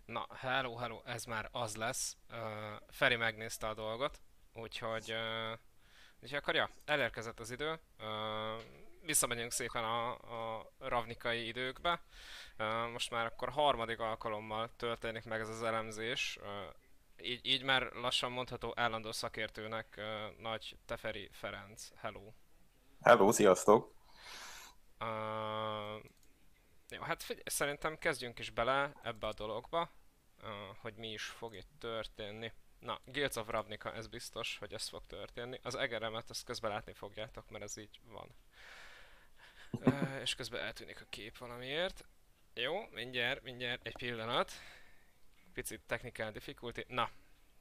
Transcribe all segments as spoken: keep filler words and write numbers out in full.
Na, hello, hello, ez már az lesz. Uh, Feri megnézte a dolgot, úgyhogy, uh, úgyhogy akkor ja, elérkezett az idő. Uh, visszamegyünk szépen a, a ravnikai időkbe. Uh, most már akkor harmadik alkalommal történik meg ez az elemzés. Uh, így, így már lassan mondható állandó szakértőnek uh, Nagy Teferi Ferenc. Hello. Hello, sziasztok! Uh, jó, hát figyelj, szerintem kezdjünk is bele ebbe a dologba, uh, hogy mi is fog itt történni. Na, Guilds of Ravnica, ez biztos, hogy ez fog történni. Az egeremet, azt közben látni fogjátok, mert ez így van. Uh, és közben eltűnik a kép valamiért. Jó, mindjárt, mindjárt, egy pillanat. Picit technical difficulty. Na,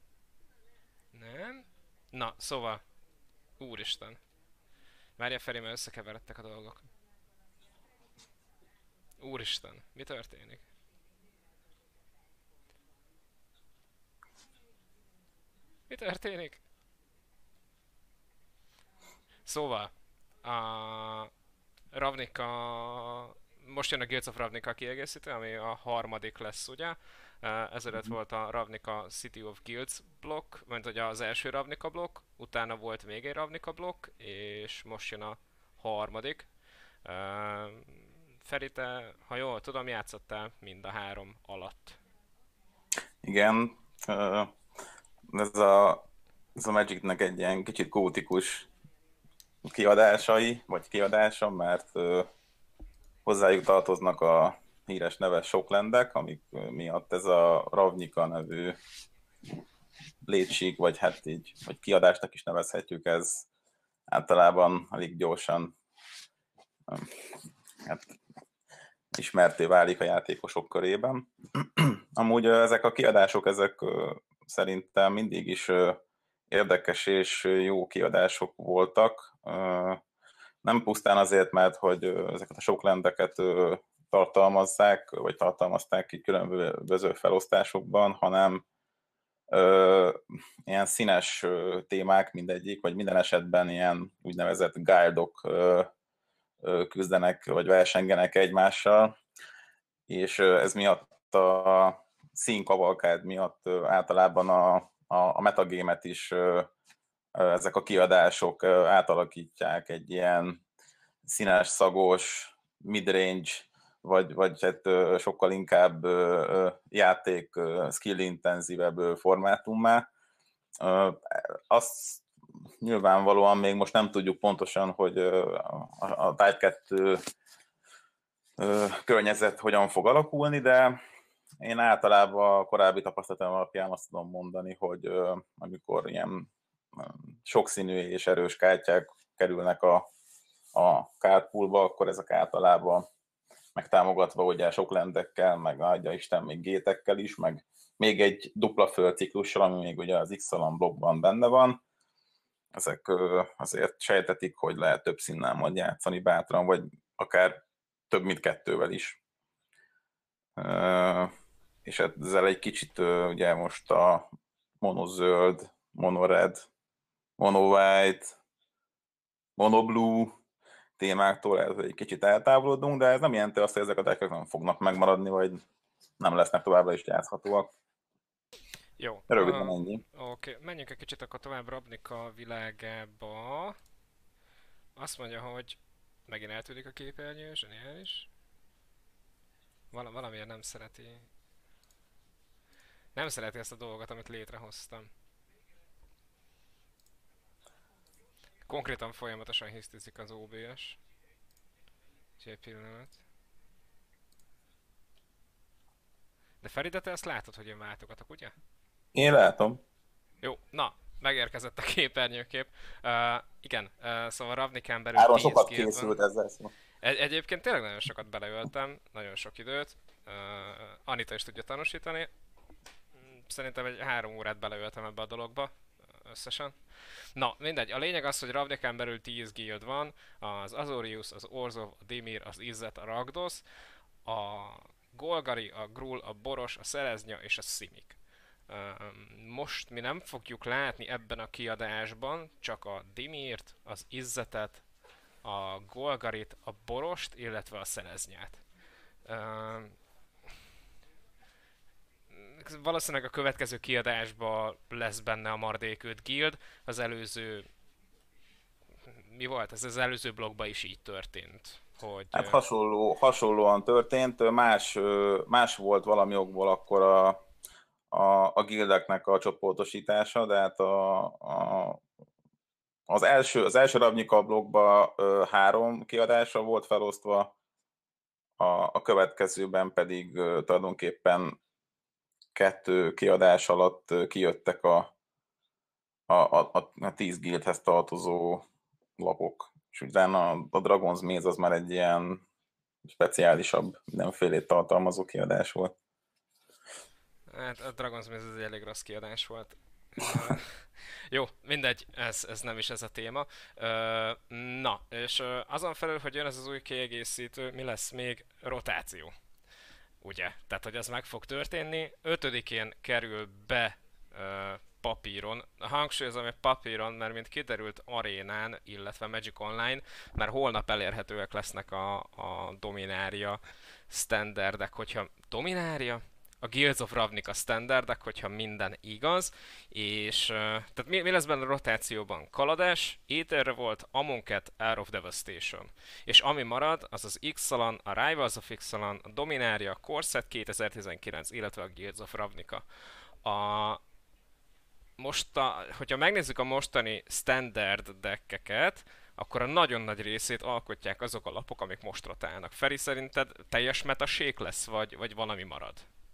nem? Na, szóval, úristen. Várja Feri, mert összekeveredtek a dolgok. Úristen, mi történik? Mi történik? Szóval, a Ravnica, most jön a Guilds of Ravnica kiegészítő, ami a harmadik lesz, ugye? Uh, Ezelőtt Mhm. volt a Ravnica City of Guilds blokk, mint ugye az első Ravnica blokk, utána volt még egy Ravnica blokk, és most jön a harmadik. Uh, Feri, te, ha jól tudom, játszottál mind a három alatt. Igen, ö, ez a, ez a Magicnek egy ilyen kicsit gótikus kiadásai, vagy kiadása, mert ö, hozzájuk tartoznak a híres neves soklendek, amik miatt ez a Ravnica nevű létsík, vagy hát így, vagy kiadásnak is nevezhetjük, ez általában elég gyorsan ö, hát ismerté válik a játékosok körében. Amúgy ezek a kiadások, ezek szerintem mindig is érdekes és jó kiadások voltak. Nem pusztán azért, mert hogy ezeket a sok lendeket tartalmazzák, vagy tartalmazták így különböző felosztásokban, hanem ilyen színes témák mindegyik, vagy minden esetben ilyen úgynevezett guildok küzdenek, vagy versengenek egymással, és ez miatt a színkavalkád miatt általában a, a, a metagémet is ezek a kiadások átalakítják egy ilyen színes, szagos, midrange, vagy, vagy hát sokkal inkább játék skill intenzívebb formátummá. Azt nyilvánvalóan még most nem tudjuk pontosan, hogy a, a Type kettő környezet hogyan fog alakulni, de én általában a korábbi tapasztalatom alapján azt tudom mondani, hogy amikor ilyen sokszínű és erős kártyák kerülnek a, a kártpoolba, akkor ezek általában megtámogatva ugye sok lendekkel, meg adja Isten még gétekkel is, meg még egy dupla földciklussal, ami még ugye az X-alan blokkban benne van. Ezek azért sejtetik, hogy lehet több színnel majd játszani bátran, vagy akár több mint kettővel is. És ezzel egy kicsit ugye most a monozöld, monored, mono-white, mono-blue témáktól lehet, hogy egy kicsit eltávolodunk, de ez nem jelenti azt, hogy ezek a deckek nem fognak megmaradni, vagy nem lesznek továbbra is játszhatóak. Jó, Röviden uh, ennyi. oké, menjünk egy kicsit akkor tovább Ravnica világába. Azt mondja, hogy megint eltűnik a képernyő, zseniális. Val- valamiért nem szereti. Nem szereti ezt a dolgot, amit létrehoztam. Konkrétan folyamatosan hisztizik az ó bé es. Úgyhogy egy pillanat. De Feri, de te ezt látod, hogy én váltogatok, ugye? Én látom. Jó, na, megérkezett a képernyőkép. Uh, igen, uh, szóval Ravnikán belül Áron tíz sokat guild van. készült ezzel szó. Egy- egyébként tényleg nagyon sokat beleöltem, nagyon sok időt. Uh, Anita is tudja tanúsítani. Szerintem egy három órát beleöltem ebbe a dologba összesen. Na, mindegy. A lényeg az, hogy Ravnikán belül tíz guild van. Az Azorius, az Orzhov, a Dimir, az Izzet, a Ragdos, a Golgari, a Gruul, a Boros, a Szereznya és a Simic. Most mi nem fogjuk látni ebben a kiadásban csak a Dimirt, az Izzetet, a Golgarit, a Borost, illetve a Szereznyát. valószínűleg a következő kiadásban lesz benne a Maradék öt Guild, az előző, mi volt? Ez az előző blogban is így történt, hogy... Hát hasonló, hasonlóan történt, más, más volt valami okból akkor a, a, a guildeknek a csoportosítása, de hát a, a, az első, az első Ravnica blogban három kiadásra volt felosztva, a, a következőben pedig tulajdonképpen kettő kiadás alatt kijöttek a, a, a, a tíz guildhez tartozó lapok. És utána a, a Dragon's Maze az már egy ilyen speciálisabb, mindenfélét tartalmazó kiadás volt. Hát a Dragon's Maze ez egy elég rossz kiadás volt. Jó, mindegy, ez, ez nem is ez a téma. Uh, na, és uh, azon felül, hogy jön ez az új kiegészítő, mi lesz még? Rotáció. Ugye? Tehát, hogy ez meg fog történni. ötödikén kerül be uh, papíron. Hangsúlyozom, hogy papíron, mert mint kiderült arénán, illetve Magic Online, mert holnap elérhetőek lesznek a, a Dominária standardek, hogyha Dominária? A Guilds of Ravnica standardek, hogyha minden igaz, és uh, tehát mi, mi lesz benne a rotációban? Kaladesh, Aether volt, Amonkhet, Hour of Devastation. És ami marad, az az Ixalan, a Rivals of Ixalan, a Dominaria, Core Set kétezer-tizenkilenc, illetve a Guilds of Ravnica. A, most a, hogyha megnézzük a mostani standard deckeket, akkor a nagyon nagy részét alkotják azok a lapok, amik most rotálnak. Feri, szerinted teljes metasék lesz, vagy, vagy valami marad?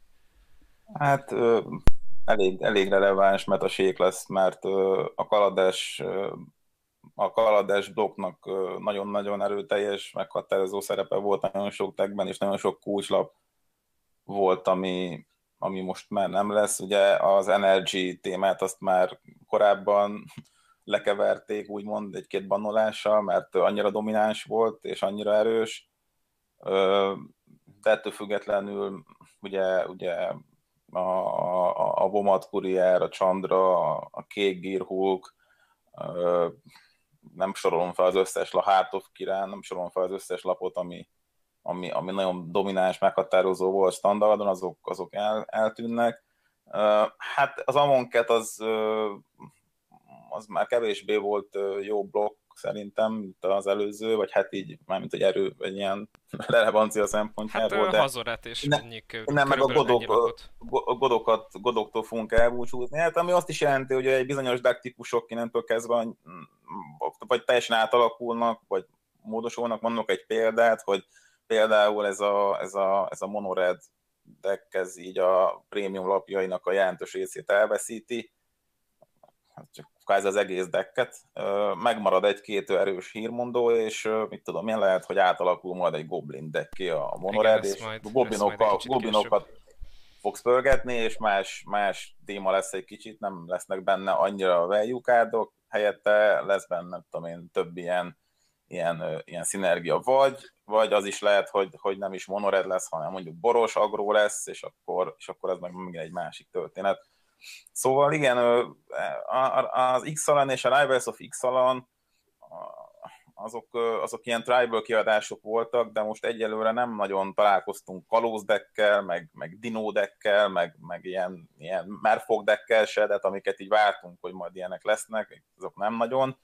Hát ö, elég, elég releváns metasék lesz, mert ö, a Kaladesh, ö, a Kaladesh blokknak ö, nagyon-nagyon erőteljes, meghatározó szerepe volt nagyon sok deckben, és nagyon sok kulcslap volt, ami, ami most már nem lesz. Ugye az Energy témát azt már korábban lekeverték, úgymond egy-két bannolással, mert annyira domináns volt, és annyira erős. Ö, de ettől függetlenül ugye, ugye a, a, a Vomat Courier, a Chandra, a, a Kék Gearhulk, nem sorolom fel az összes, a Heart of Kiran, nem sorolom fel az összes lapot, ami, ami, ami nagyon domináns, meghatározó volt standardon, azok, azok el, eltűnnek. Hát az Amonkhet az, az már kevésbé volt jó blokk szerintem, mint az előző, vagy hát így, mármint egy erő, vagy ilyen relevancia szempontjából. Hát de Hazoret és ne, ennyi nem, meg a godok, lapot. godokat, godoktól fogunk elbúcsúzni. Hát ami azt is jelenti, hogy egy bizonyos deck típusok innentől kezdve vagy teljesen átalakulnak, vagy módosulnak. Mondok egy példát, hogy például ez a, ez a, ez a monored deck, ez így a prémium lapjainak a jelentős részét elveszíti, hát csak kvázi az egész decket, megmarad egy-két erős hírmondó, és mit tudom én, lehet, hogy átalakul majd egy Goblin decké a monored, és majd, goblinokkal, goblinokat fogsz pörgetni, és más, más téma lesz egy kicsit, nem lesznek benne annyira a value cardok, helyette lesz benne, nem tudom én, több ilyen, ilyen, ilyen szinergia, vagy, vagy az is lehet, hogy, hogy nem is monored lesz, hanem mondjuk boros agró lesz, és akkor, és akkor ez meg még egy másik történet. Szóval igen, az Ixalan és a Rivals of Ixalan azok, azok ilyen tribal kiadások voltak, de most egyelőre nem nagyon találkoztunk kalózdekkel, meg, meg dinódekkel, meg, meg ilyen, ilyen merfolkdekkel se, de amiket így vártunk, hogy majd ilyenek lesznek, azok nem nagyon.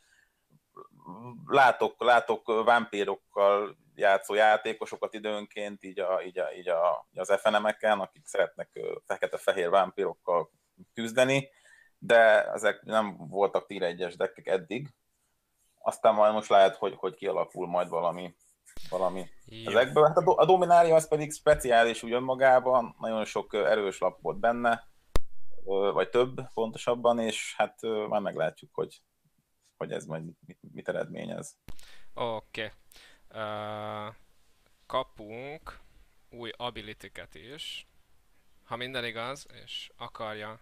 Látok, látok vámpírokkal játszó játékosokat időnként, így, a, így, a, így, a, így az ef en em-eken, akik szeretnek fekete-fehér vámpírokkal küzdeni, de ezek nem voltak tier egyes deckek eddig. Aztán majd most lehet, hogy, hogy kialakul majd valami, valami ezekből. Hát a, do, a Dominária az pedig speciális úgy önmagában, nagyon sok erős lap volt benne, vagy több pontosabban, és hát már meglátjuk, hogy, hogy ez majd mit, mit eredményez. Oké. Okay. Uh, kapunk új ability-ket is. Ha minden igaz, és akarja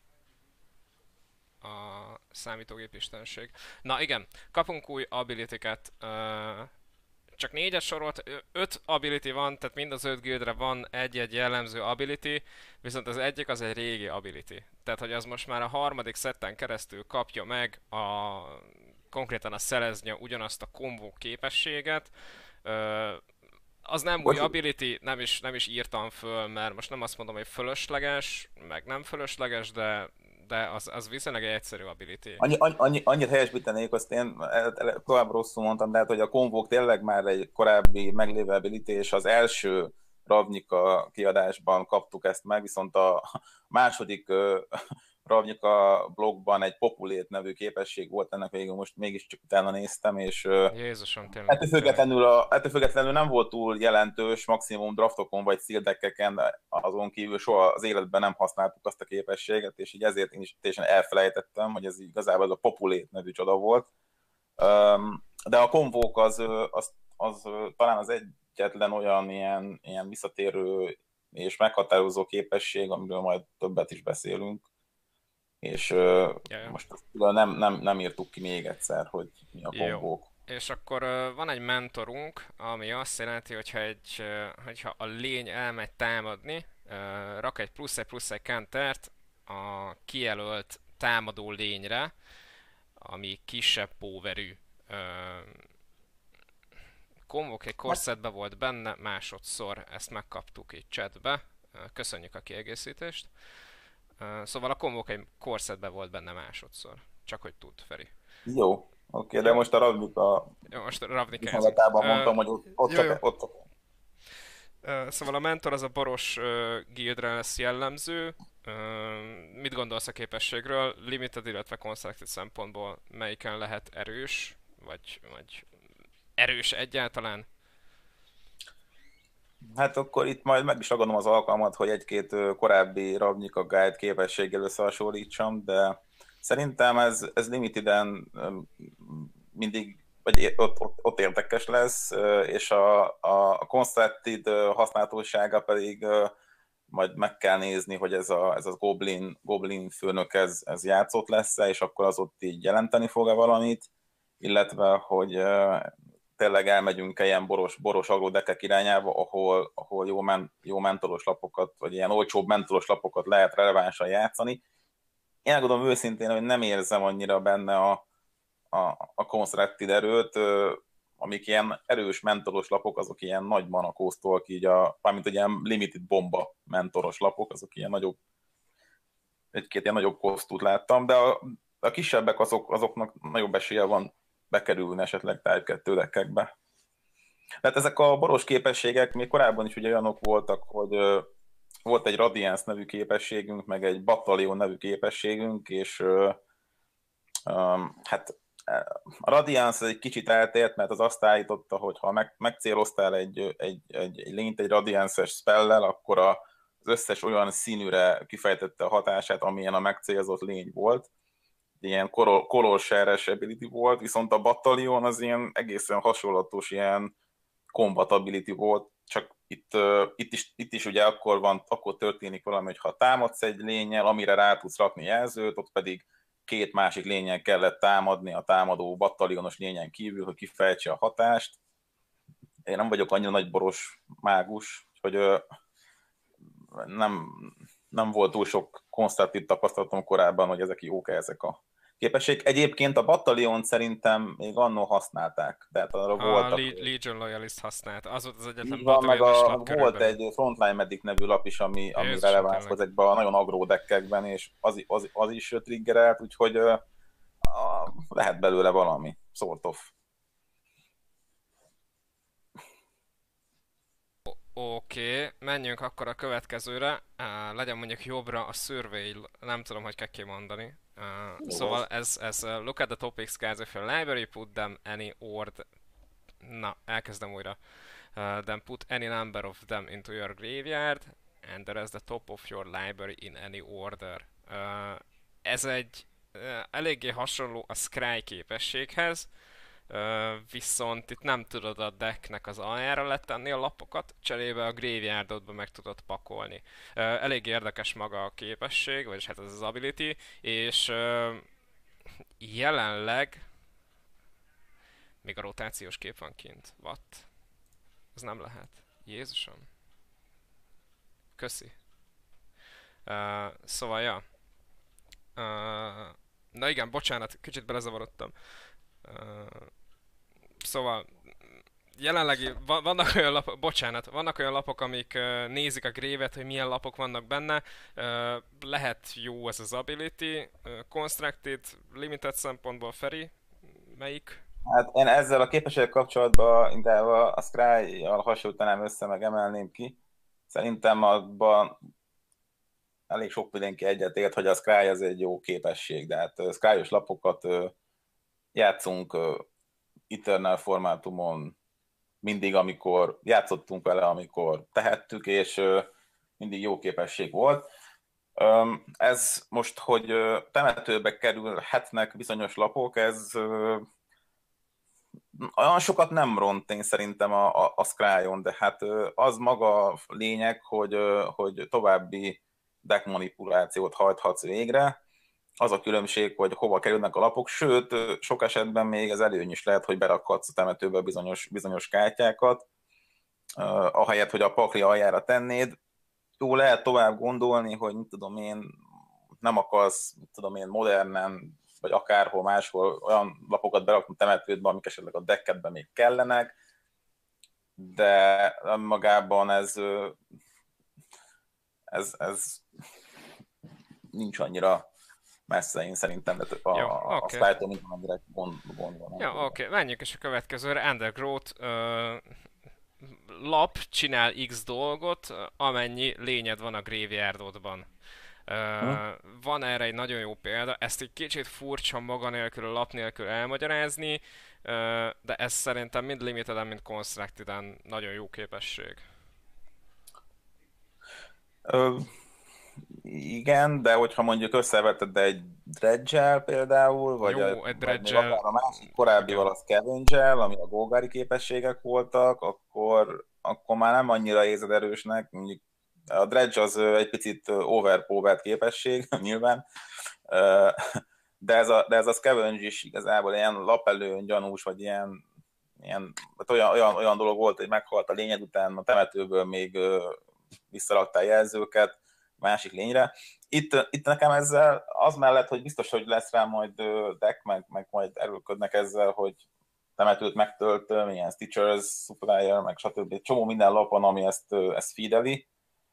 a számítógép istenség. Na igen, kapunk új ability-ket. Uh, csak négyet sorolt, öt ability van, tehát mind az öt guildre van egy-egy jellemző ability, viszont az egyik az egy régi ability. Tehát, hogy az most már a harmadik szetten keresztül kapja meg a konkrétan a Selesnya ugyanazt a kombó képességet. Uh, az nem új Bocs, ability, nem is, nem is írtam föl, mert most nem azt mondom, hogy fölösleges, meg nem fölösleges, de, de az, az viszonylag egy egyszerű ability. annyi, annyi, annyi- annyit helyesbítenék, azt én el- el- tovább rosszul mondtam, de hát, hogy a konvók tényleg már egy korábbi meglévő ability, és az első Ravnica kiadásban kaptuk ezt meg, viszont a második ö, Ravnica blogban egy Populate nevű képesség volt ennek végül, most mégiscsak utána néztem, és ö, Jézusom, tényleg, ettől tényleg. függetlenül, a, ettől függetlenül nem volt túl jelentős, maximum draftokon vagy szildekkeken, azon kívül soha az életben nem használtuk azt a képességet, és így ezért én is teljesen elfelejtettem, hogy ez igazából az a Populate nevű csoda volt. De a konvók az, az, az talán az egyetlen olyan ilyen, ilyen visszatérő és meghatározó képesség, amiről majd többet is beszélünk. És Jaj. most nem, nem, nem írtuk ki még egyszer, hogy mi a Jó. konvók. És akkor uh, van egy mentorunk, ami azt jelenti, hogyha, egy, uh, hogyha a lény elmegy támadni, uh, rak egy plusz egy plusz egy countert a kijelölt támadó lényre, ami kisebb powerű. Uh, Konvok egy korsetbe volt benne, másodszor ezt megkaptuk itt chatbe. Uh, köszönjük a kiegészítést. Uh, szóval a konvok egy korsetbe volt benne másodszor. Csak hogy tud, Feri. Jó, oké, okay, de Jó. most a Ravnica Jó, most Ravnica viszonylatában mondtam, hogy ott, ott, jó, jó. csak, ott csak. Uh, szóval a mentor az a boros uh, guildre lesz jellemző. Uh, mit gondolsz a képességről? Limited, illetve constructed szempontból melyiken lehet erős? Vagy, vagy erős egyáltalán? Hát akkor itt majd meg is ragadom az alkalmat, hogy egy-két ö, korábbi Ravnica Guide képességgel összehasonlítsam, de szerintem ez, ez limiteden ö, mindig vagy é- ott, ott, ott érdekes lesz, ö, és a, a constructed ö, használhatósága pedig ö, majd meg kell nézni, hogy ez a, ez a Goblin, Goblin főnök ez, ez játszott lesz-e, és akkor az ott így jelenteni fog-e valamit, illetve, hogy ö, tényleg elmegyünk ilyen boros, boros agrodekek irányába, ahol, ahol jó, men, jó mentoros lapokat, vagy ilyen olcsóbb mentoros lapokat lehet relevánsan játszani. Én elgondolom őszintén, hogy nem érzem annyira benne a, a, a constructed erőt, ö, amik ilyen erős mentoros lapok, azok ilyen nagy mana kósztolk, így a, mármint ilyen limited bomba mentoros lapok, azok ilyen nagyobb, egy-két ilyen nagyobb kosztút láttam, de a, a kisebbek azok, azoknak nagyobb esélye van bekerülni esetleg Type kettő deckekbe. Tehát ezek a boros képességek még korábban is ugye olyanok voltak, hogy ö, volt egy Radiance nevű képességünk, meg egy Battalion nevű képességünk, és ö, ö, hát a Radiance egy kicsit eltért, mert az azt állította, hogy ha meg, megcéloztál egy, egy, egy, egy lényt egy Radiance-es spellel, akkor a, az összes olyan színűre kifejtette a hatását, amilyen a megcélzott lény volt. Ilyen color share-es ability volt, viszont a Battalion az ilyen egészen hasonlatos, ilyen combat ability volt, csak itt, uh, itt, is, itt is ugye akkor van, akkor történik valami, hogy ha támadsz egy lénnyel, amire rá tudsz rakni jelzőt, ott pedig két másik lényen kellett támadni a támadó battalionos lényen kívül, hogy kifejtse a hatást. Én nem vagyok annyira nagy boros mágus, hogy uh, nem, nem volt túl sok konstruktív tapasztalatom korábban, hogy ezek jók ezek a képesség. Egyébként a Battalion szerintem még annól használták. Tehát arra A voltak... Le- Legion Loyalist használt. Az volt az egyetlen Van, meg Battalion-es a, lap volt körülbelül. egy Frontline Medic nevű lap is, ami, ami Jézusom, releváns tényleg. ezekben a nagyon agró deckekben, és az, az, az is triggerelt, úgyhogy uh, lehet belőle valami, sort of. Oké, okay, menjünk akkor a következőre. Uh, legyen mondjuk jobbra a survey, nem tudom, hogy kell kimondani. Uh, szóval ez, ez uh, look at the topics cards of your library, put them any order. Na, elkezdem újra. Uh, then put any number of them into your graveyard, and there is the top of your library in any order. Uh, ez egy uh, eléggé hasonló a Scry képességhez, Uh, viszont itt nem tudod a decknek az aljára letenni a lapokat, cserébe a graveyardodba meg tudod pakolni. Uh, elég érdekes maga a képesség, vagyis hát ez az ability, és uh, jelenleg még a rotációs kép van kint. What? Ez nem lehet. Jézusom. Köszi. Uh, szóval, ja. Uh, na igen, bocsánat, kicsit belezavarodtam. Uh, szóval jelenlegi, va- vannak olyan lapok, bocsánat, vannak olyan lapok, amik ö, nézik a grévet, hogy milyen lapok vannak benne. Ö, lehet jó ez az ability. Ö, constructed, limited szempontból Feri, melyik? Hát én ezzel a képességek kapcsolatban inkább a, a Scry-jal hasonlítanám össze, meg emelném ki. Szerintem abban elég sok mindenki egyetért, hogy a Scry az egy jó képesség, de hát Scry-os lapokat ö, játszunk ö, Eternal formátumon mindig, amikor játszottunk vele, amikor tehettük, és ö, mindig jó képesség volt. Öm, Ez most, hogy ö, temetőbe kerülhetnek bizonyos lapok, ez ö, olyan sokat nem ront én szerintem a, a, a Scryon, de hát ö, az maga a lényeg, hogy, ö, hogy további deck manipulációt hajthatsz végre. Az a különbség, hogy hova kerülnek a lapok, sőt, ö, sok esetben még ez előny is lehet, hogy berakhatsz a temetőbe bizonyos, bizonyos kártyákat, ö, ahelyett, hogy a pakli aljára tennéd. Jó, lehet tovább gondolni, hogy mit tudom én, nem akarsz, mit tudom én, modernen, vagy akárhol máshol olyan lapokat berakni temetődbe, amik esetleg a deckedben még kellenek, de magában ez, ez, ez nincs annyira messze, én szerintem, de a, Jó, a, a oké. Okay. Skype-tól, mint amennyire gond, gondolom. Ja, oké, okay. Menjünk is a következőre. Undergrowth ö, lap csinál X dolgot, amennyi lényed van a graveyardodban. Hm? Uh, van erre egy nagyon jó példa, ezt egy kicsit furcsa maga nélkül, a lap nélkül elmagyarázni, uh, de ez szerintem mind limited, mind constructed nagyon jó képesség. Ö, igen, de hogyha mondjuk összeveted egy dredge például, vagy, a, Jó, egy vagy még dredge akár a másik korábbival igen. a scavenge ami a golgári képességek voltak, akkor, akkor már nem annyira érzed erősnek. Mondjuk a dredge az ö, egy picit overpowered képesség, nyilván, Ö, de ez a, de ez a scavenge is igazából ilyen lapelőn gyanús, vagy ilyen, ilyen hát olyan, olyan, olyan dolog volt, hogy meghalt a lényed után, a temetőből még ö, visszaraktál jelzőket másik lényre. Itt, itt nekem ezzel az mellett, hogy biztos, hogy lesz rá majd deck, meg, meg majd erőlködnek ezzel, hogy temetőt megtöltöm, ilyen Stitchers, Supplier, meg stb. Egy csomó minden lapon, ami ezt, ezt feedeli.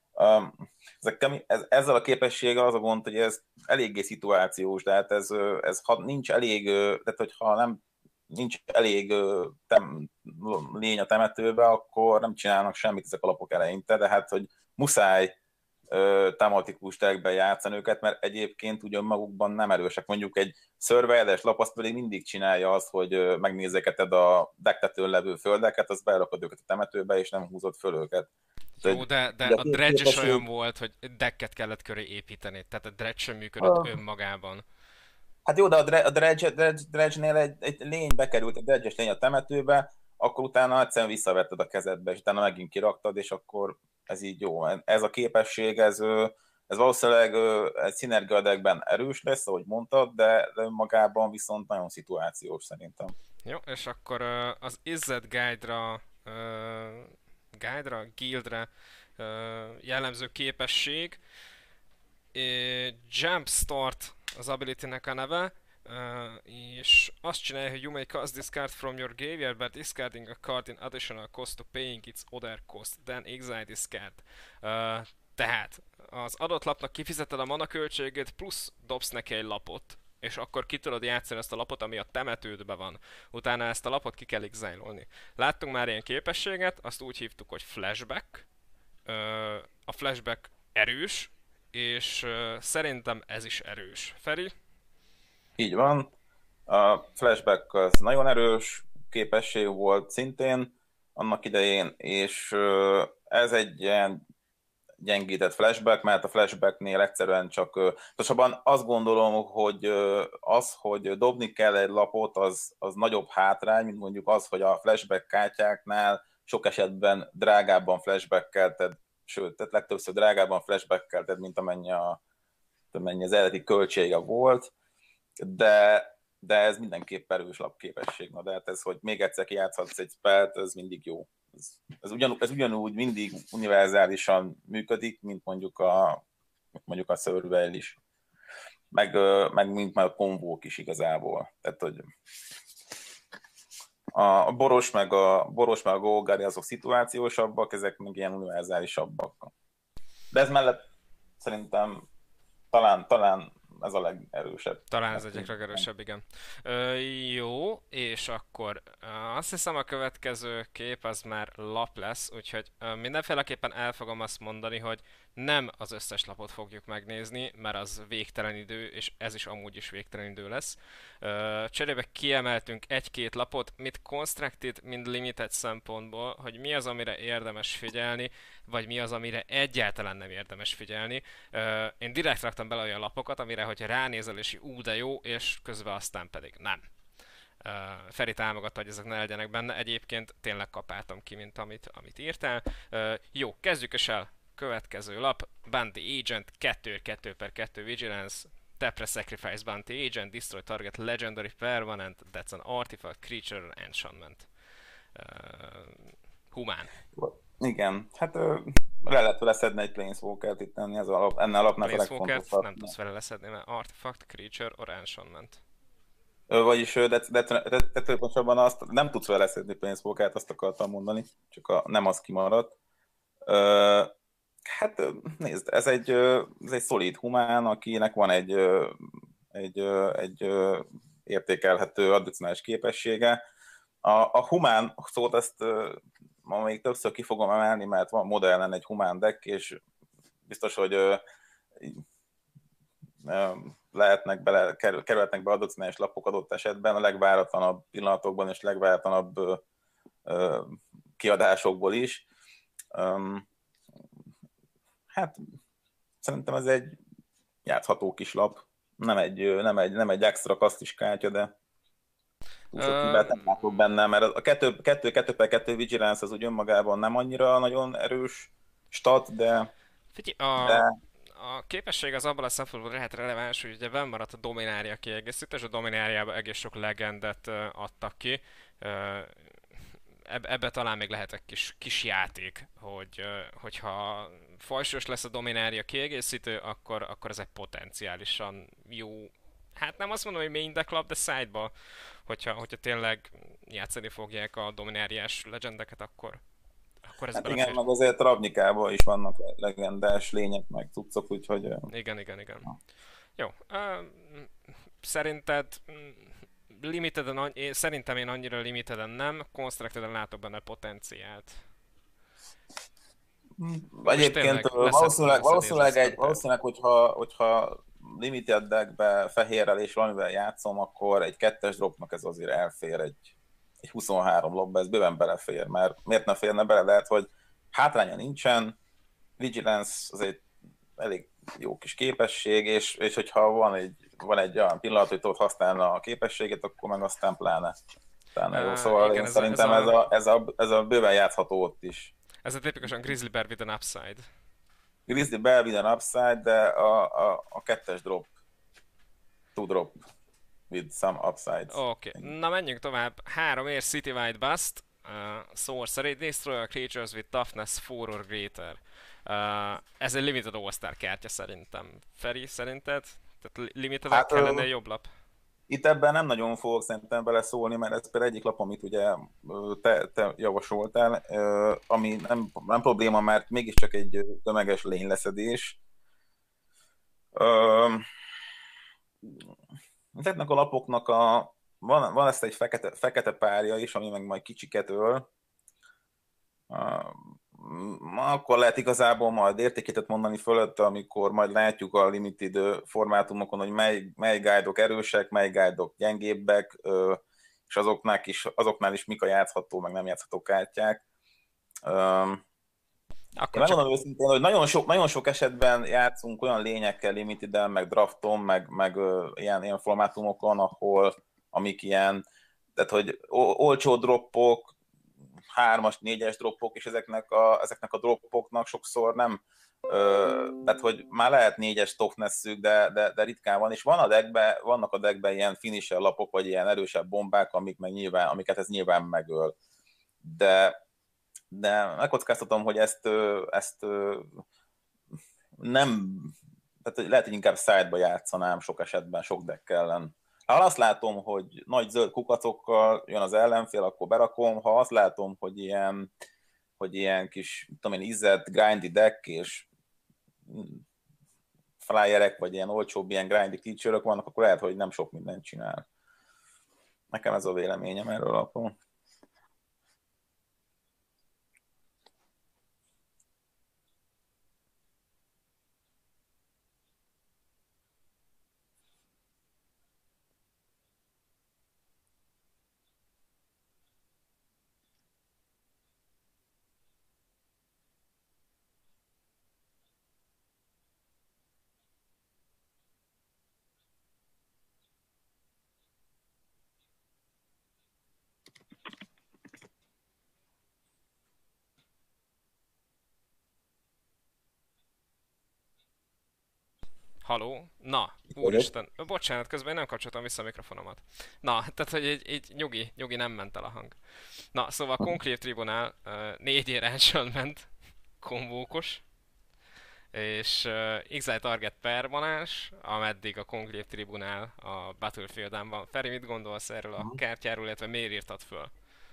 Ez, ezzel a képességgel az a gond, hogy ez eléggé szituációs, tehát ez, ez ha nincs elég, tehát hogyha nem nincs elég tem, lény a temetőbe, akkor nem csinálnak semmit ezek a lapok eleinte, de hát, hogy muszáj tematikus deckben játszani őket, mert egyébként ugyan magukban nem erősek. Mondjuk egy szörvejeles lap azt pedig mindig csinálja azt, hogy megnézegeted a decktetőn levő földeket, azt berakod őket a temetőbe, és nem húzod föl őket. Jó, Tehát, de, de ugye a a dredge is olyan képesség, volt, hogy decket kellett köré építeni, tehát a dredge sem működött önmagában. hát jó, de a, dredge, a dredge, dredge, dredge-nél egy, egy lény bekerült, egy dredge lény a temetőbe, akkor utána egyszerűen visszavetted a kezedbe, és utána megint kiraktad, és akkor ez így jó. Ez a képesség, ez, ez valószínűleg egy szinergiadekben erős lesz, ahogy mondtad, de, de magában viszont nagyon szituációs szerintem. Jó, és akkor uh, az Izzet Guide-ra, uh, Guide-ra, Guild-re uh, jellemző képesség, uh, Jumpstart az ability-nek a neve, uh, és azt csinálja, hogy you may cast this card from your graveyard by discarding a card in additional cost to paying its other cost, then exile this card. Uh, tehát az adott lapnak kifizeted a mana költségét, plusz dobsz neki egy lapot, és akkor ki tudod játszani ezt a lapot, ami a temetődben van. Utána ezt a lapot ki kell exile-olni. Láttunk már ilyen képességet, azt úgy hívtuk, hogy flashback. Ö, a flashback erős, és ö, szerintem ez is erős. Feri? Így van. A flashback az nagyon erős képesség volt szintén annak idején, és ez egy ilyen gyengített flashback, mert a flashbacknél egyszerűen csak, pontosabban azt gondolom, hogy az, hogy dobni kell egy lapot, az, az nagyobb hátrány, mint mondjuk az, hogy a flashback kártyáknál sok esetben drágábban flashbackelted, sőt, tehát legtöbbször drágábban flashbackelted, mint amennyi, a, amennyi az eredeti költsége volt, de, de ez mindenképp erős lapképesség. Na, de hát ez, hogy még egyszer kijátszhatsz egy spellt, ez mindig jó. Ez, ez, ugyan, ez ugyanúgy mindig univerzálisan működik, mint mondjuk a, mondjuk a Surveil is. Meg, meg mint már a konvók is igazából. Tehát, hogy a Boros meg a, Boros meg a Golgari azok szituációsabbak, ezek meg ilyen univerzálisabbak. De ez mellett szerintem talán, talán ez a legerősebb. Talán ez egyik legerősebb, igen. Ö, jó, és akkor ö, azt hiszem a következő kép az már lap lesz, úgyhogy ö, mindenféleképpen el fogom azt mondani, hogy nem az összes lapot fogjuk megnézni, mert az végtelen idő, és ez is amúgy is végtelen idő lesz. Ö, cserébe kiemeltünk egy-két lapot, mind constructed, mind limited szempontból, hogy mi az, amire érdemes figyelni, vagy mi az, amire egyáltalán nem érdemes figyelni. Ö, én direkt raktam bele olyan lapokat, amire, hogyha ránézel és ú, de jó, és közben aztán pedig nem. Uh, Feri támogatta, hogy ezek ne legyenek benne, egyébként tényleg kapáltam ki, mint amit, amit írtál. Uh, jó, kezdjük is el. Következő lap, Bounty Agent, kettő kettő per kettő Vigilance, Tapre Sacrifice Bounty Agent, Destroy Target Legendary Permanent, That's an Artifact, Creature, Enchantment. Uh, humán. Igen, hát ö, le lehet leszedni egy Planeswalker-t itt enni, ez a lap, ennél a lapnak a legfontosabb. Nem tudsz vele leszedni, mert Artifact, Creature or Enchantment. Ö, vagyis, de, de, de, de, de de pontosabban azt nem tudsz vele leszedni Planeswalker-t, azt akartam mondani, csak a, nem az kimaradt. Ö, hát nézd, ez egy, ez egy szolid humán, akinek van egy, egy, egy értékelhető addicionális képessége. A, a humán szót ezt ma még többször ki fogom emelni, mert van modellen egy humán deck, és biztos, hogy ö, ö, lehetnek bele, kerülhetnek be addicionális lapok adott esetben a legváratlanabb pillanatokban és legváratlanabb ö, ö, kiadásokból is. Ö, hát szerintem ez egy játszható kis lap. Nem egy, nem egy, nem egy extra kasztis kártya, de túl sok hibát nem látok benne, mert a kettő kettő per kettő Vigilance az úgy önmagában nem annyira nagyon erős stat, de... Figyelj, a, de... a képesség az abban a szempontból lehet releváns, hogy ugye benn maradt a Dominária kiegészítés, a Domináriában egész sok legendet uh, adtak ki. Uh, eb- ebbe talán még lehet egy kis, kis játék, hogy uh, hogyha fajsúlyos lesz a Dominária kiegészítő, akkor, akkor ez egy potenciálisan jó, hát nem azt mondom, hogy main deck lap, de side-ba, hogyha, hogyha tényleg játszani fogják a domináriás legendeket, akkor, akkor ez hát belefér. igen, meg azért Ravnikában is vannak legendás lények, meg cuccok, úgyhogy... Igen, igen, igen. Ha. Jó. Uh, szerinted limiteden, én, szerintem én annyira limiteden nem, constructed látok benne potenciált. Egyébként valószínűleg, valószínűleg, egy, valószínűleg hogyha, hogyha limited deckbe fehérrel és valamivel játszom, akkor egy kettes dropnak ez azért elfér, egy, egy huszonhárom lobba, ez bőven belefér, mert miért ne férne bele, lehet, hogy hátránya nincsen, Vigilance az egy elég jó kis képesség, és, és hogyha van egy, van egy olyan pillanat, hogy tudod használni a képességet, akkor meg aztán pláne, pláne jó. Szóval igen, én ez szerintem a, ez, a, ez, a, ez a bőven játszható ott is. Ez a tipikusan Grizzly Bear with an upside. Grizzly Bear with an upside, de a, a, a kettes drop. Two drop with some upsides. Oké, okay. Na menjünk tovább. Három ér Citywide Bust. Uh, Sorcery, Destroy a creatures with toughness four or greater. Uh, ez egy limited all-star kártya szerintem. Feri, szerinted? Tehát limited hát, kellene ö... jobb lap? Itt ebben nem nagyon fogok szerintem beleszólni, mert ez például egyik lap, amit ugye te, te javasoltál, ami nem, nem probléma, mert mégiscsak egy tömeges lényleszedés. Ezeknek a lapoknak a, van, van ezt egy fekete, fekete párja is, ami meg majd kicsiket öl. Akkor lehet igazából majd értéketet mondani fölött, amikor majd látjuk a limited formátumokon, hogy mely, mely guide-ok erősek, mely guide-ok gyengébbek, és azoknál is, azoknál is mik a játszható, meg nem játszható kártyák. Akkor én megmondom csak... őszintén, hogy nagyon sok, nagyon sok esetben játszunk olyan lényekkel limiteden, meg drafton, meg, meg ilyen, ilyen formátumokon, ahol amik ilyen, tehát hogy olcsó droppok, hármas, négyes droppok, és ezeknek a, ezeknek a droppoknak sokszor nem, ö, tehát hogy már lehet négyes toughness-ük, de, de, de ritkán van, és van a deckben, vannak a deckben ilyen finisher lapok, vagy ilyen erősebb bombák, amik meg nyilván, amiket ez nyilván megöl. De, de megkockáztatom, hogy ezt, ezt nem, tehát lehet, hogy inkább side-ba játszanám sok esetben, sok deck ellen. Ha azt látom, hogy nagy zöld kukacokkal jön az ellenfél, akkor berakom. Ha azt látom, hogy ilyen, hogy ilyen kis, tudom én, izzett, grindy deck és flyerek, vagy ilyen olcsóbb, ilyen grindy creature-ök vannak, akkor lehet, hogy nem sok mindent csinál. Nekem ez a véleményem erről alapon. Haló? Na, Vagyok. úristen. Bocsánat, közben én nem kapcsoltam vissza a mikrofonomat. Na, tehát, hogy egy, egy nyugi, nyugi, nem ment el a hang. Na, szóval a Conclave Tribunal uh, négy éránson ment, kombókos, és uh, Exile Target permanens, ameddig a Conclave Tribunal a Battlefield-en van. Feri, mit gondolsz erről a kártyáról, illetve miért írtad föl?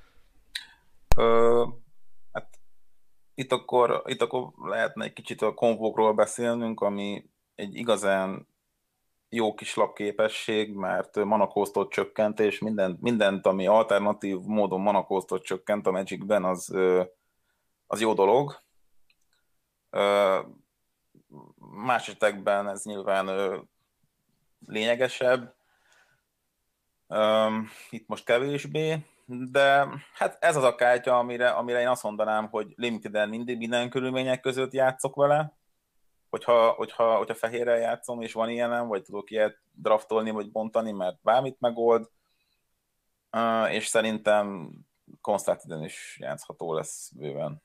Ö, hát itt akkor, itt akkor lehetne egy kicsit a konvókról beszélnünk, ami egy igazán jó kis lapképesség, mert manakóztot csökkent, és mindent, mindent, ami alternatív módon manakóztot csökkent a Magicben, az, ö, az jó dolog. Ö, Más esetekben ez nyilván ö, lényegesebb, ö, itt most kevésbé, de hát ez az a kártya, amire, amire én azt mondanám, hogy limiteden mindig minden körülmények között játszok vele, hogyha, hogyha, hogyha fehérrel játszom, és van ilyenem, vagy tudok ilyet draftolni, vagy bontani, mert bármit megold, uh, és szerintem Constructed-en is játszható lesz bőven.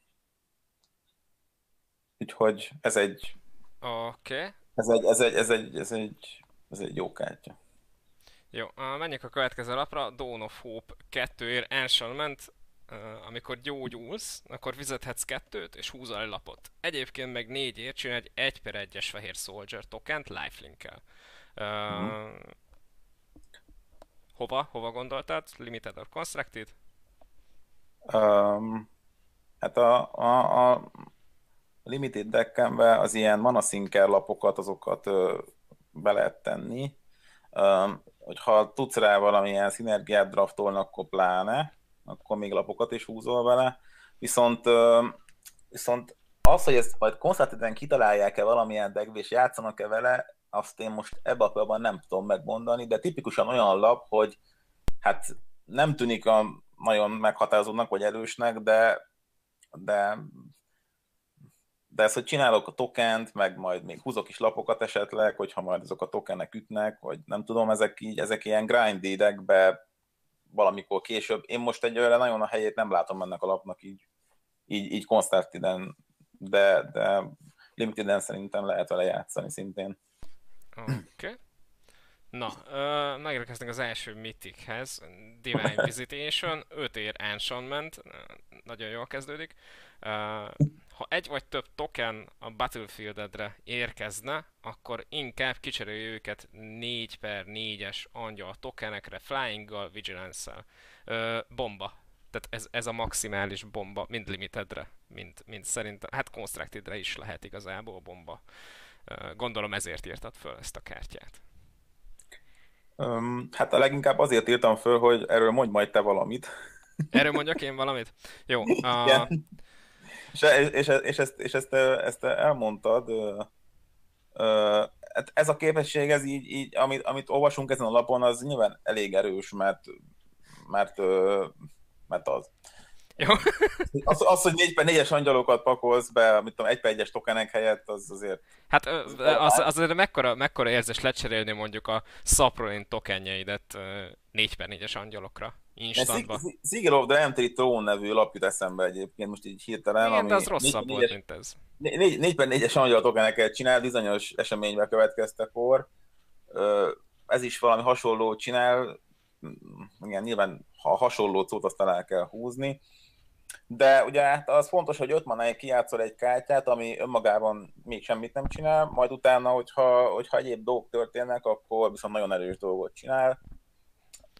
Úgyhogy ez egy, Oké. Okay. ez egy, ez egy, ez egy, ez egy, ez egy jó kártya. Jó, uh, menjünk a következő lapra. Dawn of Hope kettő ér Enchantment. Uh, amikor gyógyulsz, akkor fizethetsz kettőt és húzol egy lapot. Egyébként meg négy ér csinál egy egy per egyes fehér Soldier tokent lifelink-kel. Uh-huh. Uh, hova? Hova gondoltad? Limited or Constructed? Um, hát a, a, a Limited deckembe az ilyen mana sinker lapokat, azokat ö, be lehet tenni. Um, hogyha tudsz rá valamilyen szinergiát draftolni, akkor pláne, akkor még lapokat is húzol vele. Viszont, um, viszont az, hogy ezt majd konstantiten kitalálják-e valamilyen deckbe, és játszanak-e vele, azt én most ebbe a pillanatban nem tudom megmondani, de tipikusan olyan lap, hogy hát nem tűnik a nagyon meghatározónak vagy erősnek, de, de de ezt, hogy csinálok a tokent, meg majd még húzok is lapokat esetleg, hogyha majd azok a tokenek ütnek, vagy nem tudom, ezek így, ezek ilyen grind deckbe valamikor később. Én most egyelőre nagyon a helyét nem látom ennek a lapnak így, így, így Constructed-en, de, de Limited-en szerintem lehet vele játszani szintén. Oké. Okay. Na, uh, megérkeztünk az első Mythichez, Divine Visitation, öt ér Enchantment, nagyon jól kezdődik. Uh, ha egy vagy több token a Battlefield-edre érkezne, akkor inkább kicserélj őket négy per négyes angyal tokenekre, Flying-gal, Vigilance-szel. Uh, bomba. Tehát ez, ez a maximális bomba, mind Limitedre, mind, mind szerintem, hát Constructed-re is lehet igazából bomba. Uh, gondolom ezért írtad föl ezt a kártyát. Um, hát a leginkább azért írtam föl, hogy erről mondj majd te valamit. Erről mondjak én valamit? Jó. Uh, Igen. És, és, és, ezt, és ezt, ezt elmondtad, hát ez a képesség, ez így, így amit, amit olvasunk ezen a lapon, az nyilván elég erős, mert, mert, mert az. Jó. Az, az, hogy négy per négyes angyalokat pakolsz be, mit tudom, egy per egyes tokenek helyett, az azért... Hát az, azért mekkora, mekkora érzés lecserélni mondjuk a Saproin tokenjeidet négy per négyes angyalokra, instantba. Sigil of the Empty Throne nevű lap jut eszembe egyébként, most így hirtelen. Igen, ami de az rosszabb volt, mint ez. négy per négyes angyal tokeneket csinál, bizonyos eseménybe következtekor. Ez is valami hasonlót csinál, igen, nyilván ha hasonló szót aztán el kell húzni. De ugye hát az fontos, hogy öt manáig kijátszol egy kártyát, ami önmagában még semmit nem csinál, majd utána, hogyha, hogyha egyéb dolgok történnek, akkor viszont nagyon erős dolgot csinál.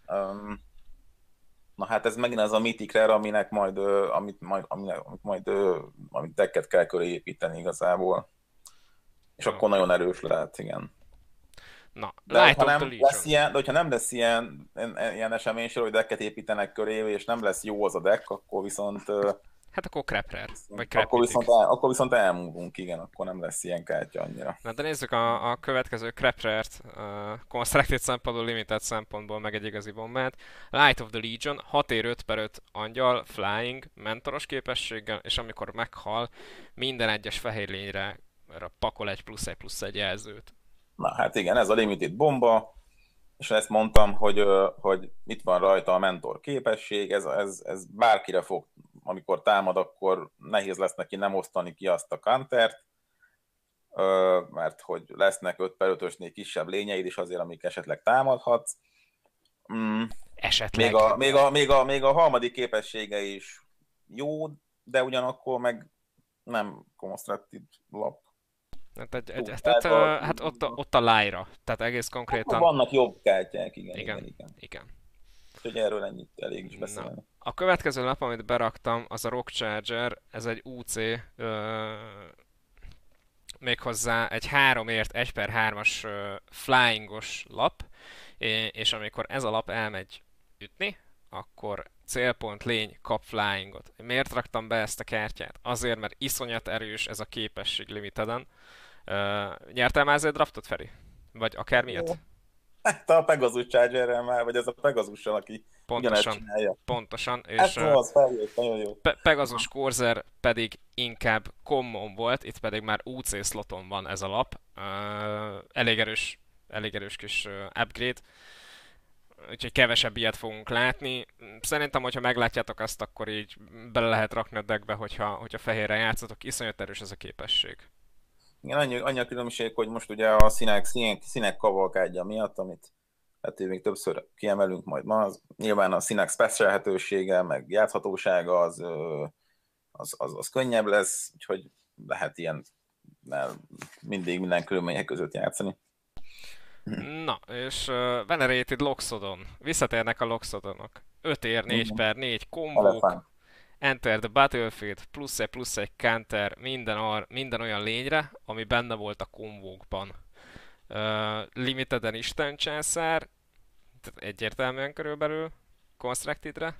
Um, na hát ez megint az a Mythic Rare, aminek majd, ö, amit majd, aminek, amit majd ö, amit decket kell köré építeni igazából. És akkor Oké. nagyon erős lehet, igen. Na, De Light hogyha of the nem lesz Legion. ilyen, de hogyha nem lesz ilyen, ilyen eseménysor, hogy decket építenek köré, és nem lesz jó az a deck, akkor viszont, ö, Hát akkor Crap Rare, vagy Crap akkor Mythic. viszont, el, akkor viszont elmúlunk, igen, akkor nem lesz ilyen kártya annyira. Na de nézzük a, a következő Crap Rare-t, uh, Constructed szempontból, Limited szempontból, meg egy igazi bombát. Light of the Legion, hat ér öt per öt angyal, flying, mentoros képességgel, és amikor meghal, minden egyes fehér lényre pakol egy plusz egy plusz egy jelzőt. Na hát igen, ez a limited bomba, és ezt mondtam, hogy, ö, hogy itt van rajta a mentor képesség, ez, ez, ez bárkire fog, amikor támad, akkor nehéz lesz neki nem osztani ki azt a countert, ö, mert hogy lesznek öt per ötösnél kisebb lényeid is azért, amik esetleg támadhatsz. Mm, Esetleg. még, a, még, a, még, a, még a harmadik képessége is jó, de ugyanakkor meg nem constructed lap. Hát, egy, egy, Jó, tehát, tehát a, uh, hát ott, a, ott a lájra, tehát egész konkrétan. vannak jobb kártyák, igen, Igen, igen, igen. igen. Úgyhogy erről ennyit elég is Na, beszélni. a következő lap, amit beraktam, az a Rock Charger, ez egy u cé, ö, méghozzá egy háromért egy per hármas ö, flyingos lap, é- és amikor ez a lap elmegy ütni, akkor célpont lény kap flyingot. Miért raktam be ezt a kártyát? Azért, mert iszonyat erős ez a képesség limiteden. Ö, nyertel már ezért draftot, Feri? Vagy akár Jó. miért? Hát a Pegasus Chargerrel már, vagy ez a Pegasussal, aki ugyanezt Pontosan, csinálja. pontosan, és Ez ö, az, feljött, nagyon jó. Pe- Pegasus Corsair pedig inkább common volt, itt pedig már u cé sloton van ez a lap. Uh, elég erős, elég erős kis uh, upgrade, úgyhogy kevesebb ilyet fogunk látni. Szerintem, hogyha meglátjátok azt, akkor így bele lehet rakni a deckbe, hogyha, hogyha fehérre játszotok. Iszonyat erős ez a képesség. Igen, annyi, annyi a különbség, hogy most ugye a színek, színek, színek kavalkádja miatt, amit hát még többször kiemelünk majd ma, az, nyilván a színek specialhetősége, meg játszhatósága az, ö, az, az, az könnyebb lesz, úgyhogy lehet ilyen mindig minden körülmények között játszani. Na, és uh, Venerated Loxodon. Visszatérnek a Loxodonok. öt ér, négy per négy kombók. Elefánt. Enter the Battlefield, plusz egy plusz egy counter minden, ar, minden olyan lényre, ami benne volt a konvókban. Uh, limiteden Isten császár, tehát egyértelműen körülbelül, Constructedre.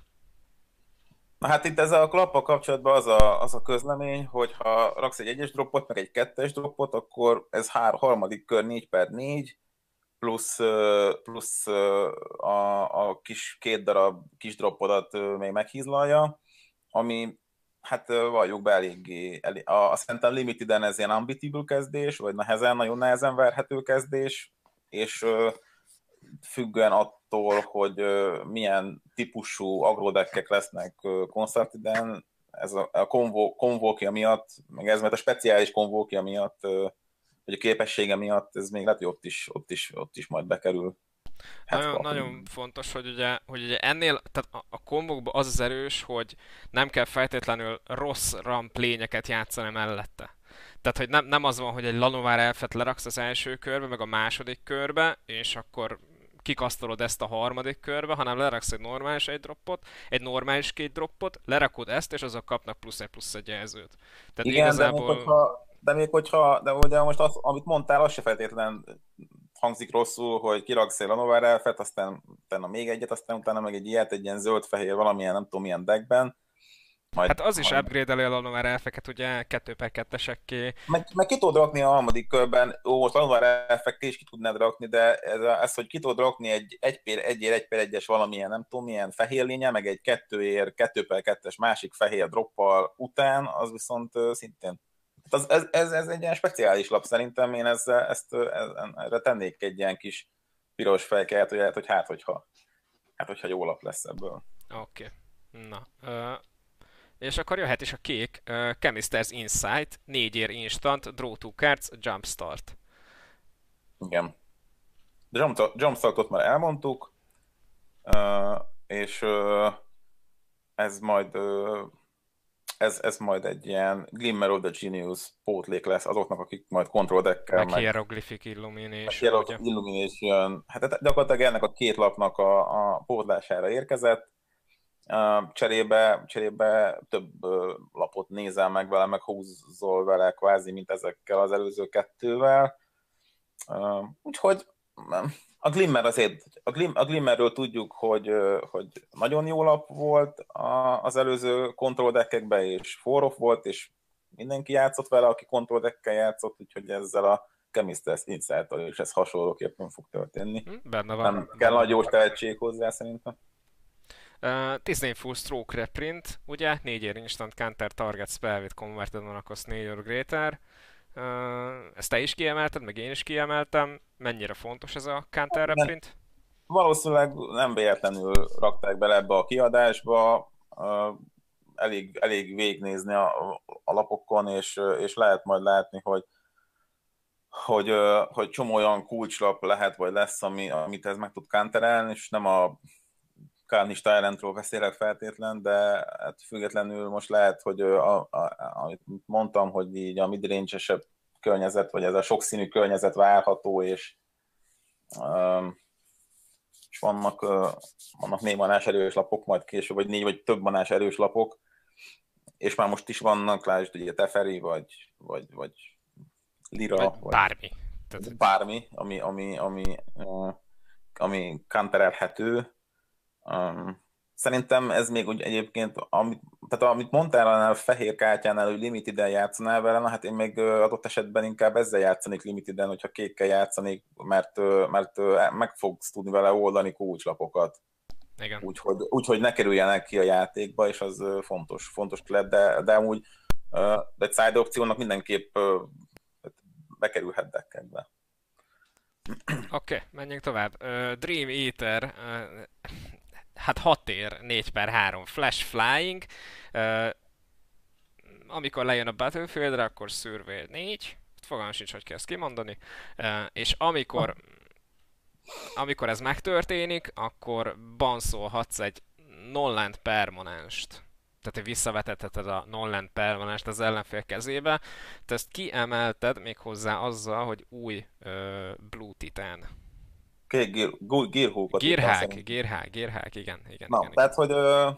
Na hát itt ezzel a klappal kapcsolatban az a, az a közlemény, hogy ha raksz egy egyes droppot, meg egy kettes droppot, akkor ez hár, harmadik kör négy per négy, plusz, ö, plusz ö, a, a kis két darab kis droppodat ö, még meghízlalja, ami hát ö, valljuk be eléggé, elég, a, a szerintem limiteden ez ilyen unbeatable kezdés, vagy nehezen, nagyon nehezen verhető kezdés, és ö, függően attól, hogy ö, milyen típusú agrodekkek lesznek Constructeden, ez a, a konvó, konvókja miatt, meg ez mert a speciális konvókja miatt, ö, vagy a képessége miatt, ez még lehet, hogy ott is, ott is, ott is majd bekerül. Hát, Nagyon, nagyon fontos, hogy ugye, hogy ugye ennél, tehát a, a kombokban az az erős, hogy nem kell feltétlenül rossz ramp lényeket játszani mellette. Tehát, hogy nem, nem az van, hogy egy Lanovar elfet leraksz az első körbe, meg a második körbe, és akkor kikasztolod ezt a harmadik körbe, hanem leraksz egy normális egy droppot, egy normális két droppot, lerakod ezt, és azok kapnak plusz egy plusz egy jelzőt. Tehát igen, igazából... de még hogyha, de még hogyha, de ugye most az, amit mondtál, az se feltétlenül hangzik rosszul, hogy kiraksz egy Lanovar elfet, aztán utána még egyet, aztán utána meg egy ilyet, egy ilyen zöld-fehér valamilyen, nem tudom milyen deckben. Majd, hát az is majd... upgrade-eli a Lanovar elfeket, ugye kettő per kettesekké. Meg, meg ki tudod rakni a harmadik körben, ó, most Lanovar elfek is ki tudnád rakni, de ez, ez hogy ki tudod rakni egy egy per egyes, egy per egyes valamilyen, nem tudom, milyen fehér lénye, meg egy kettőér, kettő per kettes másik fehér droppal után, az viszont uh, szintén. Hát az, ez, ez, ez egy ilyen speciális lap szerintem, én ezzel, ezt, ez, erre tennék egy ilyen kis piros fejkelt, hogy, hogy hát, hogyha, hát, hogyha jó lap lesz ebből. Oké. Okay. Na. Uh... És akkor jöhet is a kék, uh, Chemisters Insight, négy ér instant, draw two cards, jumpstart. Igen. De jumpstartot már elmondtuk, uh, és uh, ez majd uh, ez, ez majd egy ilyen Glimmer of the Genius pótlék lesz azoknak, akik majd control deckkel, Meg meg, Hieroglyphic meg Illumination, Hero ugye? Illumination, hát tehát gyakorlatilag ennek a két lapnak a, a pótlására érkezett. Uh, cserébe, cserébe több uh, lapot nézel meg vele, meg húzol vele kvázi, mint ezekkel az előző kettővel. Uh, úgyhogy um, a Glimmer azért, a, Glim, a Glimmerről tudjuk, hogy, uh, hogy nagyon jó lap volt a, az előző control deckekben, és forró volt, és mindenki játszott vele, aki control deckkel játszott, úgyhogy ezzel a Chemist's Insight-tal is ez hasonlóképpen fog történni. Hm, benne van. Nem kell nagy jó tehetség hozzá szerintem. Uh, Disdainful Stroke Reprint, ugye? négy ér instant counter target spell with converted mana cost négy or greater. Uh, ezt te is kiemelted, meg én is kiemeltem. Mennyire fontos ez a counter reprint? Valószínűleg nem véletlenül rakták bele ebbe a kiadásba. Uh, elég, elég végignézni a, a lapokon, és, és lehet majd látni, hogy hogy, hogy csomó olyan kulcslap lehet, vagy lesz, ami, amit ez meg tud counterelni, és nem a Carnage Tyrantról beszélek feltétlen, de hát függetlenül most lehet, hogy a, a, a, amit mondtam, hogy így a midrange-esebb környezet, vagy ez a sokszínű környezet várható, és, um, és vannak, uh, vannak négy manás erős lapok, majd később, vagy négy vagy több manás erős lapok, és már most is vannak, lásd, ugye Teferi, vagy, vagy, vagy Lira, vagy, vagy bármi. Tehát, bármi, ami, ami, ami, uh, ami counterelhető. Um, szerintem ez még úgy egyébként, amit, tehát amit mondtál annál a fehér kártyánál, hogy limited-en játszanál vele, na hát én még adott esetben inkább ezzel játszanék limited-en, hogyha kékkel játszanék, mert, mert meg fogsz tudni vele oldani kulcslapokat. Igen. Úgyhogy, úgyhogy ne kerüljenek ki a játékba, és az fontos, fontos lett, de, de amúgy de egy side opciónak mindenképp bekerülhet deckekbe. Oké, okay, menjünk tovább. Uh, Dream Eater, uh, hát hat ér, négy per három Flash Flying. Uh, amikor lejön a Battlefieldre, akkor Surveil négy. Fogalmam sincs, hogy kell ezt kimondani. Uh, és amikor, amikor ez megtörténik, akkor banszolhatsz egy non-land permanenst. Tehát, hogy visszavetetheted a non-land permanenst az ellenfél kezébe. Te ezt kiemelted még hozzá azzal, hogy új uh, Blue Titan. Kék Gearhawkot. Gearhack, Gearhack, Gearhack, igen, igen. Na, igen, tehát, igen. hogy ö,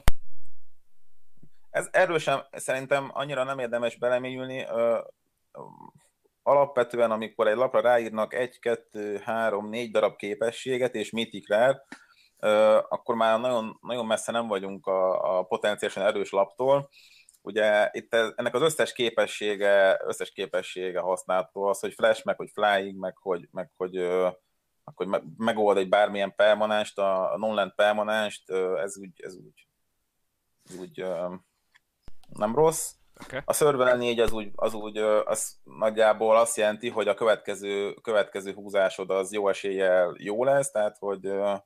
ez erről sem szerintem annyira nem érdemes belemélyülni. Ö, ö, alapvetően, amikor egy lapra ráírnak egy, kettő, három, négy darab képességet, és Mythic Rare, ö, akkor már nagyon, nagyon messze nem vagyunk a, a potenciálisan erős laptól. Ugye itt ez, ennek az összes képessége, összes képessége használható az, hogy flash, meg hogy flying, meg hogy, meg hogy ö, akkor megold egy bármilyen permanenst, a non-land permanenst, ez úgy, ez úgy, ez úgy nem rossz. Okay. A Surveil négy az úgy, az úgy az nagyjából azt jelenti, hogy a következő, következő húzásod az jó eséllyel jó lesz, tehát hogy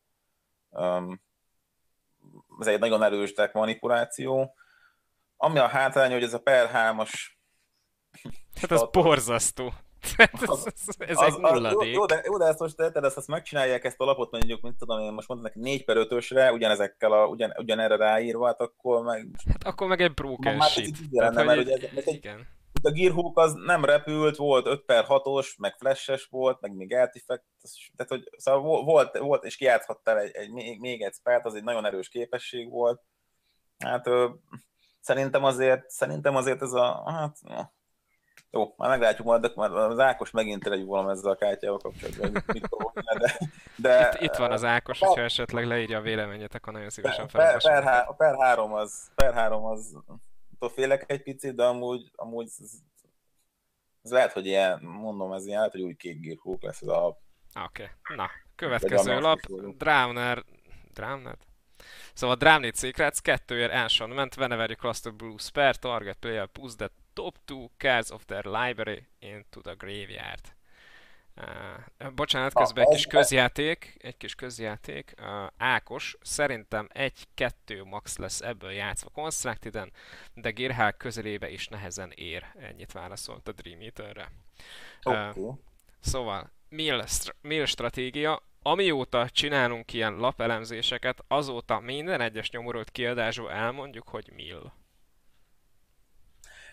ez egy nagyon erős deck manipuláció. Ami a hátrány, hogy ez a per hármas hát ez borzasztó. ez, ez, ez az, egy nulladék. Jó, jó, de, jó, de ezt most te, ezt, ezt megcsinálják ezt a lapot, mondjuk, mint tudom én, most mondom neki négy per ötösre, ugyanezekkel a, ugyan, ugyanerre ráírva, hát akkor meg... Hát akkor meg egy broken shit. Lenne, mert ugye ez, ez egy, igen. A Gearhawk az nem repült, volt öt per hatos, meg flashes volt, meg még artifact, tehát hogy szóval volt, volt és kijátszhattál egy, egy, még, még egy spelt, az egy nagyon erős képesség volt. Hát ö, szerintem azért, szerintem azért ez a... Hát, jó, már meglátjuk majd, de már az Ákos megint egy valam ezzel a kártyával kapcsolatban, mit, mit de, de... Itt, itt van az Ákos, hogyha esetleg leírja a véleményet, akkor nagyon szívesen felolvasom. Per, per, a per három az, per három az, félek egy picit, de amúgy, amúgy ez, ez lehet, hogy ilyen, mondom, ez ilyen, lehet, hogy új kék Gearhawk lesz ez a... Oké, okay. Na, következő lap, Drowner, Drowner? Szóval Drowned Secrets, kettőért Enchantment, whenever you cast a blue spare, target player puts the top two cards of their library into the graveyard. Uh, bocsánat, közben egy kis közjáték, egy kis közjáték. Uh, Ákos, szerintem egy-kettő max lesz ebből játszva Constructed-en, de Gearhack közelébe is nehezen ér. Ennyit válaszolt a Dream Eaterre. Uh, okay. Szóval, mill, str- mill stratégia. Amióta csinálunk ilyen lapelemzéseket, azóta minden egyes nyomorult kiadásból elmondjuk, hogy mill.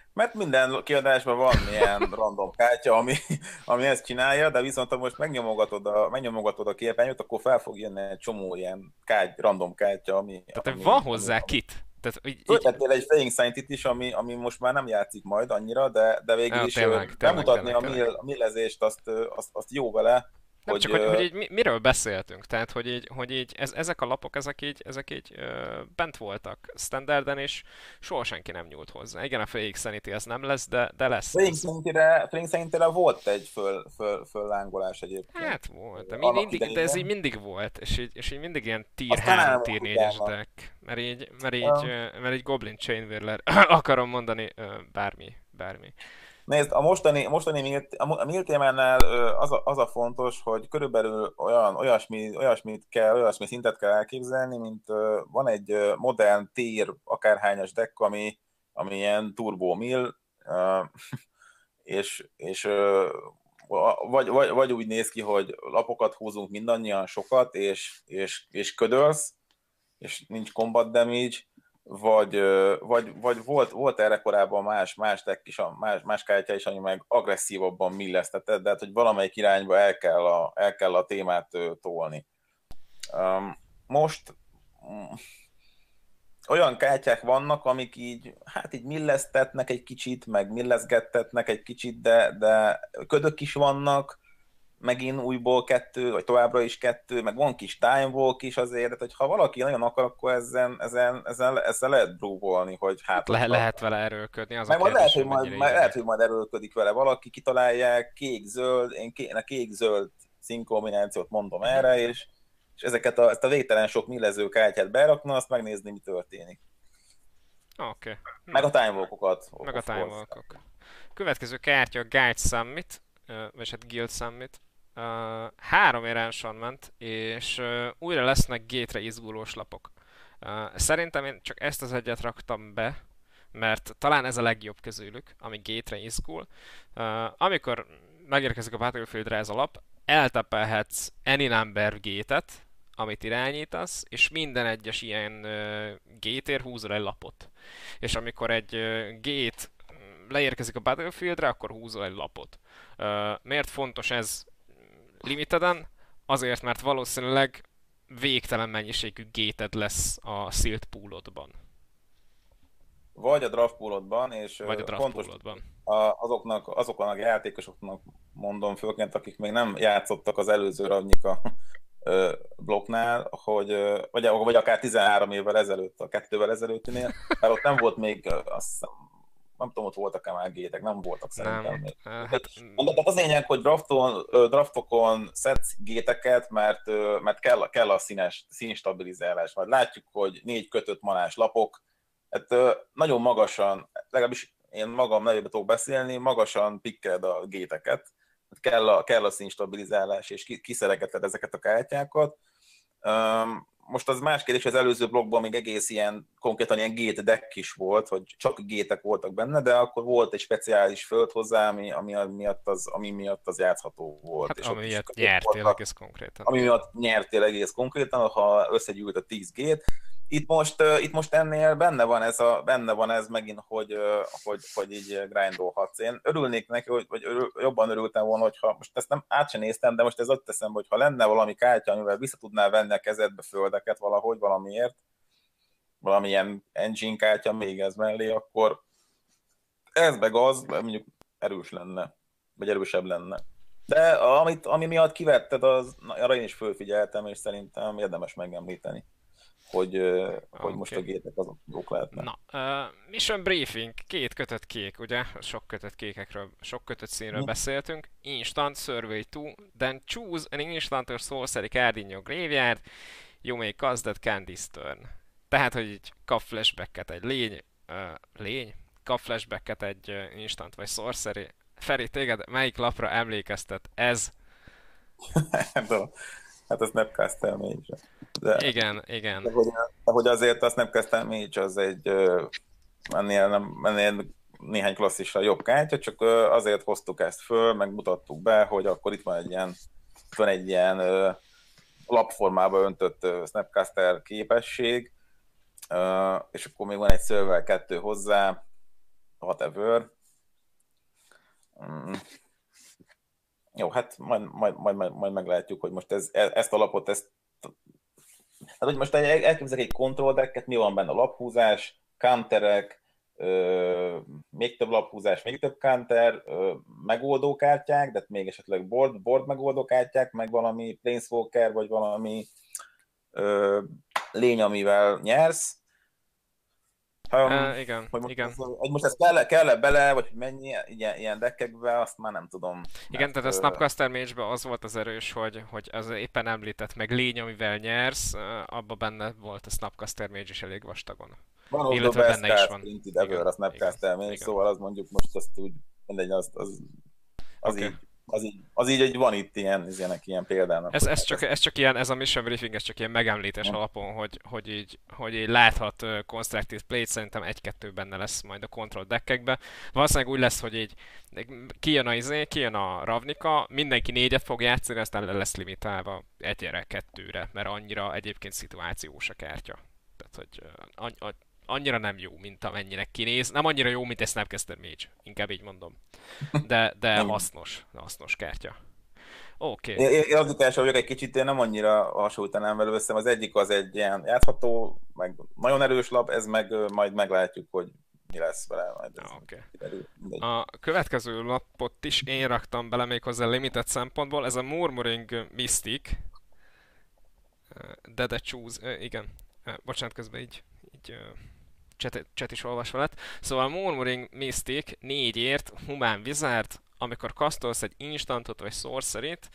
Mert minden kiadásban van ilyen random kártya, ami, ami ezt csinálja, de viszont ha most megnyomogatod a, megnyomogatod a képernyőt, akkor fel fog jönni egy csomó ilyen kárty, random kártya, ami... Tehát van ami, ami, hozzá ami kit. Tehát így, így... Föltettél egy Flying Saint-it is, ami, ami most már nem játszik majd annyira, de, de végül Ja, is tényleg, tényleg, bemutatni tényleg, a, tényleg. mill, a millezést, azt, azt, azt jó vele, Nem hogy... csak, hogy, hogy így mi, miről beszéltünk, tehát hogy így, hogy így ez, ezek a lapok, ezek így, ezek így ö, bent voltak standarden, és soha senki nem nyúlt hozzá. Igen, a Fake Sanity ez nem lesz, de, de lesz Flying ez. Saint-re, Flying Saint-re volt egy föl, föl, föllángolás egyébként. Hát volt, de, mi, Annak mindig, de ez így idején. mindig volt, és így, és így mindig ilyen tier Aztán három, elmúlt tier négyes utána. deck, mert így, mert így, Uh, ö, mert így Goblin Chain Whirler akarom mondani, ö, bármi, bármi. Nézd, a mostani, mostani Milt- a Miltémennel az a, az a fontos, hogy körülbelül olyan, olyasmi, olyasmit kell, olyasmi szintet kell elképzelni, mint ö, van egy ö, modern tér akárhányas deck, ami, ami ilyen turbo mill, ö, és, és ö, vagy, vagy, vagy úgy néz ki, hogy lapokat húzunk mindannyian sokat, és, és, és ködölsz, és nincs combat damage, vagy, ö, vagy, vagy volt, volt erre korábban más, más deck is, a- más, más kártya is, ami meg agresszívabban millesztetett, de hát, hogy valamelyik irányba el kell a, el kell a témát ö, tolni. Um, most mm, olyan kártyák vannak, amik így, hát így millesztetnek egy kicsit, meg milleszgettetnek egy kicsit, de, de ködök is vannak, megint újból kettő, vagy továbbra is kettő, meg van kis time walk is azért, hogy ha valaki nagyon akar, akkor ezen, ezen, ezen, ezzel lehet brúvolni, hogy hát, Le, hogyha... lehet vele erőlködni, az a Meg majd lehet, kérdés, hogy hogy majd, mennyire majd, lehet, ideges. hogy majd erőlködik vele valaki, kitalálják kék-zöld, én, ké, én a kék-zöld színkombinációt mondom Uh-huh. erre, és, és ezeket a, ezt a végtelen sok millező kártyát berakna, azt megnézni, mi történik. Oké, okay. Meg Na, a time walkokat, meg a of Time course. Walk-ok. Következő kártya a Guide Summit, ö, vagy hát Guild Summit. Uh, három érenson ment, és uh, újra lesznek gétre izgulós lapok. Uh, szerintem én csak ezt az egyet raktam be, mert talán ez a legjobb közülük, ami gétre izgul. Uh, amikor megérkezik a Battlefieldre ez a lap, eltepelhetsz any number gétet, amit irányítasz, és minden egyes ilyen uh, gétért húzol egy lapot. És amikor egy uh, gét leérkezik a Battlefieldre, akkor húzol egy lapot. Uh, miért fontos ez limiteden? Azért, mert valószínűleg végtelen mennyiségű géted lesz a sealed poolodban. Vagy a draft poolodban, és Vagy a ö, draft fontos poolodban. a, azoknak, azoknak a játékosoknak mondom főként, akik még nem játszottak az előző Ravnica ö, blokknál, hogy, ö, vagy, vagy akár tizenhárom évvel ezelőtt, a kettővel ezelőttinél, mert ott nem volt még, ö, azt hiszem, nem tudom, ott voltak-e már gétek, nem voltak szerintem Nem. még. Uh, hát De tehát az lényeg, hogy drafton, ö, draftokon szedsz géteket, mert, ö, mert kell, kell a színes, színstabilizálás. Majd látjuk, hogy négy kötött manás lapok, hát ö, nagyon magasan, legalábbis én magam nevében tudok beszélni, magasan pikkeled a géteket, kell a, kell a színstabilizálás, és kiszeregeted ezeket a kártyákat. Um, most az más kérdés, az előző blogban még egész ilyen, konkrétan ilyen gate deck is volt, hogy csak gétek voltak benne, de akkor volt egy speciális föld hozzá, ami, ami, miatt, az, ami miatt az játszható volt. hát és ott ami is miatt kötött nyertél voltak, egész konkrétan. ami miatt nyertél egész konkrétan, ha összegyűlt a tíz gét. Itt most, uh, itt most ennél benne van ez, a, benne van ez megint, hogy, uh, hogy, hogy így grindolhatsz. Én örülnék neki, hogy, vagy örül, jobban örültem volna, hogyha most ezt nem át sem néztem, de most ez ott teszem, hogy ha lenne valami kártya, amivel vissza tudnál venni a kezedbe földeket valahogy, valamiért, valamilyen engine kártya még ez mellé, akkor ez meg az, mondjuk erős lenne, vagy erősebb lenne. De amit, ami miatt kivetted, az, arra én is fölfigyeltem, és szerintem érdemes megemlíteni, hogy, uh, hogy most a Oké. gétek azok jók lehetnek. Na, uh, Mission Briefing, két kötött kék, ugye? Sok kötött kékekről, sok kötött színről Mhm. beszéltünk. Instant Survey two, then choose an instant or sorcery card in your graveyard. You may cast that can this turn. Tehát, hogy így kap flashbacket egy lény, uh, lény? Kap flashbacket egy uh, instant vagy sorcery. Feri, téged melyik lapra emlékeztet ez? De, hát a Snapcaster Mage. De, Igen, igen. de, hogy, de hogy azért a Snapcaster Mage az egy ö, ennél, nem, ennél néhány klasszisra jobb kártya, csak ö, azért hoztuk ezt föl, meg mutattuk be, hogy akkor itt van egy ilyen, itt van egy ilyen ö, lapformába öntött ö, Snapcaster képesség, ö, és akkor még van egy Server kettő hozzá, whatever. Mm. Jó, hát majd, majd, majd, majd, majd meglátjuk, hogy most ez, e- ezt a lapot, ezt... Hát, hogy most el- elképzelek egy control decket, mi van benne? Laphúzás, counterek, ö, még több laphúzás, még több counter, ö, megoldókártyák, de még esetleg board, board megoldókártyák, meg valami planeswalker, vagy valami ö, lény, amivel nyersz. Um, Uh, igen, hogy most, igen. ez, hogy most ez kell, kell bele, vagy hogy mennyi ilyen, ilyen deckekbe, azt már nem tudom. Igen, Mert, tehát a ö, Snapcaster Mage-ben az volt az erős, hogy, hogy az éppen említett meg lény, amivel nyersz, uh, abban benne volt a Snapcaster Mage is elég vastagon. One of the Illetve best benne is cards van. printed ever Igen, a igen, Snapcaster Mage, igen. szóval az mondjuk most azt úgy, mindegy, az, az, az, Oké. így, az, így, az így, hogy van itt ilyen, ilyenek, ilyen példának. Ez, Hogy ez, hát csak, ez, ez csak ilyen, ez a mission briefing, ez csak ilyen megemlítés alapon, hogy, hogy, így, hogy így láthat uh, Constructed Play-t, szerintem egy-kettő benne lesz majd a Control deckekbe. Valószínűleg úgy lesz, hogy így kijön a izé, kijön a Ravnica, mindenki négyet fog játszani, aztán le lesz limitálva egyre, kettőre, mert annyira egyébként szituációs a kártya. Tehát, hogy uh, any, any, annyira nem jó, mint amennyinek kinéz. Nem annyira jó, mint egy Snapcaster Mage, inkább így mondom. De, de hasznos, hasznos kártya. Oké. Én, Okay. én az utása vagyok egy kicsit, én nem annyira hasonlítanám vele össze, az egyik az egy ilyen játszható, meg nagyon erős lap, ez meg ö, majd meglátjuk, hogy mi lesz vele. Majd ez Okay. kiderül, mindegy. A következő lapot is én raktam bele méghozzá limited szempontból, ez a Murmuring Mystic. De de choose, igen. Bocsánat, közben így, így chat, chat is olvasva lett. Szóval Murmuring Mystic négyért humán wizard, amikor kasztolsz egy instantot vagy sorceryt,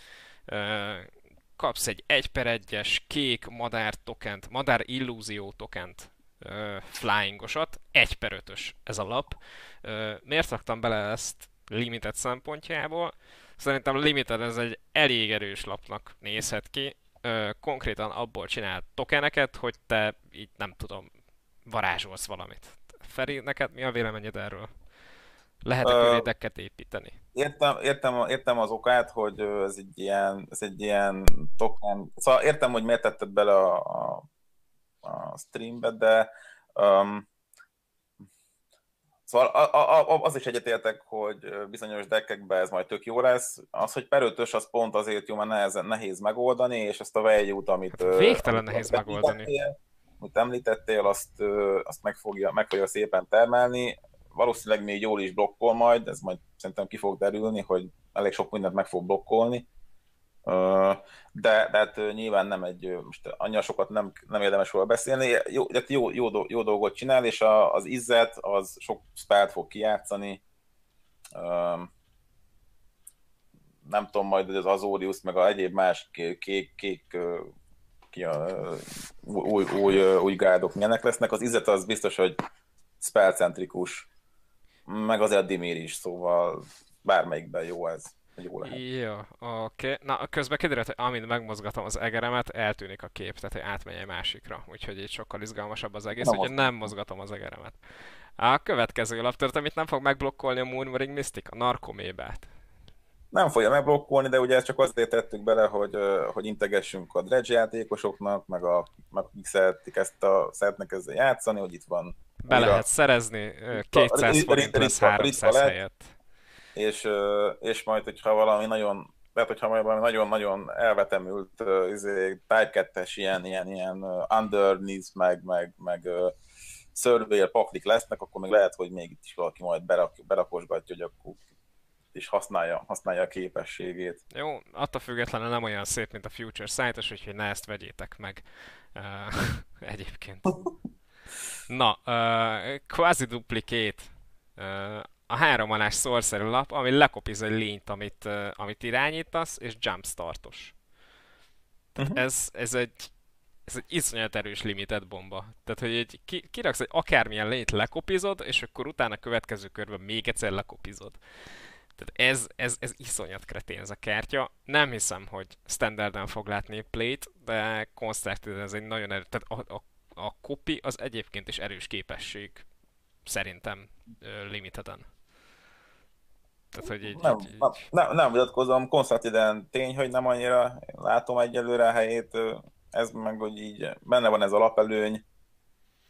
kapsz egy egy per egyes kék madár tokent, madár illúzió tokent, flyingosat, egy per ötös ez a lap. Miért raktam bele ezt limited szempontjából? Szerintem limited ez egy elég erős lapnak nézhet ki. Konkrétan abból csinál tokeneket, hogy te így nem tudom, varázsolsz valamit. Feri, neked mi a véleményed erről? Lehet-e köré decket építeni? Értem, értem, értem az okát, hogy ez egy ilyen, ez egy ilyen token. Szóval értem, hogy miért tetted bele a, a, a streambe, de um, szóval a, a, a, az is egyetértek, hogy bizonyos deckekben ez majd tök jó lesz. Az, hogy per ötös, az pont azért jó, mert nehezen, nehéz megoldani, és ezt a value-t, amit, Hát végtelen amit, nehéz amit megoldani. említettél, amit említettél, azt, azt meg, fogja, meg fogja szépen termelni. Valószínűleg még jól is blokkol majd, ez majd szerintem ki fog derülni, hogy elég sok mindent meg fog blokkolni. De, de hát nyilván nem egy, most annyira sokat nem, nem érdemes róla beszélni. Jó, jó, jó, jó dolgot csinál, és a, az Izzet az sok spellt fog kijátszani. Nem tudom majd, hogy az Azorius, meg a egyéb más kék, kék, kék ki a, új, új, új gárdok milyenek lesznek. Az Izzet az biztos, hogy spellcentrikus, meg azért a Dimir is, szóval bármelyikben jó ez. Jó lehet. Jó, oké. Okay. Na, közben kiderült, hogy amint megmozgatom az egeremet, eltűnik a kép, tehát hogy átmegy egy másikra. Úgyhogy így sokkal izgalmasabb az egész, úgyhogy nem mozgatom az egeremet. A következő laptört, amit nem fog megblokkolni a Murmuring Mystic, a narkomébát. Nem fogja megblokkolni, de ugye ezt csak azért tettük bele, hogy, hogy integessünk a dredge játékosoknak, meg a, meg akik szeretik ezt a, szeretnek ezzel játszani, hogy itt van. Be újra lehet szerezni kétszáz forint lesz háromszáz helyett. És, és majd, hogyha valami nagyon, lehet, hogyha majd valami nagyon-nagyon elvetemült izé, Type kettes ilyen, ilyen, ilyen underneath, meg, meg, meg surveil paklik lesznek, akkor még lehet, hogy még itt is valaki majd berak, berakosgatja, hogy akkor is használja, használja a képességét. Jó, attól függetlenül nem olyan szép, mint a Future Sight-os, úgyhogy ne ezt vegyétek meg uh, egyébként. Na, uh, Quasi Duplicate. Uh, a három manás sorcery lap, ami lekopiz egy lényt, amit, uh, amit irányítasz, és jumpstartos. Tehát uh-huh. ez, ez egy ez egy iszonyat erős limited bomba. Tehát, hogy egy, ki, kiraksz egy akármilyen lényt, lekopizod, és akkor utána következő körben még egyszer lekopizod. Tehát ez, ez, ez iszonyat kretén ez a kártya. Nem hiszem, hogy standarden fog látni play-t, de Constructed ez egy nagyon erős, tehát a, a, a copy az egyébként is erős képesség szerintem uh, limiteden. Tehát, hogy így, nem, így, így... nem, nem vitatkozom, Constructed tény, hogy nem annyira látom egyelőre a helyét, ez meg, hogy így benne van ez a lapelőny,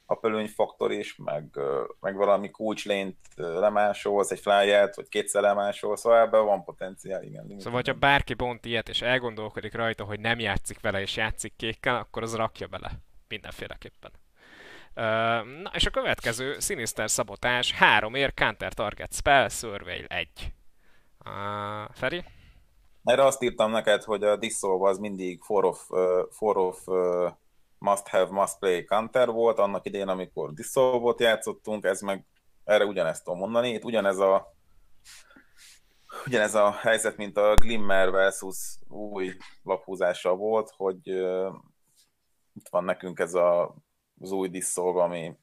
apelőny faktor is, meg, ö, meg valami kulcslényt ö, lemásolsz, egy flyert, vagy kétszer lemásolsz, szóval ebben van potenciál, igen. Szóval, hogyha bárki bont ilyet, és elgondolkodik rajta, hogy nem játszik vele, és játszik kékkel, akkor az rakja bele. Mindenféleképpen. Ö, Na, és a következő, Sinister Szabotás, három ér, Counter Target Spell, Surveil egy. Uh, Feri? Erre azt írtam neked, hogy a Dissolve az mindig four of, uh, four of uh, must have, must play counter volt, annak idején, amikor Dissolve-ot játszottunk, ez meg erre ugyanezt tudom mondani. Itt ugyanez a, ugyanez a helyzet, mint a Glimmer versus új laphúzása volt, hogy uh, itt van nekünk ez a, az új Dissolve, ami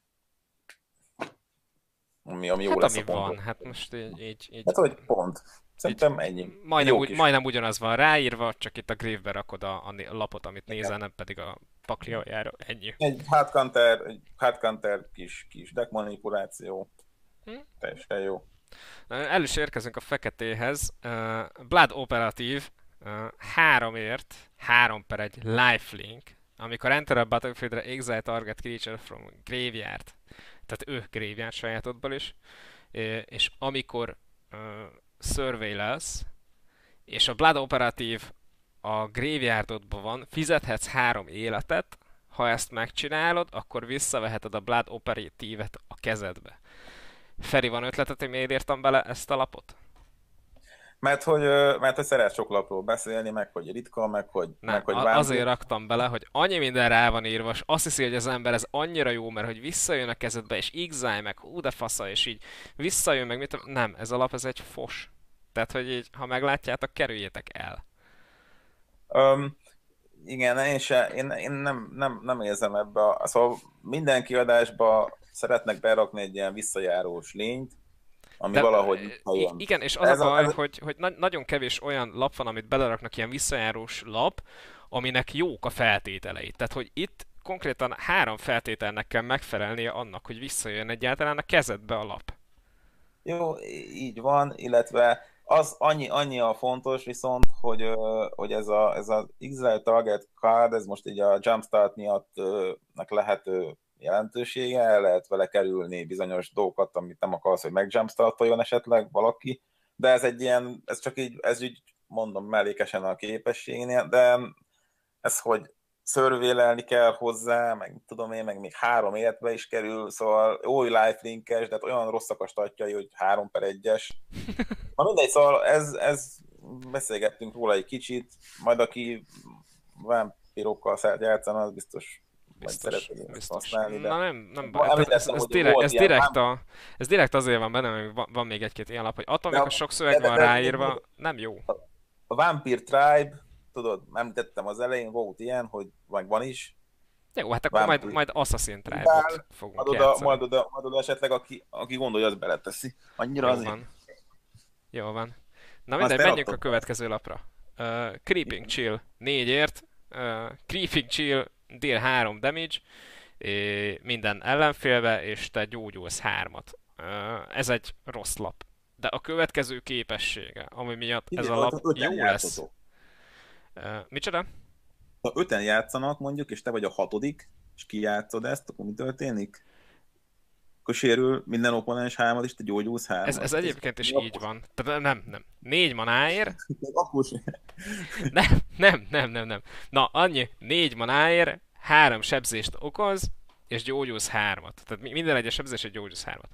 ami, ami jó Hát lesz ami a ponton. van, hát most így... így, így Hát, hogy pont. Szerintem ennyi. majdnem, Jó úgy, kis- majdnem ugyanaz van ráírva, csak itt a Grave-be rakod a, a né- lapot, amit nézel, nem pedig a pakli aljára. Ennyi. Egy hard counter, egy hard counter kis, kis deck manipuláció. Hm? Teljesen jó. El is érkezünk a feketéhez. Uh, Blood Operative uh, háromért, három per egy lifelink, amikor enter a battlefieldre exile target creature from graveyard, tehát ő graveyard sajátodból is, eh, és amikor uh, surveillance, és a Blood Operative a graveyardodban van, fizethetsz három életet, ha ezt megcsinálod, akkor visszaveheted a Blood Operative-et a kezedbe. Feri, van ötletet, hogy miért írtam bele ezt a lapot? Mert hogy, ö, mert hogy szeret sok lapról beszélni, meg hogy ritka, meg hogy, Nem, meg hogy a- vándor. azért raktam bele, hogy annyi minden rá van írva, és azt hiszi, hogy az ember ez annyira jó, mert hogy visszajön a kezedbe, és exile, meg hú de fasza, és így visszajön, meg mit tudom- nem, ez a lap, ez egy fos. Tehát, hogy így, ha meglátjátok, kerüljétek el. Um, igen, én, se, én, én nem, nem, nem érzem ebbe. A, szóval minden kiadásba szeretnek berakni egy ilyen visszajárós lényt, ami De, valahogy i- visszajön. igen, és az Ez a a- baj, ez a- hogy, hogy na- nagyon kevés olyan lap van, amit beleraknak ilyen visszajárós lap, aminek jók a feltételei. Tehát, hogy itt konkrétan három feltételnek kell megfelelnie annak, hogy visszajön egyáltalán a kezedbe a lap. Jó, így van, illetve az annyi, annyi a fontos viszont, hogy, ö, hogy ez, a, ez az Exile Target Card, ez most így a Jumpstart miatt ö, nek lehet ö, jelentősége, el lehet vele kerülni bizonyos dolgokat, amit nem akarsz, hogy megjumpstartoljon esetleg valaki, de ez egy ilyen, ez csak így, ez így mondom mellékesen a képességnél, de ez, hogy szörvélelni kell hozzá, meg tudom én, meg még három életbe is kerül, szóval új lifelinkes, de hát olyan rosszak a statjai, hogy három per egyes. Na mindegy, szóval ez, ez beszélgettünk róla egy kicsit, majd aki vámpirokkal szeret játszani, az biztos majd Biztos, szeretné ezt biztos. használni, de... Na nem, nem Említettem, baj. Tehát ez, ez, hogy direkt, volt ez, ilyen direkt vám- a, ez direkt azért van benne, mert van, van még egy-két ilyen lap, hogy attól, De amikor a- sok szöveg de- van de- de- ráírva, nem jó. A Vampire Tribe, tudod, említettem az elején, volt ilyen, hogy meg van is, Jó, hát akkor majd, Vampire. majd Assassin Tribe-ot Bár, fogunk majd oda, játszani. majd oda, majd oda esetleg, aki, aki gondolja, az beleteszi. Annyira Jó azért. van. Jó van. Na Azt mindegy, menjünk a eladtam. következő lapra. Uh, Creeping Chill négyért, uh, Creeping Chill deal három damage, eh, minden ellenfélbe, és te gyógyulsz hármat. Uh, ez egy rossz lap. De a következő képessége, ami miatt ez a Igen, lap ha öten jó lesz. játszotok. Uh, micsoda? Ha öten játszanak mondjuk, és te vagy a hatodik, és kijátszod ezt, akkor mi történik? Akkor sérül minden opponens hármat, és te gyógyulsz hármat. Ez, ez egyébként is így van. Tehát nem, nem. Négy manáért, Akkor sem. Nem, nem, nem, nem, nem. Na, annyi, négy manáért, három sebzést okoz, és gyógyulsz hármat. Tehát mi- minden egyes sebzés, egy gyógyulsz hármat.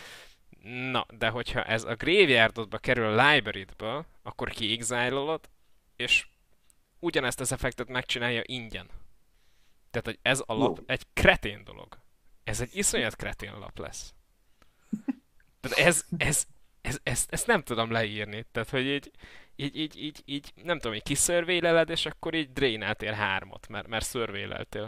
Na, de hogyha ez a graveyardodba kerül a library-ből, akkor kiexilolod, és ugyanezt az effektet megcsinálja ingyen. Tehát, hogy ez a lap Jó. egy kretén dolog. Ez egy iszonyat kretén lap lesz. Tehát ez, ez, ez, ez, ezt nem tudom leírni. Tehát, hogy így, így, így, így, így nem tudom, hogy kiszörvéleled, és akkor így draináltél hármat, mert, mert szörvéleltél.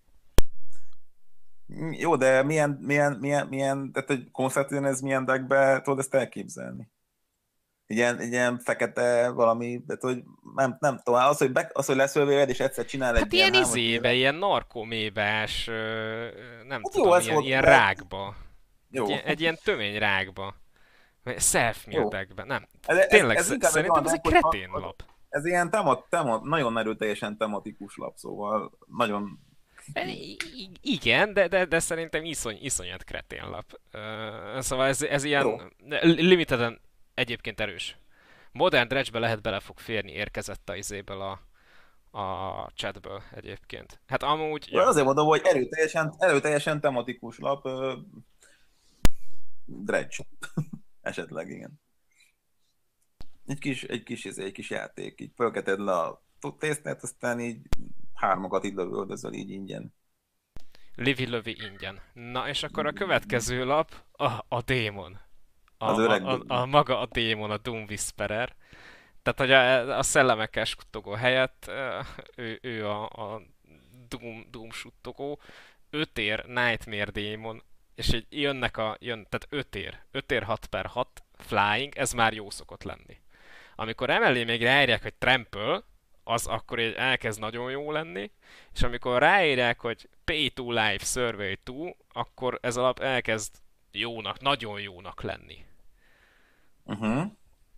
Jó, de milyen, milyen, milyen, milyen tehát hogy konceptben ez milyen deckbe tudod ezt elképzelni? Ilyen, egy ilyen fekete valami, tehát hogy nem, nem tudom, az, hogy, be, az, hogy leszölvéled, és egyszer csinál egy Hát ilyen hámat- izébe, ilyen narkomébás, ö, ö, nem Hát jó, tudom, ez ilyen, volt ilyen be- rákba. Jó. Egy, ilyen- egy ilyen tömény rákba. self Jó. deckbe, nem. Ez- ez- Tényleg, ez sz- inkább egy szerintem olyan ez egy deck, hogy kretén ha- lap. Ez ilyen temat, temat, nagyon erőteljesen tematikus lap, szóval nagyon E, i- igen, de, de, de szerintem iszony, iszonyat kretén lap. Uh, szóval ez, ez Jó. ilyen limiteden egyébként erős. Modern Dredge-be lehet bele fog férni, érkezett a izéből a, a chatből egyébként. Hát amúgy, ja. Azért mondom, hogy erőteljesen, erőteljesen tematikus lap, uh, Dredge. Esetleg, igen. Egy kis, egy kis, izé, egy kis játék, így fölketed le a tésztát, aztán így hármakat így lövöldözöl így ingyen. Livi-lövi ingyen. Na, és akkor a következő lap a, a démon. A, Az a, öreg a, a maga a démon, a Doom Whisperer. Tehát, hogy a, a szellemekkel suttogó helyett ö, ő, ő a, a Doom, Doom suttogó. Ötér Nightmare Démon, és így jönnek a, jön, tehát ötér, ötér hat per hat flying, ez már jó szokott lenni. Amikor emellé még ráírják, hogy trample, az akkor így elkezd nagyon jó lenni, és amikor ráírják, hogy pay to life, survey to, akkor ez alap elkezd jónak, nagyon jónak lenni. Uh-huh.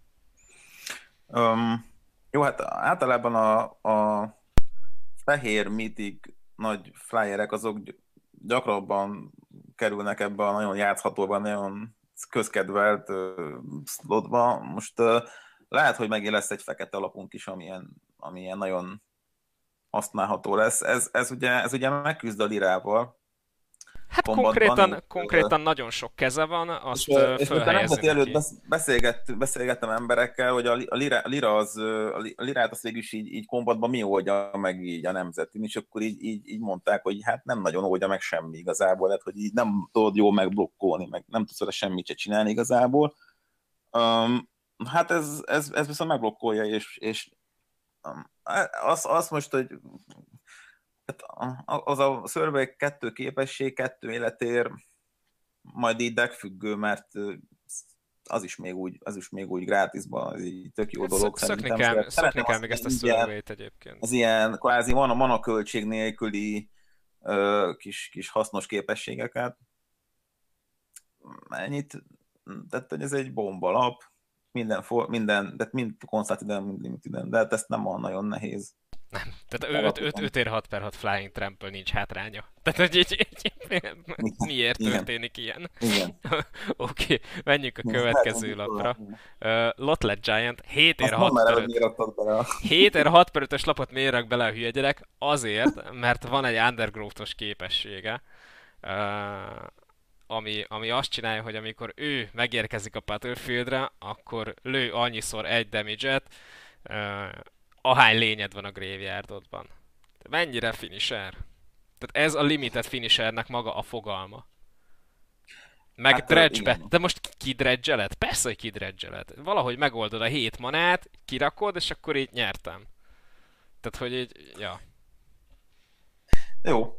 Um, jó, hát általában a, a fehér mítik nagy flyerek azok gy- gyakrabban kerülnek ebbe a nagyon játszhatóban, nagyon közkedvelt uh, slotba. Most uh, lehet, hogy megint lesz egy fekete lapunk is, amilyen, amilyen nagyon használható lesz. Ez, ez, ugye, ez ugye megküzd a lirával Hát kombatban, és, konkrétan, konkrétan nagyon sok keze van, és, azt ö, és most a fölhelyezi nemzeti előtt neki. besz- beszélgett, beszélgettem emberekkel, hogy a, li- a, lira, a lira az, a li- a lirát azt végül is így, így kombatban mi oldja meg így a nemzeti, és akkor így, így, így mondták, hogy hát nem nagyon oldja meg semmi igazából, tehát hogy így nem tudod jól megblokkolni, meg nem tudsz vele semmit se csinálni igazából. Um, hát ez, ez, ez viszont megblokkolja, és, és um, az, az most, hogy hát az a Survey kettő képesség, kettő életér, majd így deckfüggő, mert az is még úgy, az is még úgy grátisban, az így tök jó Hát dolog sz- szökni szerintem. kell, szökni Szeretem kell azt, még hogy ezt a ingyen, survey-t egyébként. az ilyen kvázi mana, mana költség nélküli ö, kis, kis hasznos képességeket. Ennyit, tehát hogy ez egy bomba lap, minden, for, minden, tehát mind constant iden, mind limit iden, de hát ezt nem van nagyon nehéz. Nem. Tehát öt ér hat per hat flying trample nincs hátránya. Tehát, hogy így, így, miért Igen, történik ilyen? igen. Oké, okay, menjünk a Igen, következő lapra. Uh, Lotlet Giant hét ér azt mondd hat már el, per hogy miért öt. adtad bele a... hét ér hat per ötös lapot miért rak bele a hülye gyerek? Azért, mert van egy undergrowth-os képessége, uh, ami, ami azt csinálja, hogy amikor ő megérkezik a Battlefieldre, akkor lő annyiszor egy damage-et, uh, ahány lényed van a graveyardodban. Mennyire finisher? Tehát ez a limited finishernek maga a fogalma. Meg Hát dredge-be. igen. De most kidredgeled? Persze, hogy kidredgeled. Valahogy megoldod a hét manát, kirakod, és akkor így nyertem. Tehát, hogy így, ja. Jó.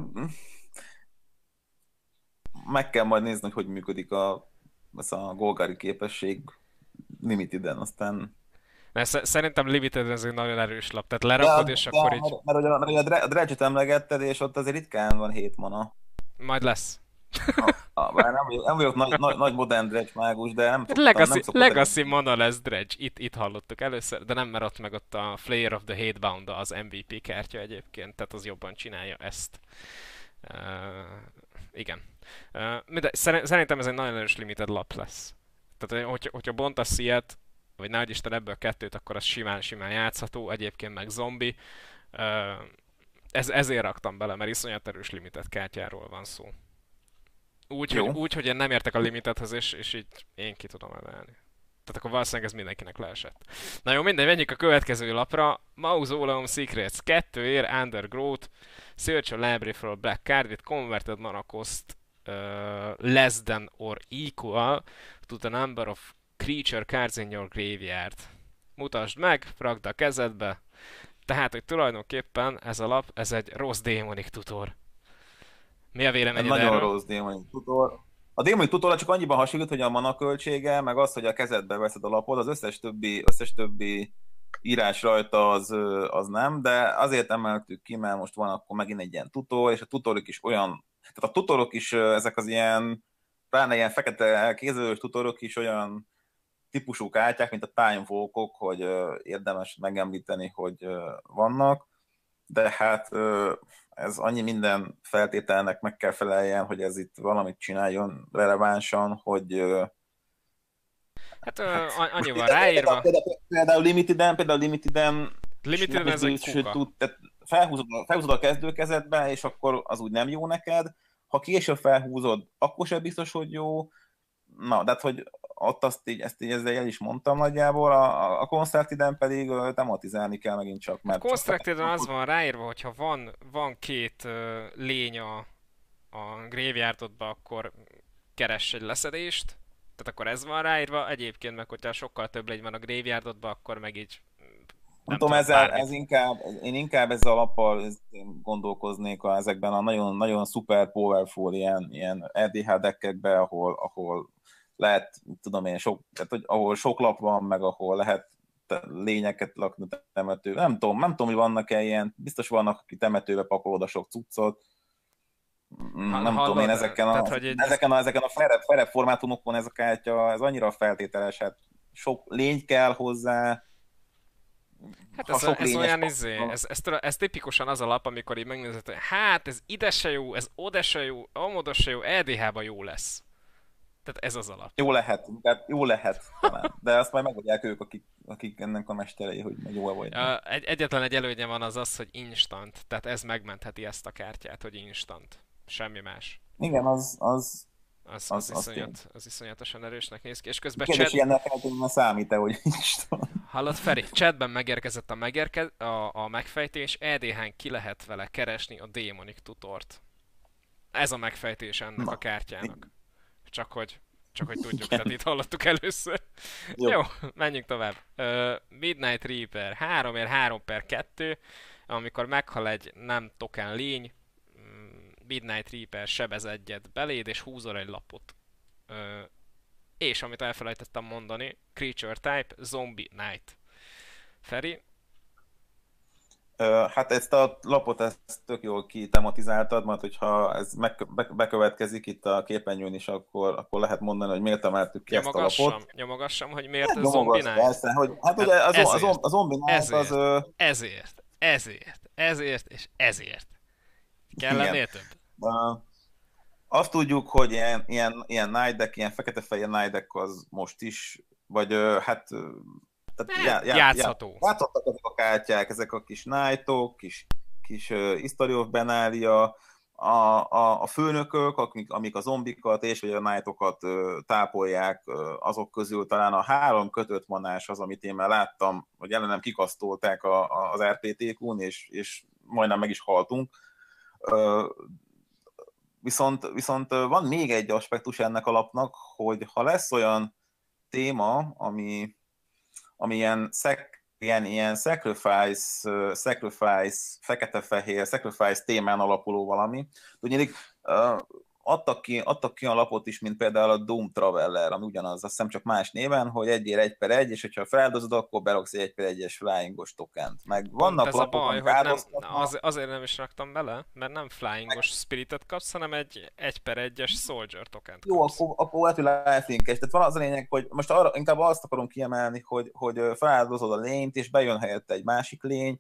Meg kell majd nézni, hogy hogy működik a, ez a Golgari képesség limiteden, aztán... Mert szerintem limited ez egy nagyon erős lap. Tehát Ja, lerakod, de, és akkor így mert, mert, mert, mert a Dre- a Dredge-et emlegetted, és ott azért ritkán van hét mana. majd lesz. Ah, ah, bár nem vagyok, nem vagyok nagy, nagy, nagy modern Dredge mágus, de nem szoktam, nem Legacy, szokott Legacy elég. mana lesz Dredge. Itt, itt hallottuk először, de nem, mert ott meg ott a Flayer of the Hatebound az em vé pé kártya egyébként, tehát az jobban csinálja ezt. Uh, igen. Uh, mindegy, szerintem ez egy nagyon erős limited lap lesz. Tehát, hogyha, hogyha bontasz ilyet, vagy nagy Isten ebből kettőt, akkor az simán-simán játszható, egyébként meg zombi. Uh, ez, ezért raktam bele, mert iszonyat erős limited kártyáról van szó. Úgy, hogy, Jó. úgy, hogy én nem értek a limitedhez, és, és így én ki tudom emelni. Tehát akkor valószínűleg ez mindenkinek leesett. Na jó, minden, menjünk a következő lapra. Mausoleum Secrets kettő ér Undergrowth. Search a library for a black card with converted mana cost uh, less than or equal to the number of creature cards in your graveyard. Mutasd meg, rakd a kezedbe. Tehát, hogy tulajdonképpen ez a lap, ez egy rossz démonik tutor. Mi a Ez véleményed nagyon erről? rossz démoni tutor. A démoni tutorra csak annyiban hasonlít, hogy a mana költsége, meg az, hogy a kezedbe veszed a lapod, az összes többi, összes többi írás rajta az, ö, az nem, de azért emeltük ki, mert most van akkor megint egy ilyen tutor, és a tutorok is olyan, tehát a tutorok is, ö, ezek az ilyen, pláne ilyen fekete kézzelős tutorok is olyan típusú kártyák, mint a Time Walkok, hogy ö, érdemes megemlíteni, hogy ö, vannak. de hát ez annyi minden feltételnek meg kell feleljen, hogy ez itt valamit csináljon relevánsan, hogy Hát hát ö, annyi van például, ráírva. például, például Limiteden, például Limiteden és Limited nem is ez egy biztos, hogy kuka. tud, tehát felhúzod, a- felhúzod a kezdőkezedbe, és akkor az úgy nem jó neked. Ha később felhúzod, akkor sem biztos, hogy jó. Na, de hát, hogy ott azt így, ezt így ezzel el is mondtam nagyjából, a, a Constructed-en pedig ö, tematizálni kell megint csak, Hát mert csak Constructed-en az van ráírva, hogyha van, van két uh, lény a, a graveyardodba, akkor keress egy leszedést. Tehát akkor ez van ráírva. Egyébként meg, hogyha sokkal több lény van a graveyardodba, akkor meg így mm, nem nem tudom, tudom, ezzel, ez bármit. inkább, én inkább ezzel alappal ez- gondolkoznék a, ezekben a nagyon, nagyon super powerful ilyen, ilyen er dé há deckekben, ahol, ahol lehet, tudom én, sok, tehát, hogy ahol sok lap van, meg ahol lehet te- lényeket lakni temető. Nem tudom, nem tudom, hogy vannak-e ilyen, biztos vannak, aki temetőbe pakolod a sok cuccot. Mm, Ha- nem tudom én, Hallod? ezeken Tehát, a, hogy egy- ez, ezeken a, ezeken a felebb, felebb formátumokon ez a kártya, ez annyira feltételes, hát sok lény kell hozzá, hát ha ez, sok ez lényes olyan izé, ez, ez, tudod, ez tipikusan az a lap, amikor így megnézed, hogy hát ez ide se jó, ez oda se jó, amoda se jó, é dé há-ba jó lesz. Tehát ez az alap. jó lehet, tehát jó lehet talán, de azt majd megadják ők, akik, akik ennek a mesterei, hogy meg jó vagy nem. Uh, egy, egyetlen egy előnye van az az, hogy instant. Tehát ez megmentheti ezt a kártyát, hogy instant. Semmi más. Igen, az, az, Az, az, az, az tény. iszonyat, az iszonyatosan erősnek néz ki. És közben Kérdés, chat, hogy ennek kell számít-e, hogy is tudom. hallod Feri, chatben megérkezett a, megérke, a, a megfejtés, é dé hán ki lehet vele keresni a Demonic Tutort. Ez a megfejtés ennek a Na, kártyának. Csak hogy, csak hogy tudjuk, igen. tehát itt hallottuk először. Jó. Jó, menjünk tovább. Uh, Midnight Reaper, három ér három per kettő, amikor meghal egy nem token lény, mm, Midnight Reaper sebez egyet beléd, és húzol egy lapot. Uh, és amit elfelejtettem mondani, Creature Type, Zombie Knight. Feri, Ö, Hát ezt a lapot ezt tök jól kitematizáltad, mert hogyha ez meg, be, bekövetkezik itt a képernyőn is, akkor, akkor lehet mondani, hogy miért emeltük ki ezt a nyomogassam, lapot. nyomogassam, hogy miért Hát ez Zombie nyomogass, Knight? persze, hogy, hát Hát ugye az, az, ezért, a Zombie Knight az, ezért, ö, ezért, ezért, ezért és ezért. Kell igen, ennél több? Ö, azt tudjuk, hogy ilyen, ilyen, ilyen night deck, ilyen fekete-fehér night deck az most is, vagy ö, hát ö, tehát já, já, já, Játszható. játszottak ezek a kártyák, ezek a kis knightok, kis, kis uh, History of Benalia, a, a, a főnökök, amik, amik a zombikat és vagy a knightokat uh, tápolják, uh, azok közül talán a három kötött manás az, amit én már láttam, hogy ellenem kikasztolták a, a, az er pé té kún, és, és majdnem meg is haltunk. Uh, viszont, viszont van még egy aspektus ennek a lapnak, hogy ha lesz olyan téma, ami ami ilyen, szek, ilyen, ilyen sacrifice, uh, sacrifice, fekete-fehér, sacrifice témán alapuló valami. Tudnék, uh, adtak ki, adtak ki a lapot is, mint például a Doom Traveler, ami ugyanaz, azt hiszem csak más néven, hogy egyér egy per egy, és hogyha feldozod, akkor beraksz egy egy per egyes flyingos tokent. Meg Pont vannak ez a lapok, baj, amik hogy nem, áldoztatnak, az, azért nem is raktam bele, mert nem flyingos spiritet kapsz, hanem egy egy per egyes soldier tokent jó, kapsz. akkor, akkor lehet, hogy lifelink-es. Tehát van az a lényeg, hogy most arra, inkább azt akarom kiemelni, hogy, hogy feláldozod a lényt, és bejön helyette egy másik lény,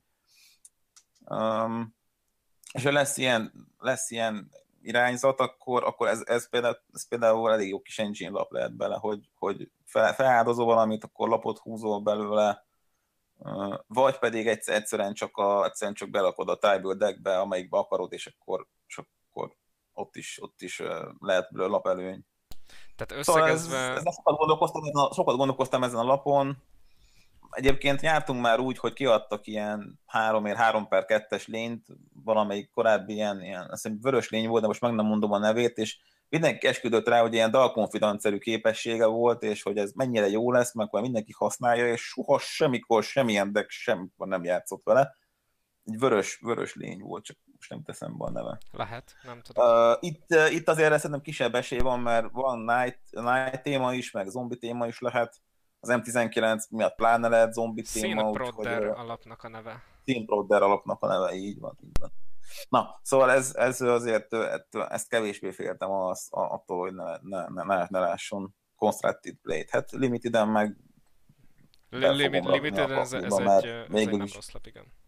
um, és ha lesz ilyen, lesz ilyen irányzat, akkor, akkor ez, ez, például, ez például elég jó kis engine lap lehet bele, hogy, hogy fel, feláldozol valamit, akkor lapot húzol belőle, vagy pedig egyszerűen csak, a, egyszerűen csak belakod a tile deckbe, amelyikbe akarod, és akkor, és akkor ott is, ott is lehet belőle lapelőny. Tehát Szóval ez, összegezve... ez sokat, gondolkoztam, ezen a, sokat gondolkoztam ezen a lapon. Egyébként jártunk már úgy, hogy kiadtak ilyen három ér három per kettes lényt, valamelyik korábbi ilyen, ilyen azt hiszem, vörös lény volt, de most meg nem mondom a nevét, és mindenki esküdött rá, hogy ilyen dalkonfidancerű képessége volt, és hogy ez mennyire jó lesz, mert akkor mindenki használja, és soha semmikor, semmilyen deck semmikor nem játszott vele. Egy vörös, vörös lény volt, csak most nem teszem be a neve. Lehet, nem tudom. Uh, itt, uh, itt azért szerintem kisebb esély van, mert van night, night téma is, meg zombi téma is lehet. Az em tizenkilenc miatt pláne lehet zombi téma, Színprodder úgyhogy alapnak a neve. Színprodder alapnak a neve, így van, így van. Na, szóval ez, ez azért, ettől, ezt kevésbé féltem az, attól, hogy ne, ne, ne, ne, ne lásson Constructed Blade. Hát Limiteden meg be Limit, fogom rakni limited, a ez, ez pakliba, egy, mert ez egy végül is naposzlap, igen.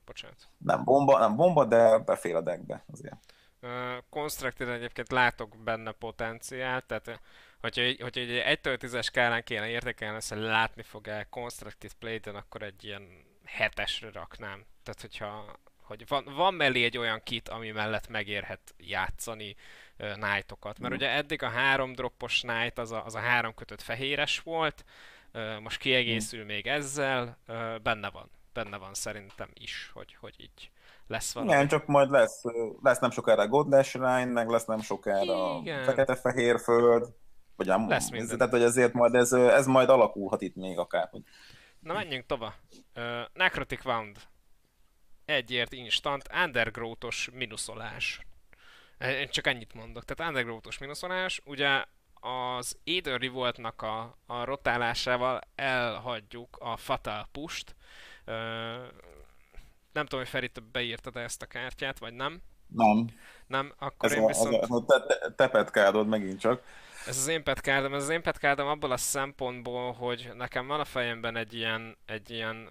bocsánat. Nem bomba, nem bomba, de befér a deckbe azért. Uh, Constructed egyébként látok benne potenciált, tehát hogyha, egy- hogyha egy egytől tízes skálán kéne értékelni, azt hogy látni fog-e Constructed Play-en, akkor egy ilyen hetesre raknám. Tehát hogyha hogy van, van mellé egy olyan kit, ami mellett megérhet játszani uh, Knight-okat. Mert ugye eddig a három droppos Knight az a, az a három kötött fehéres volt, uh, most kiegészül még ezzel, uh, benne van. Benne van szerintem is, hogy, hogy így lesz Igen, valami. csak majd lesz, lesz nem sokára Godless Shrine, meg lesz nem sokára Igen, Fekete-Fehér Föld, vagy a, lesz minden. tehát hogy ezért majd ez, ez majd alakulhat itt még akár. Hogy... Na menjünk tovább. Uh, Necrotic Wound. Egyért instant, undergrowthos minuszolás. Én csak ennyit mondok. Tehát undergrowthos minuszolás, ugye az Aether Revoltnak a, a rotálásával elhagyjuk a Fatal Push-t. Uh, nem tudom, hogy Feri, te beírtad ezt a kártyát, vagy nem? Nem. Nem, akkor Ez én a, ez viszont... a, te, te, te petkádod megint csak. Ez az én petkádom, ez az én petkádom abból a szempontból, hogy nekem van a fejemben egy ilyen, egy ilyen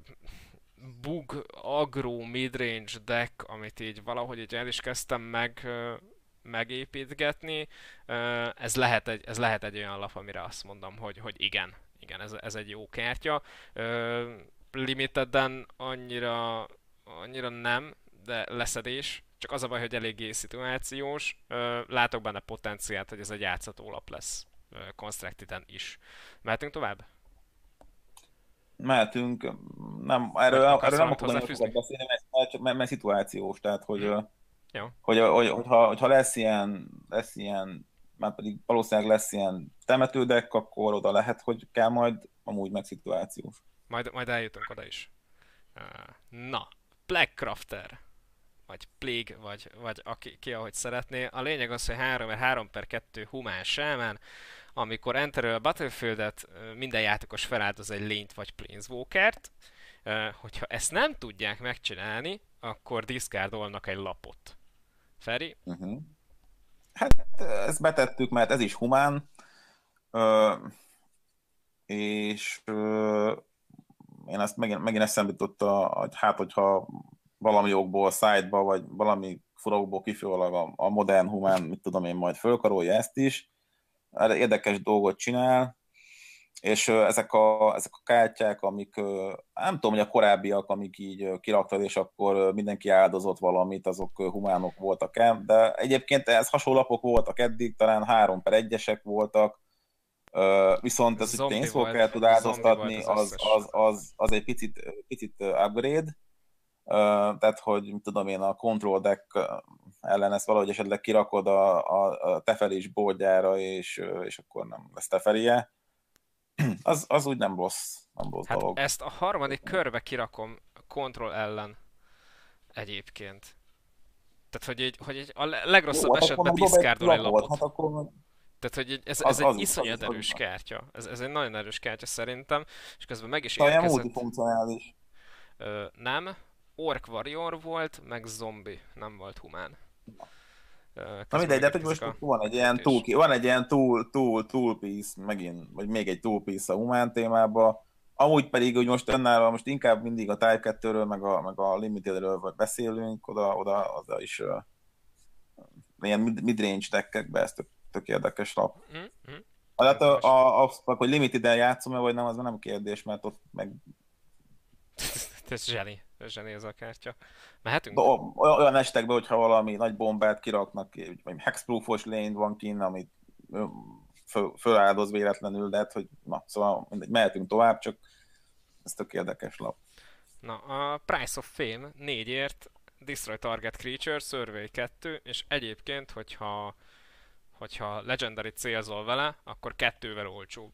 bug, agro, midrange deck, amit így valahogy így el is kezdtem meg, ö, megépítgetni. Ö, Ez lehet egy, ez lehet egy olyan lap, amire azt mondom, hogy, hogy igen, igen, ez, ez egy jó kártya. Ö, Limiteden annyira, annyira nem, de leszedés. Csak az a baj, hogy eléggé szituációs. Ö, Látok benne potenciált, hogy ez egy játszható lap lesz. ö, Constructed-en is. Mehetünk tovább? Mehetünk, nem, Vagy erről, akarsz erről nem valamit akarok nagyon hozzáfűzni? sokat beszélni, mert, mert, mert, mert szituációs, tehát hogy, Hm? ö, Jó. hogy, hogy hogyha, hogyha lesz ilyen, lesz ilyen, már pedig valószínűleg lesz ilyen temetődek, akkor oda lehet, hogy kell majd, amúgy meg szituációs. Majd, majd eljutunk oda is. Uh, na, Black Crafter, vagy Plague, vagy, vagy aki, ki ahogy szeretné. A lényeg az, hogy három három per kettő humán sámán, amikor enterül a Battlefieldet, minden játékos feláldoz egy lényt vagy planeswalkert. Uh, hogyha ezt nem tudják megcsinálni, akkor discardolnak egy lapot. Feri? Uh-huh. Hát ezt betettük, mert ez is humán, ö, és ö, én ezt megint, megint eszembe jutott, hogy hát, hogyha valami okból szájtba, vagy valami furokból kifolyólag a, a modern humán, mit tudom én, majd fölkarolja ezt is. Erre érdekes dolgot csinál, és ö, ezek a, ezek a kártyák, amik, ö, nem tudom, hogy a korábbiak, amik így ö, kiraktad, és akkor ö, mindenki áldozott valamit, azok ö, humánok voltak-e, de egyébként ez hasonló lapok voltak eddig, talán három per egyesek voltak, ö, viszont ez, hogy Zombi Planeswalker volt, tud zombi volt áldoztatni, az az, összes. az, az, az egy picit, picit upgrade, ö, tehát, hogy mit tudom én, a control deck ellen ezt valahogy esetleg kirakod a, a, a tefelés bordjára, és, ö, és akkor nem lesz tefelie. Az, az úgy nem rossz, nem rossz Hát dolog. ezt a harmadik körbe kirakom Control ellen egyébként. Tehát, hogy, így, hogy így a le- Jó, legrosszabb hát akkor esetben meg dob egy diszkárdol egy lapot, lapot. hát akkor meg Tehát, hogy így ez, ez az, egy az, iszonyat az, az, erős az. kártya. Ez, ez egy nagyon erős kártya szerintem. És közben meg is Talán érkezett. multifunkcionális. Ö, nem. Orc Warrior volt, meg zombi. Nem volt humán. Ö, Na közben mindegy, de hát, hogy megérkezik most a van egy ilyen kötés. tool, van egy ilyen tool, tool, tool piece, megint, vagy még egy tool piece a humán témában. Amúgy pedig, hogy most önálló, most inkább mindig a Type kettőről, meg a, meg a Limitedről beszélünk, oda, oda, oda is uh, ilyen mid- midrange deckekbe, ez tök, tök érdekes lap. Mm, mm. Hát a, Érdekes. a, a, a, hogy Limited-en játszom-e, vagy nem, az már nem kérdés, mert ott meg Ez zseni. Ez zseni ez a kártya. Mehetünk? o- olyan estekben, hogyha valami nagy bombát kiraknak, vagy hexproofos lane van kinn, amit ö, föl, föláldoz véletlenül, de hát, hogy na, szóval mindegy, mehetünk tovább, csak ez tök érdekes lap. Na, a Price of Fame négyért Destroy Target Creature, Survey kettő, és egyébként, hogyha, hogyha Legendary célzol vele, akkor kettővel olcsóbb.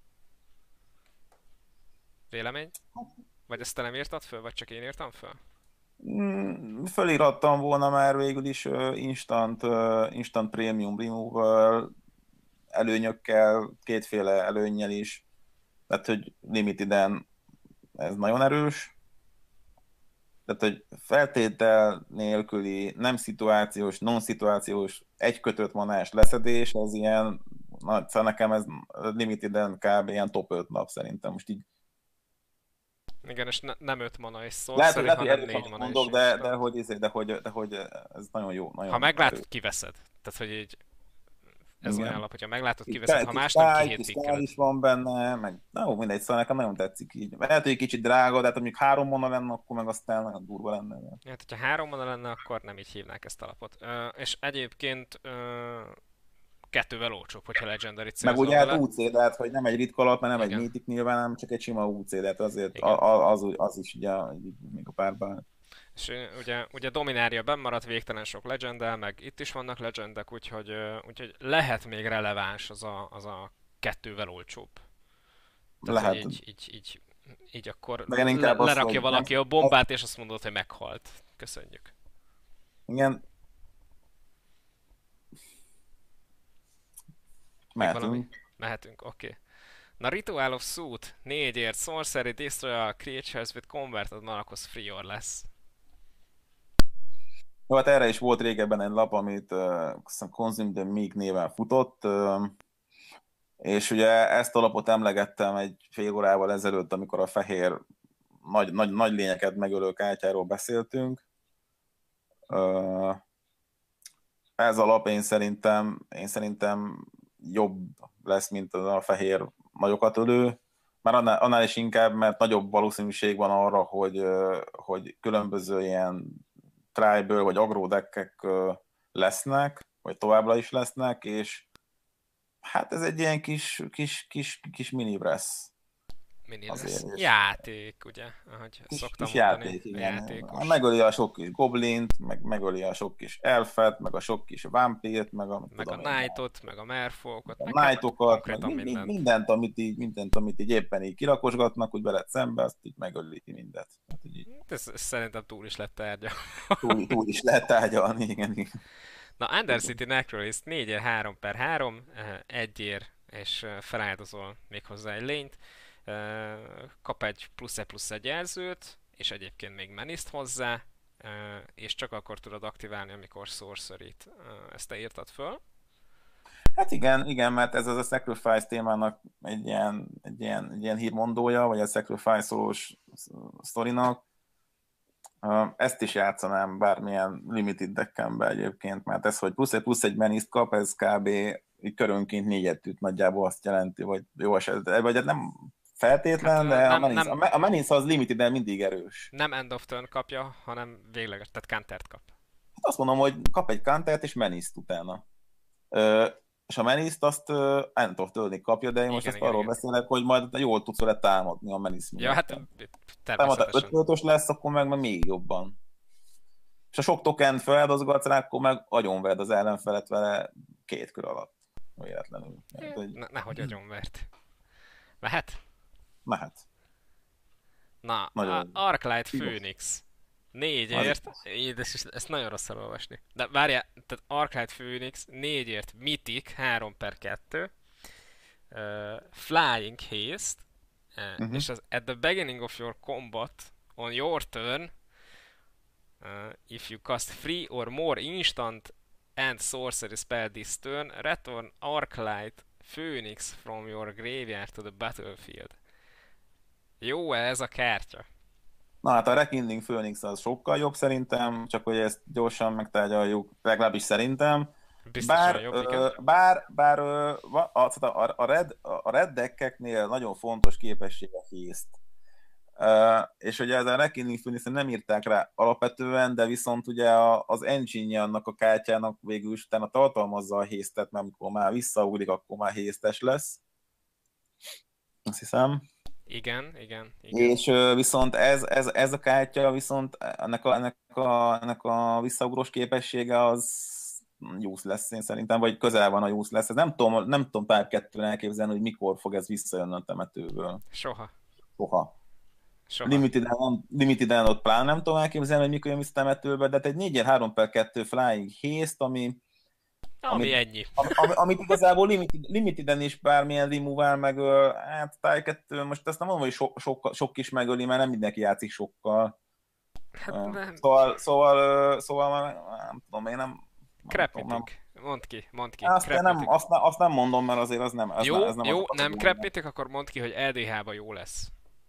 Vélemény? Vagy ezt te nem írtad föl, vagy csak én írtam föl? Mm, Fölirattam volna már végül is uh, instant, uh, instant premium removal előnyökkel, kétféle előnnyel is, tehát hogy limiteden ez nagyon erős, tehát hogy feltétel nélküli, nem szituációs, non-szituációs, egy kötött manás leszedés, ez ilyen, na, szóval nekem ez limiteden kb. Ilyen top öt nap szerintem, most így Igen, és ne, nem öt mana és Lehet, hogy, sorcery, lehet, hogy hanem erős, négy amit mana és mondok, de, de, instant. hogy, izé- de, hogy, de hogy ez nagyon jó, Ha nagyon erős. meglátod, kiveszed. Tehát, hogy így ez olyan Igen. alap, hogyha meglátod, Kis, kiveszed, ká- ha kis más nem, ki táj, hét kis táj pikkeled. is van benne, meg na, jó, mindegy, szóval nekem nagyon tetszik így. Lehet, hogy egy kicsit drága, de hát mondjuk három mona lenne, akkor meg aztán nagyon durva lenne. Hát, hogyha három mana lenne, akkor nem így hívnák ezt a lapot. Ö, és egyébként ö, kettővel olcsóbb, hogyha Legendary Meg célzol ugye hát vele. u cé, tehát hogy nem egy ritka alap, mert nem egy Igen, mítik nyilván, hanem csak egy sima u cé, tehát azért a- igen. a- az, úgy- az is ugye így még a párban. És ö, ugye, ugye Dominária bennmaradt, végtelen sok legendel, meg itt is vannak legendek, úgyhogy, ö, úgyhogy lehet még releváns az a, az a kettővel olcsóbb. Tehát, hogy Lehet, így, így, így, így akkor de én le, inkább az, lerakja hogy nem, valaki a bombát, és azt mondod, hogy meghalt. Köszönjük. igen, Még valami? mehetünk. Mehetünk, oké. Okay. Na, Ritual of Suit, négyért, Sorcery, Destroy all creatures with converted manacos free or less. Jó, hát erre is volt régebben egy lap, amit uh, Consume the Meek néven futott, uh, és ugye ezt a lapot emlegettem egy fél órával ezelőtt, amikor a fehér nagy, nagy, nagy lényeket megölő kártyáról beszéltünk. Uh, ez a lap én szerintem, én szerintem jobb lesz, mint az a fehér nagyokat ölő, már annál, annál is inkább, mert nagyobb valószínűség van arra, hogy, uh, hogy különböző ilyen tribal vagy agro deckek uh, lesznek, vagy továbbra is lesznek, és hát ez egy ilyen kis, kis, kis, kis mini lesz. Mini Azért lesz. is. Játék, ugye? Ahogy Kis, szoktam kis mondani. játék, igen. Játékos. Megöli a sok kis goblint, meg megöli a sok kis elfet, meg a sok kis vámpírt, meg a, Meg tudom, a Knightot, meg a Merfolkot, a meg hát knightokat, meg konkrétan mind, mind, mindent. mindent, amit így, mindent, amit így éppen így kirakosgatnak, úgy veled szembe, azt így megöli mindet. Hát, így Ez, ez szerintem túl is lett tárgya. túl, túl is lehet tárgyalni, igen, igen. Na, Undercity Necrolist négy három per három, egyér, és feláldozol még hozzá egy lényt. Kap egy plusz egy plusz egy jelzőt, és egyébként még meniszt hozzá, és csak akkor tudod aktiválni, amikor sorcery-t. Ezt te írtad föl. Hát igen, igen, mert ez az a Sacrifice témának egy ilyen, egy ilyen, egy ilyen hírmondója, vagy a Sacrifice-olós sztorinak. Ezt is játszanám bármilyen limited deckembe egyébként, mert ez, hogy plusz egy plusz egy meniszt kap, ez kb. Így körönként négyet üt, nagyjából azt jelenti, hogy jó eset, vagy hát nem feltétlen, hát, de nem, a, meniszt, nem, a meniszt az limited mindig erős. Nem end of turn kapja, hanem végleges, tehát countert kap. Hát azt mondom, hogy kap egy countert és meniszt utána. Ö, és a meniszt azt uh, end of turn kapja, de én igen, most igen, azt igen, arról igen. beszélek, hogy majd jól tudsz vele támadni a meniszt. Ja, hát természetesen. Ha öt-ötös lesz, akkor meg, meg még jobban. És ha sok tokent feldozgatsz rá, akkor meg agyonverd az ellenfelet vele két kör alatt. Véletlenül. Hát, hogy... ne, nehogy agyonvert. Mehet? Mehet. Na, Nagyon... Arclight Phoenix. Négyért, ezt, ezt nagyon rossz elolvasni. De várjál, tehát Arclight Phoenix négyért Mythic három per kettő, uh, Flying Haste, uh, uh-huh. és az at the beginning of your combat on your turn, uh, if you cast three or more instant and sorcery spell this turn, return Arclight Phoenix from your graveyard to the battlefield. Jó-e ez a kártya? Na hát a Rekindling Phoenix az sokkal jobb szerintem, csak hogy ezt gyorsan megtárgyaljuk, legalábbis szerintem. Bár, jobb, ö, bár, bár ö, a, a, a, red, a red deckeknél nagyon fontos képesség a haste. Uh, és ugye ez a Rekindling Phoenix nem írták rá alapvetően, de viszont ugye a, az engine annak a kártyának végül is utána tartalmazza a haste-et, mert amikor már visszaugrik, akkor már haste-es lesz. Azt hiszem. Igen, igen, igen. És uh, viszont ez, ez, ez a kártya, viszont ennek a, ennek a, ennek a visszaugrós képessége az use lesz én szerintem, vagy közel van a use lesz. Ez nem tudom, nem tudom Type kettőn elképzelni, hogy mikor fog ez visszajönni a temetőből. Soha. Soha. Limiteden, limiteden ott plán nem tudom elképzelni, hogy mikor jön vissza temetőbe, de egy négy három per kettő Flying Haste, ami Ami amit, ennyi. Am, am, amit igazából limited, limiteden is bármilyen removal megöl, hát Type kettő, most azt nem mondom, hogy sok, sok, sok is megöli, mert nem mindenki játszik sokkal. Hát uh, nem. Szóval, szóval, szóval nem tudom, én nem... Krepmitik. Mondd ki, mondd ki. Azt nem, azt, nem, azt nem mondom, mert azért az nem... Az jó, nem, ez nem jó, az nem krepmitik, akkor mondd ki, hogy el dé há-ba jó lesz.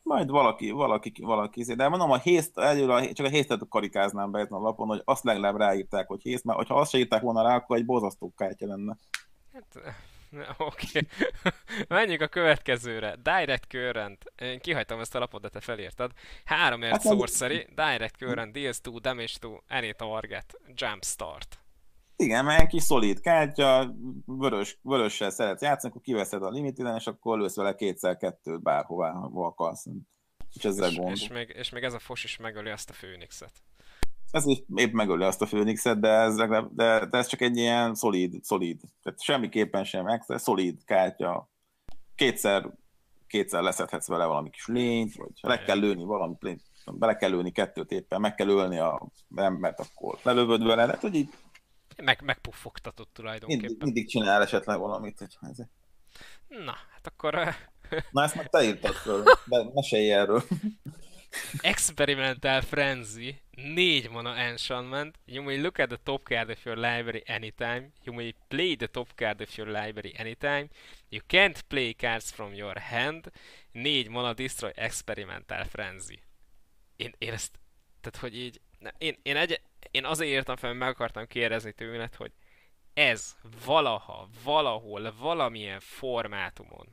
Majd valaki, valaki, valaki, izé- de mondom, a haste, előre a- csak a haste-et karikáznám be ezen a lapon, hogy azt legalább ráírták, hogy haste, mert ha azt se írták volna rá, akkor egy borzasztó kártya lenne. Hát, oké. Okay. Menjünk a következőre. Direct Current. Én kihagytam ezt a lapot, de te felírtad. Háromért Hát meg, sorcery, Direct Current, deals two damage to any target, Jumpstart. igen, mert egy kis szolid kártya, vörös, vörössel szeretsz játszani, akkor kiveszed a limitiden, és akkor lősz vele kétszer kettőt bárhová, ha akarsz. És ezzel És, gond. és, még, és még ez a fos is megöli azt a főnixet. Ez is épp megöli azt a Főnixet, de ez, legalább- de, de ez csak egy ilyen szolid, szolid. Tehát semmiképpen sem extra, szolid kártya. Kétszer, kétszer leszedhetsz vele valami kis lényt, vagy ha le kell lőni valamit, lényt, bele kell lőni kettőt éppen, meg kell ölni a embert, akkor lelövöd vele, de hogy így Meg, megpuffogtatott mindig, tulajdonképpen. mindig csinál esetleg valamit. Hogy ez... Na, hát akkor uh, Na ezt meg te írtad föl, de mesélj erről. Experimental Frenzy, négy mana enchantment. You may look at the top card of your library anytime. You may play the top card of your library anytime. You can't play cards from your hand. négy mana destroy Experimental Frenzy. Én, én ezt, tehát hogy így, ne, én, én, egy, én azért írtam fel, hogy meg akartam kérdezni tőled, hogy ez valaha, valahol, valamilyen formátumon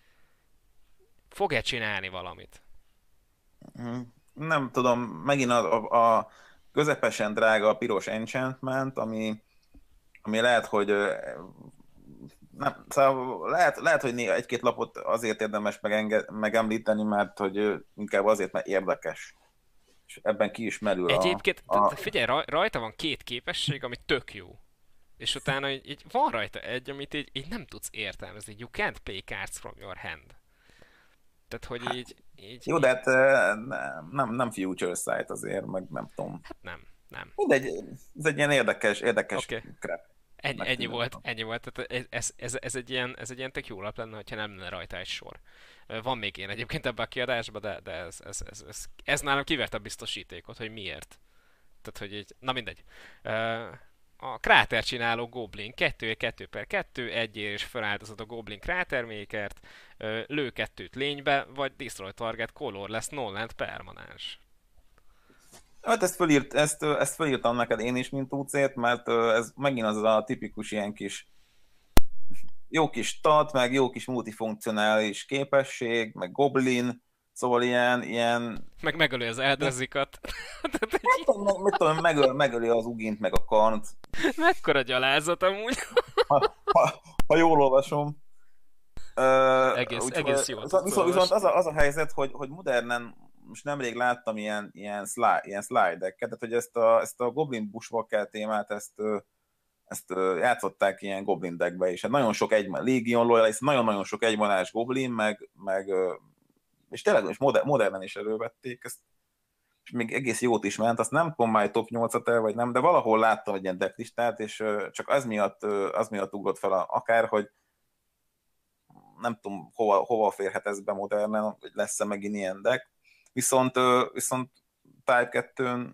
fog-e csinálni valamit? Mm, Nem tudom, megint a, a, a közepesen drága a piros enchantment, ami, ami lehet, hogy ö, nem, szóval lehet, lehet, hogy néha egy-két lapot azért érdemes megenge, megemlíteni, mert hogy ö, inkább azért, mert érdekes. És ebben ki is merül a, Egyébként, te- a te figyelj, raj- rajta van két képesség, ami tök jó. És utána így, így van rajta egy, amit így, így nem tudsz értelmezni. You can't play cards from your hand. Tehát, hogy így, így, jó, így de hát ö, nem, nem future sight azért, meg nem tudom. hát nem, nem. Mindegy, ez egy ilyen érdekes, érdekes Oké. Okay. crap. Ennyi, ennyi Megtűnő. volt, ennyi volt. Tehát ez, ez, ez, ez, egy ilyen, ez egy ilyen tök jó lap lenne, hogyha nem lenne rajta egy sor. Ö, Van még én egyébként ebben a kiadásban, de, de ez, ez, ez, ez, ez nálam kivert a biztosítékot, hogy miért. Tehát, hogy így, na mindegy. Ö, A kráter csináló Goblin kettő kettő per kettő, egy és feláldozod a Goblin krátermékert, ö, lő kettőt lénybe, vagy Destroy Target Color lesz non-land permanens. Hát ezt, fölírt, ezt, ö, ezt fölírtam neked én is, mint úcét, mert ö, ez megint az a tipikus ilyen kis jó kis stat, meg jó kis multifunkcionális képesség, meg goblin, szóval ilyen, ilyen Meg megölő az eldrezikat. Tehát, hát, hogy meg, mit tudom, megöl, megöli az ugint, meg a kant, mekkora gyalázat amúgy. ha, ha, ha jól olvasom. Uh, Egész, úgyhogy, egész jól viszont, tudsz viszont viszont az, olvasni. a, az a helyzet, hogy, hogy modernen, most nemrég láttam ilyen, ilyen, slide, ilyen slide-eket, tehát hogy ezt a, ezt a Goblin Bushwalker témát, ezt, ö, ezt ö, játszották ilyen Goblin deckbe is. Hát nagyon sok egy, Legion Loyalist, nagyon-nagyon sok egymanás Goblin, meg, meg ö, és tényleg és moder, modernen is elővették, ezt, és még egész jót is ment, azt nem tudom már top nyolcat el, vagy nem, de valahol láttam egy ilyen decklistát, és ö, csak az miatt, ö, az miatt ugrott fel a, akár, hogy nem tudom, hova, hova férhet ez be modernen, hogy lesz-e megint ilyen deck. Viszont, viszont Type kettőn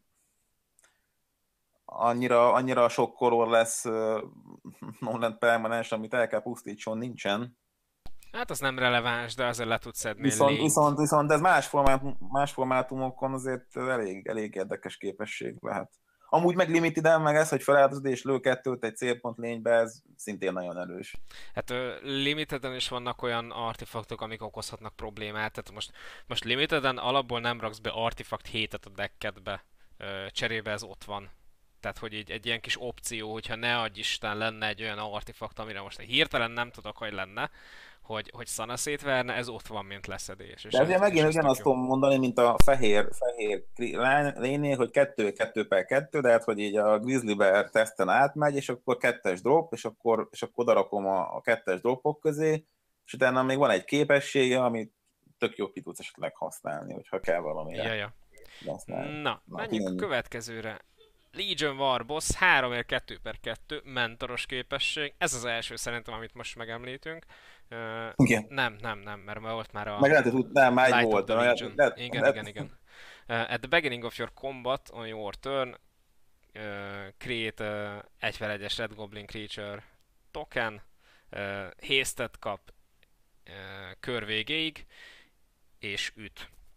annyira, annyira sok kolor lesz non-land permanens, amit el kell pusztítson, nincsen. Hát az nem releváns, de azért le tudsz szedni Viszont, lényt. viszont, viszont ez más, formát, más formátumokon azért elég, elég érdekes képesség lehet. Amúgy meg limitiden, meg ez, hogy feláldozod és lő kettőt egy célpont lénybe, ez szintén nagyon erős. Hát ö, limiteden is vannak olyan artefaktok, amik okozhatnak problémát. Tehát most, most limiteden alapból nem raksz be artefakt hétet a deckedbe. Ö, cserébe ez ott van. Tehát, hogy így egy ilyen kis opció, hogyha ne adj Isten lenne egy olyan artefakt, amire most hirtelen nem tudok, hogy lenne, hogy, hogy szana szétverne, ez ott van, mint leszedés. És De ez, ugye és megint ez tök ugyanazt jó. tudom mondani, mint a fehér, fehér lénynél, hogy kettő kettő per kettő, de hát, hogy így a Grizzly Bear teszten átmegy, és akkor kettes drop, és akkor, és akkor odarakom a, a kettes dropok közé, és utána még van egy képessége, amit tök jó ki tudsz esetleg használni, hogyha kell valamire Ja, ja. használni. Na, Na, menjünk a ennyi. következőre. Legion War Boss három kettő per kettő mentoros képesség. Ez az első szerintem, amit most megemlítünk. Ö, Igen. nem, nem, nem, mert már volt már a Meg lehet, hogy tud- nem, már egy Light of volt. the de lehet, Legion. lehet, Igen, lehet, igen, igen. Uh, at the beginning of your combat on your turn, uh, create uh, egy per egyes Red Goblin Creature token, uh, haste-et kap uh, kör végéig, és üt.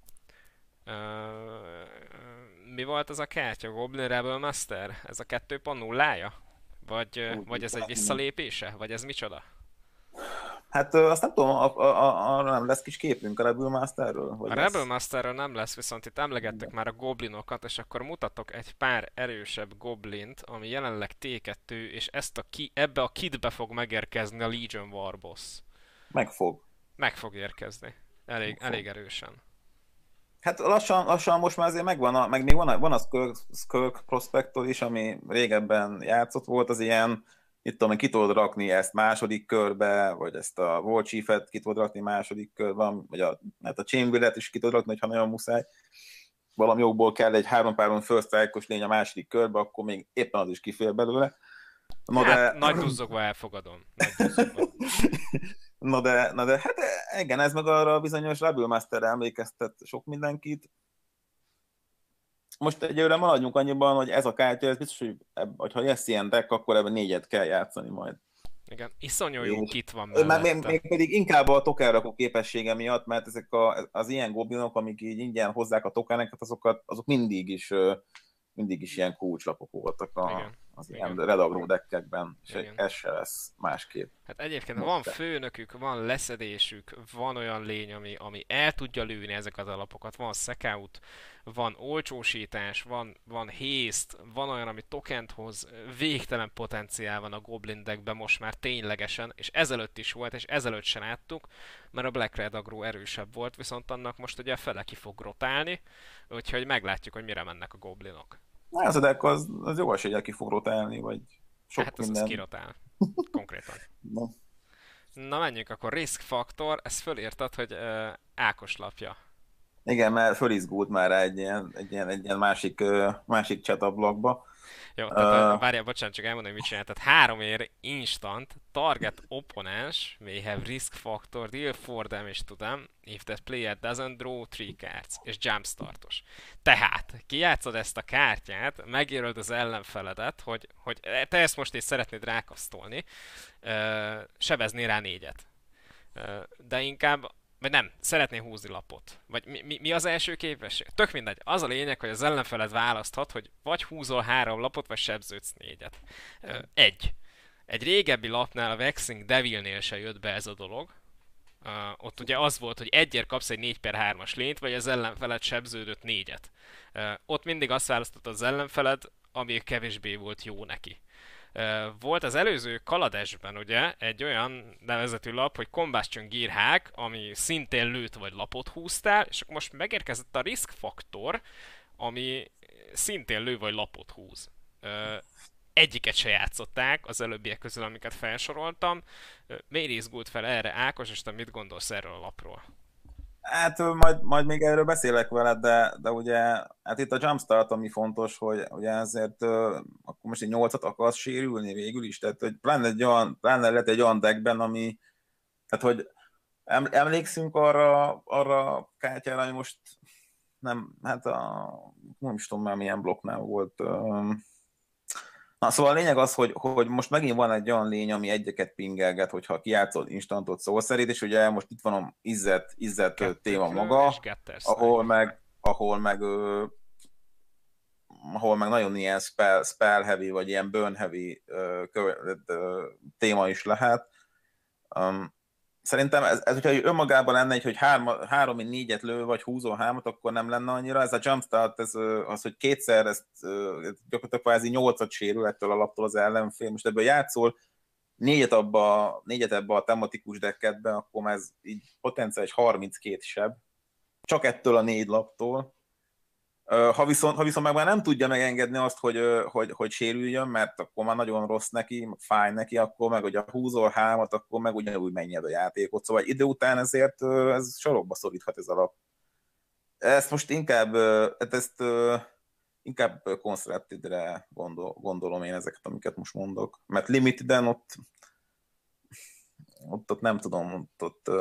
Ö, mi volt az a kártya? Goblin Rebel Master? Ez a kettő pont nulla-ja? Vagy, Úgy vagy ez egy hívják, igen. visszalépése? Vagy ez micsoda? Hát ö, azt nem tudom, a, a, a, arra nem lesz kis képünk a Rebel Masterről? A Vagy Rebel lesz? Masterről nem lesz, viszont itt emlegettük De már a goblinokat, és akkor mutatok egy pár erősebb goblint, ami jelenleg té kettő, és ezt a ki, ebbe a kitbe fog megérkezni a Legion Warboss. megfog. Meg fog érkezni. Elég, elég megfog. erősen. Hát lassan, lassan most már azért megvan, a, meg még van a, van a Skirk, Skirk Prospector is, ami régebben játszott volt, az ilyen, itt tudom, ki tudod rakni ezt második körbe, vagy ezt a War Chief-et ki tudod rakni második körbe, vagy a, hát a Chamberlain-et is ki tudod rakni, ha nagyon muszáj. Valami jogból kell egy három páron first strike-os lény a második körbe, akkor még éppen az is kifér belőle. No Hát, de... nagy duzzogva elfogadom. Nagy duzzogva. na de, na de, hát igen, ez meg arra a bizonyos Rebel Masterre emlékeztet sok mindenkit. Most egyelőre maradjunk annyiban, hogy ez a kártya, ez biztos, hogy, ebb, hogy ha lesz ilyen deck, akkor ebben négyet kell játszani majd. Igen, iszonyú jó És kit van már még, mellette. még pedig inkább a tokenrakó képessége miatt, mert ezek a, az ilyen goblinok, amik így ingyen hozzák a tokeneket, azokat, azok mindig is, mindig is ilyen kulcslapok voltak a, Igen, az ilyen igen, Red Agro deckekben, és igen. ez se lesz másképp. Hát egyébként Most van se. főnökük, van leszedésük, van olyan lény, ami, ami el tudja lőni ezeket az alapokat, van szekáut, van olcsósítás, van, van haste, van olyan, ami tokent hoz, végtelen potenciál van a Goblin deckben most már ténylegesen, és ezelőtt is volt, és ezelőtt sem láttuk, mert a Black Red Aggro erősebb volt, viszont annak most ugye a fele ki fog rotálni, úgyhogy meglátjuk, hogy mire mennek a Goblinok. Na, az a deck az, az jó eséllyel ki fog rotálni, vagy sok Hát az, az minden. kirotál, konkrétan. No. Na menjünk akkor, Risk Factor, ezt fölírtad, hogy uh, Ákos lapja. Igen, mert fölizgult már rá egy ilyen, egy ilyen, egy ilyen másik, ö, másik chat ablakba. Jó, tehát uh, Uh, várjál, bocsánat, csak elmondom, hogy mit csinál. Tehát három ér instant, target opponent may have risk factor, deal four damage to them, if that player doesn't draw three cards, és jumpstartos. Tehát, kijátszod ezt a kártyát, megjelöld az ellenfeledet, hogy, hogy te ezt most is szeretnéd rákasztolni, uh, sebeznél rá négyet. Uh, de inkább vagy nem, szeretné húzni lapot. Vagy mi, mi, mi az első képesség? Tök mindegy. Az a lényeg, hogy az ellenfeled választhat, hogy vagy húzol három lapot, vagy sebződsz négyet. Ö, egy. Egy régebbi lapnál, a Vexing Devilnél se jött be ez a dolog. Uh, ott ugye az volt, hogy egyért kapsz egy négy per hármas lényt, vagy az ellenfeled sebződött négyet. Uh, ott mindig azt választotta az ellenfeled, ami kevésbé volt jó neki. Volt az előző Kaladesben ugye egy olyan nevezetű lap, hogy Combustion Gear Hack, ami szintén lőtt vagy lapot húztál, és akkor most megérkezett a Risk Factor, ami szintén lő vagy lapot húz. Egyiket se játszották az előbbiek közül, amiket felsoroltam. Miért izgult fel erre Ákos, és te mit gondolsz erről a lapról? hát ö, majd, majd még erről beszélek veled, de, de ugye hát itt a jumpstart, ami fontos, hogy ugye ezért ö, akkor most egy nyolcat akarsz sérülni végül is, tehát hogy pláne, egy olyan, pláne lett egy olyan deckben, ami tehát hogy em- emlékszünk arra, arra a kártyára, ami most nem, hát a, nem is tudom már milyen blokknál volt. Öm, Na, szóval a lényeg az, hogy, hogy most megint van egy olyan lény, ami egyeket pingelget, hogyha kijátszol instantot szó szerint, és ugye most itt van a izzet, izzet ö, téma Kettőklő és maga, Getter ahol Snipe. meg, ahol meg, ö, ahol meg nagyon ilyen spell, spell heavy, vagy ilyen burn heavy ö, kö, ö, téma is lehet. Um, Szerintem ez, ez hogyha önmagában lenne egy, hogy hárma, három, négyet lő, vagy húzó hámat, akkor nem lenne annyira. Ez a jumpstart, ez, az, hogy kétszer ezt gyakorlatilag kvázi nyolcat sérül ettől a laptól az ellenfél. Most ebből játszol négyet, abba, négyet ebbe a tematikus decketbe, akkor ez így potenciális harminckét seb. Csak ettől a négy laptól. Ha viszont, ha viszont meg már nem tudja megengedni azt, hogy, hogy, hogy sérüljön, mert akkor már nagyon rossz neki, fáj neki, akkor meg, hogy a húzol hámat, akkor meg ugyanúgy menjed a játékot. Szóval idő után ezért ez sarokba szoríthat ez a lap. Ezt most inkább, hát ezt inkább Constructed-re gondol, gondolom én ezeket, amiket most mondok. Mert Limited-en ott, ott, ott nem tudom, ott, ott,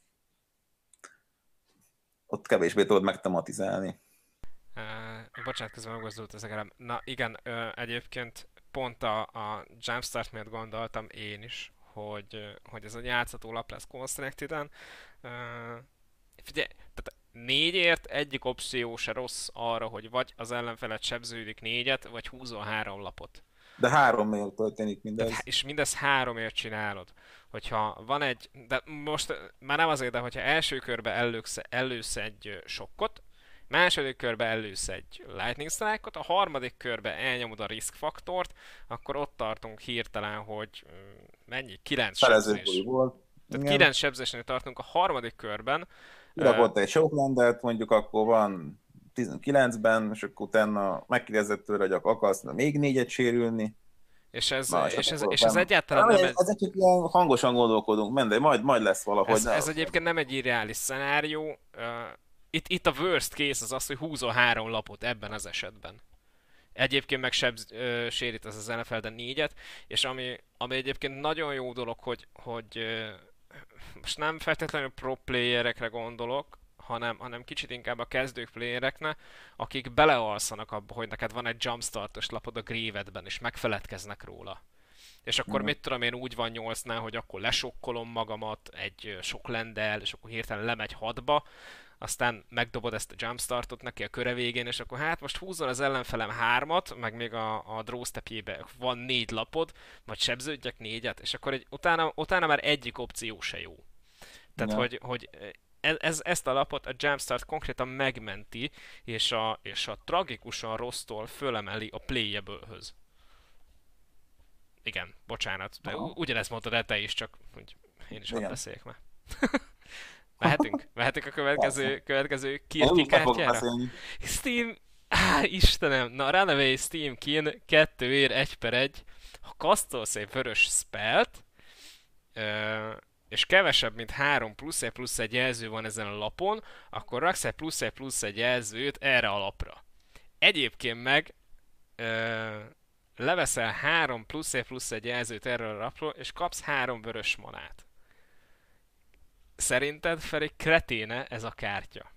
ott kevésbé tudod megtematizálni. Uh, bocsánat, közben megmozdult az egerem. Na igen, uh, egyébként pont a, a Jumpstart miatt gondoltam én is, hogy, uh, hogy ez a játszható lap lesz Constructed-en. Uh, figyelj, tehát négyért egyik opció se rossz arra, hogy vagy az ellenfelet sebződik négyet, vagy húzol három lapot. De háromért történik Tehát, há- mindez. és mindez háromért csinálod. Hogyha van egy, de most már nem azért, de hogyha első körbe ellősz, ellősz egy ö, sokkot, második körbe ellősz egy lightning strike-ot, a harmadik körbe elnyomod a risk faktort, akkor ott tartunk hirtelen, hogy ö, mennyi? kilenc Felező sebzés. volt. Tehát Igen. kilenc sebzésnél tartunk a harmadik körben. Ö, Kirakott egy Shocklandet, mondjuk akkor van tizenkilencben, és akkor utána megkérdezett tőle, hogy akkor akarsz még négyet sérülni. és ez, Na, és és ez, akkor és ez benn... egyáltalán nem Ez, egy, ez csak ilyen hangosan gondolkodunk, mindegy, majd, majd lesz valahogy. ez, ez egyébként nem egy irreális szenárió. Ö, Itt, itt a worst case az az, hogy húzol három lapot ebben az esetben. Egyébként meg seb, ö, sérít az az en ef el-ben négyet, és ami, ami egyébként nagyon jó dolog, hogy, hogy ö, most nem feltétlenül pro playerekre gondolok, hanem, hanem kicsit inkább a kezdők playereknek, akik belealszanak abba, hogy neked van egy jumpstartos lapod a Grave-edben, és megfeledkeznek róla. És akkor Mhm. mit tudom én, úgy van nyolcnál, hogy akkor lesokkolom magamat egy sok lendel, és akkor hirtelen lemegy hatba, aztán megdobod ezt a jumpstartot neki a köre végén, és akkor hát most húzzon az ellenfelem hármat, meg még a, a drawstepjébe van négy lapod, vagy sebződjek négyet, és akkor egy, utána, utána már egyik opció se jó. Tehát, Ja. hogy, hogy ez, ez, ezt a lapot a Jumpstart konkrétan megmenti, és a, és a tragikusan rossztól fölemeli a playable-höz. Igen, bocsánat, de u- ugyanezt mondtad el te is, csak hogy én is hadd Igen. beszéljek már. Mehetünk? Mehetünk a következő, következő Én Kirti úgy meg fogok kártyára? beszélni. Steam, á, Istenem, na Runaway Steam Kin kettő ér egy per egy. Ha kasztolsz egy vörös spelt, ö, és kevesebb, mint három plusz egy plusz egy jelző van ezen a lapon, akkor raksz egy plusz egy plusz egy jelzőt erre a lapra. Egyébként meg ö, leveszel három plusz egy plusz egy jelzőt erről a lapról, és kapsz három vörös manát. Szerinted, Feri, kreténe ez a kártya?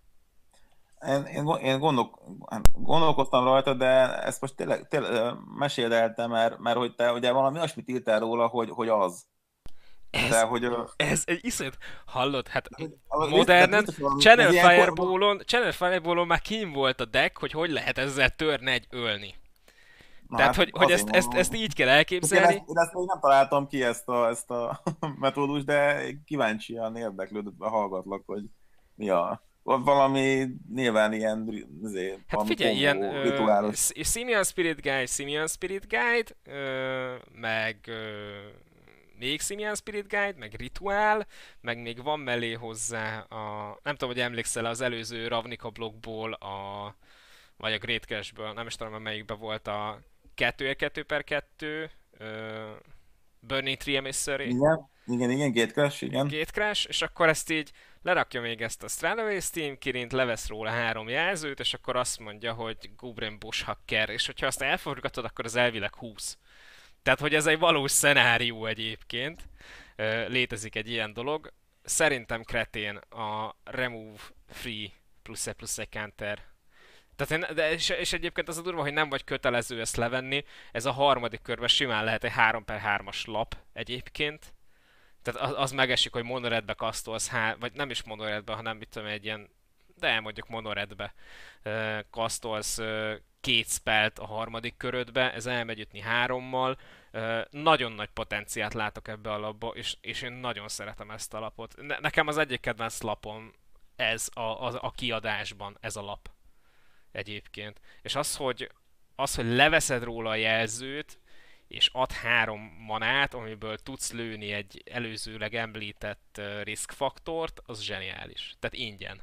Én, én, go- én gondol, gondolkoztam rajta, de ezt most tényleg, tényleg meséld el te, mert, mert hogy te ugye valami olyasmit írtál róla, hogy, hogy az. Ez, De hogy... ö, ez egy iszonyat... Hallod, hát hogy- hogy modernen, biztos valami- Channel ez ilyenkor- Fireball-on, Channel Fireball-on már kín volt a deck, hogy hogy lehet ezzel törni egy ölni. Na, Tehát, hát hogy, hogy azért ezt, ezt, mondom. ezt így kell Én elképzelni. ezt, én ezt még nem találtam ki, ezt a, ezt a metódust, de kíváncsian érdeklődve hallgatlak, hogy mi a... Valami nyilván ilyen azért, Hát valami figyelj, ilyen kombó, ö, rituálos. Sz- Simian Spirit Guide, Simian Spirit Guide, ö, meg ö, még Simian Spirit Guide, meg Rituál, meg még van mellé hozzá a... Nem tudom, hogy emlékszel az előző Ravnica blokkból, a, vagy a Great Cache-ből, nem is tudom, melyikben volt a kettő kettő per kettő, ö, Burning Tree Emissary, Igen, igen, igen, Gate Crash, igen. Gate Crash, és akkor ezt így lerakja még ezt a Stranaway Steam Kirint, levesz róla három jelzőt, és akkor azt mondja, hogy Gubren Bush hacker, és hogyha azt elforgatod, akkor az elvileg húsz. Tehát, hogy ez egy valós szenárió egyébként, Ö, létezik egy ilyen dolog. Szerintem kretén a Remove Free plusz egy plusz egy counter. Tehát én, de és, és egyébként az a durva, hogy nem vagy kötelező ezt levenni, ez a harmadik körben simán lehet egy három per hármas lap egyébként. Tehát az, az megesik, hogy monoredbe kasztolsz, há, vagy nem is monoredbe, hanem mit tudom, egy ilyen, de mondjuk monoredbe ö, kasztolsz ö, két spelt a harmadik körödbe, ez elmegy ütni hárommal. Ö, nagyon nagy potenciát látok ebbe a lapba, és, és én nagyon szeretem ezt a lapot. Ne, nekem az egyik kedvenc lapom ez a, a, a kiadásban, ez a lap egyébként. És az, hogy, az, hogy leveszed róla a jelzőt, és ad három manát, amiből tudsz lőni egy előzőleg említett uh, risk faktort, az zseniális. Tehát ingyen.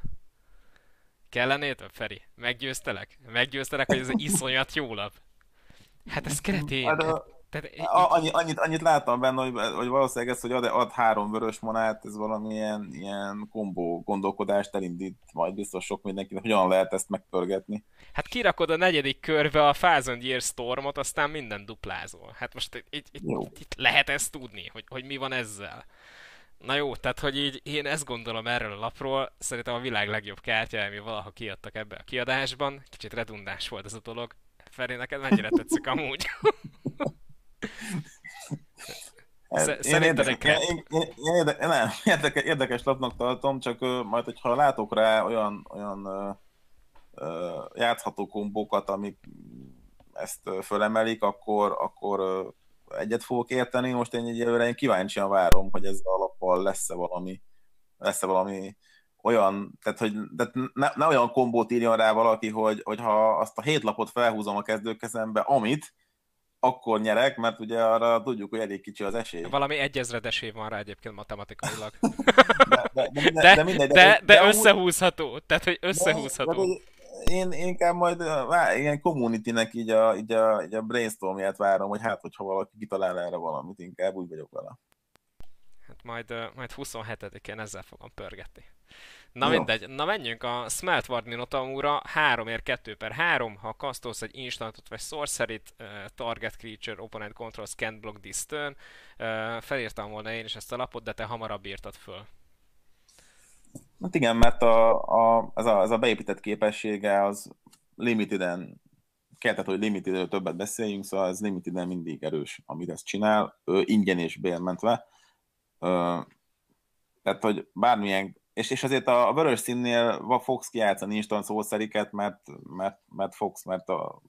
Kellené több, Feri? Meggyőztelek? Meggyőztelek, hogy ez egy iszonyat jó lap? Hát ez kretén. Hát, Hát, ö, tehát, i- a- i- annyi, annyit, annyit láttam benne, hogy, hogy valószínűleg ez, hogy ad, ad három vörös manát, ez valamilyen ilyen kombó gondolkodást elindít majd biztos sok mindenkinek, hogyan lehet ezt megpörgetni. hát kirakod a negyedik körbe a Thousand Year Stormot, aztán minden duplázol. Hát most itt, itt, itt, Jó. itt lehet ezt tudni, hogy, hogy mi van ezzel. Na jó, tehát hogy így én ezt gondolom erről a lapról, szerintem a világ legjobb kártya, ami valaha kiadtak ebbe a kiadásban. Kicsit redundáns volt ez a dolog. Feri, neked mennyire tetszik amúgy? Sz- Én szerinted egy érdekes, én, crap? én, én, én érde, nem, érdekes, érdekes lapnak tartom, csak ö, majd, hogyha látok rá olyan, olyan ö, ö, játszható kombókat, amik ezt ö, fölemelik, akkor, akkor ö, egyet fogok érteni. Most én egyelőre én kíváncsian várom, hogy ezzel a lappal lesz-e valami, lesz-e valami olyan, tehát hogy tehát ne, ne olyan kombót írjon rá valaki, hogy, hogy ha azt a hét lapot felhúzom a kezdőkezembe, amit, akkor nyerek, mert ugye arra tudjuk, hogy elég kicsi az esély. Valami egyezred esély van rá egyébként matematikailag. De, de, de, minden, De, de mindegy, de, de, de, de de amúgy, összehúzható. Tehát, hogy de, de, összehúzható. hogy én, én inkább majd vá, ilyen community-nek így a, így a, így a brainstormját várom, hogy hát, hogyha valaki kitalál erre valamit, inkább úgy vagyok vele. Hát majd, ö, majd huszonhetedikén ezzel fogom pörgetni. Na Jó. mindegy, na menjünk a Smeltward Minotaurra, három ér kettő per három, ha kasztolsz egy instantot vagy sorceryt, uh, target creature, opponent controls can't block this turn. Uh, felírtam volna én is ezt a lapot, de te hamarabb írtad föl. Hát igen, mert a, a, ez, a, ez a beépített képessége az limiteden, kell, tehát, hogy limitedről többet beszéljünk, szóval ez limiteden mindig erős, amit ezt csinál, ő ingyen és bérmentve. Ö, tehát, hogy bármilyen, és, és azért a, a vörös színnél fogsz kijátszani instant szószeriket, mert, mert, mert fogsz, mert a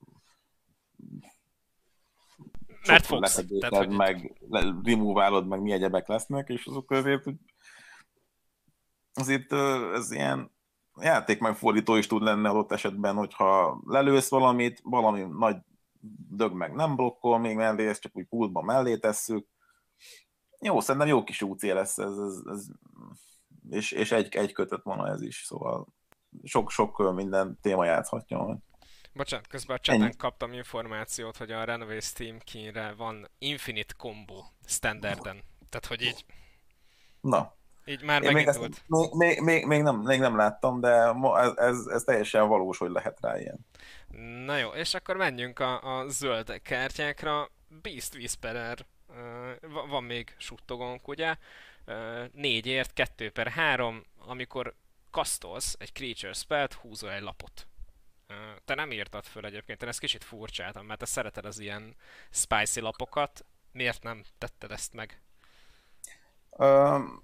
Mert sokszor fogsz. Tehát, leszedésed, hogy meg le- removálod, meg mi egyebek lesznek, és azok azért, hogy azért ö, ez ilyen játék megfordító is tud lenni adott esetben, hogyha lelősz valamit, valami nagy dög meg nem blokkol még mellé, ezt csak úgy pultban mellé tesszük. Jó, szerintem jó kis úcél lesz ez, ez, ez és, és egy, egy kötött van ez is, szóval sok-sok minden téma játszhatja majd. bocsánat, közben a Ennyi. chaten kaptam információt, hogy a Runaway Steam Key-re van Infinite Combo standarden. Tehát, hogy így, Na, így már én még, ezt, megindult. még, még, még, még, nem, még nem láttam, de ma ez, ez, ez teljesen valós, hogy lehet rá ilyen. Na jó, és akkor menjünk a, a zöld kártyákra. Beast Whisperer. Uh, van még suttogónk, ugye? Uh, négyért, kettő per három, amikor kasztolsz egy creature spellt, húzol egy lapot. Uh, te nem írtad föl egyébként, én ezt kicsit furcsáltam, mert te szereted az ilyen spicy lapokat. Miért nem tetted ezt meg? Um,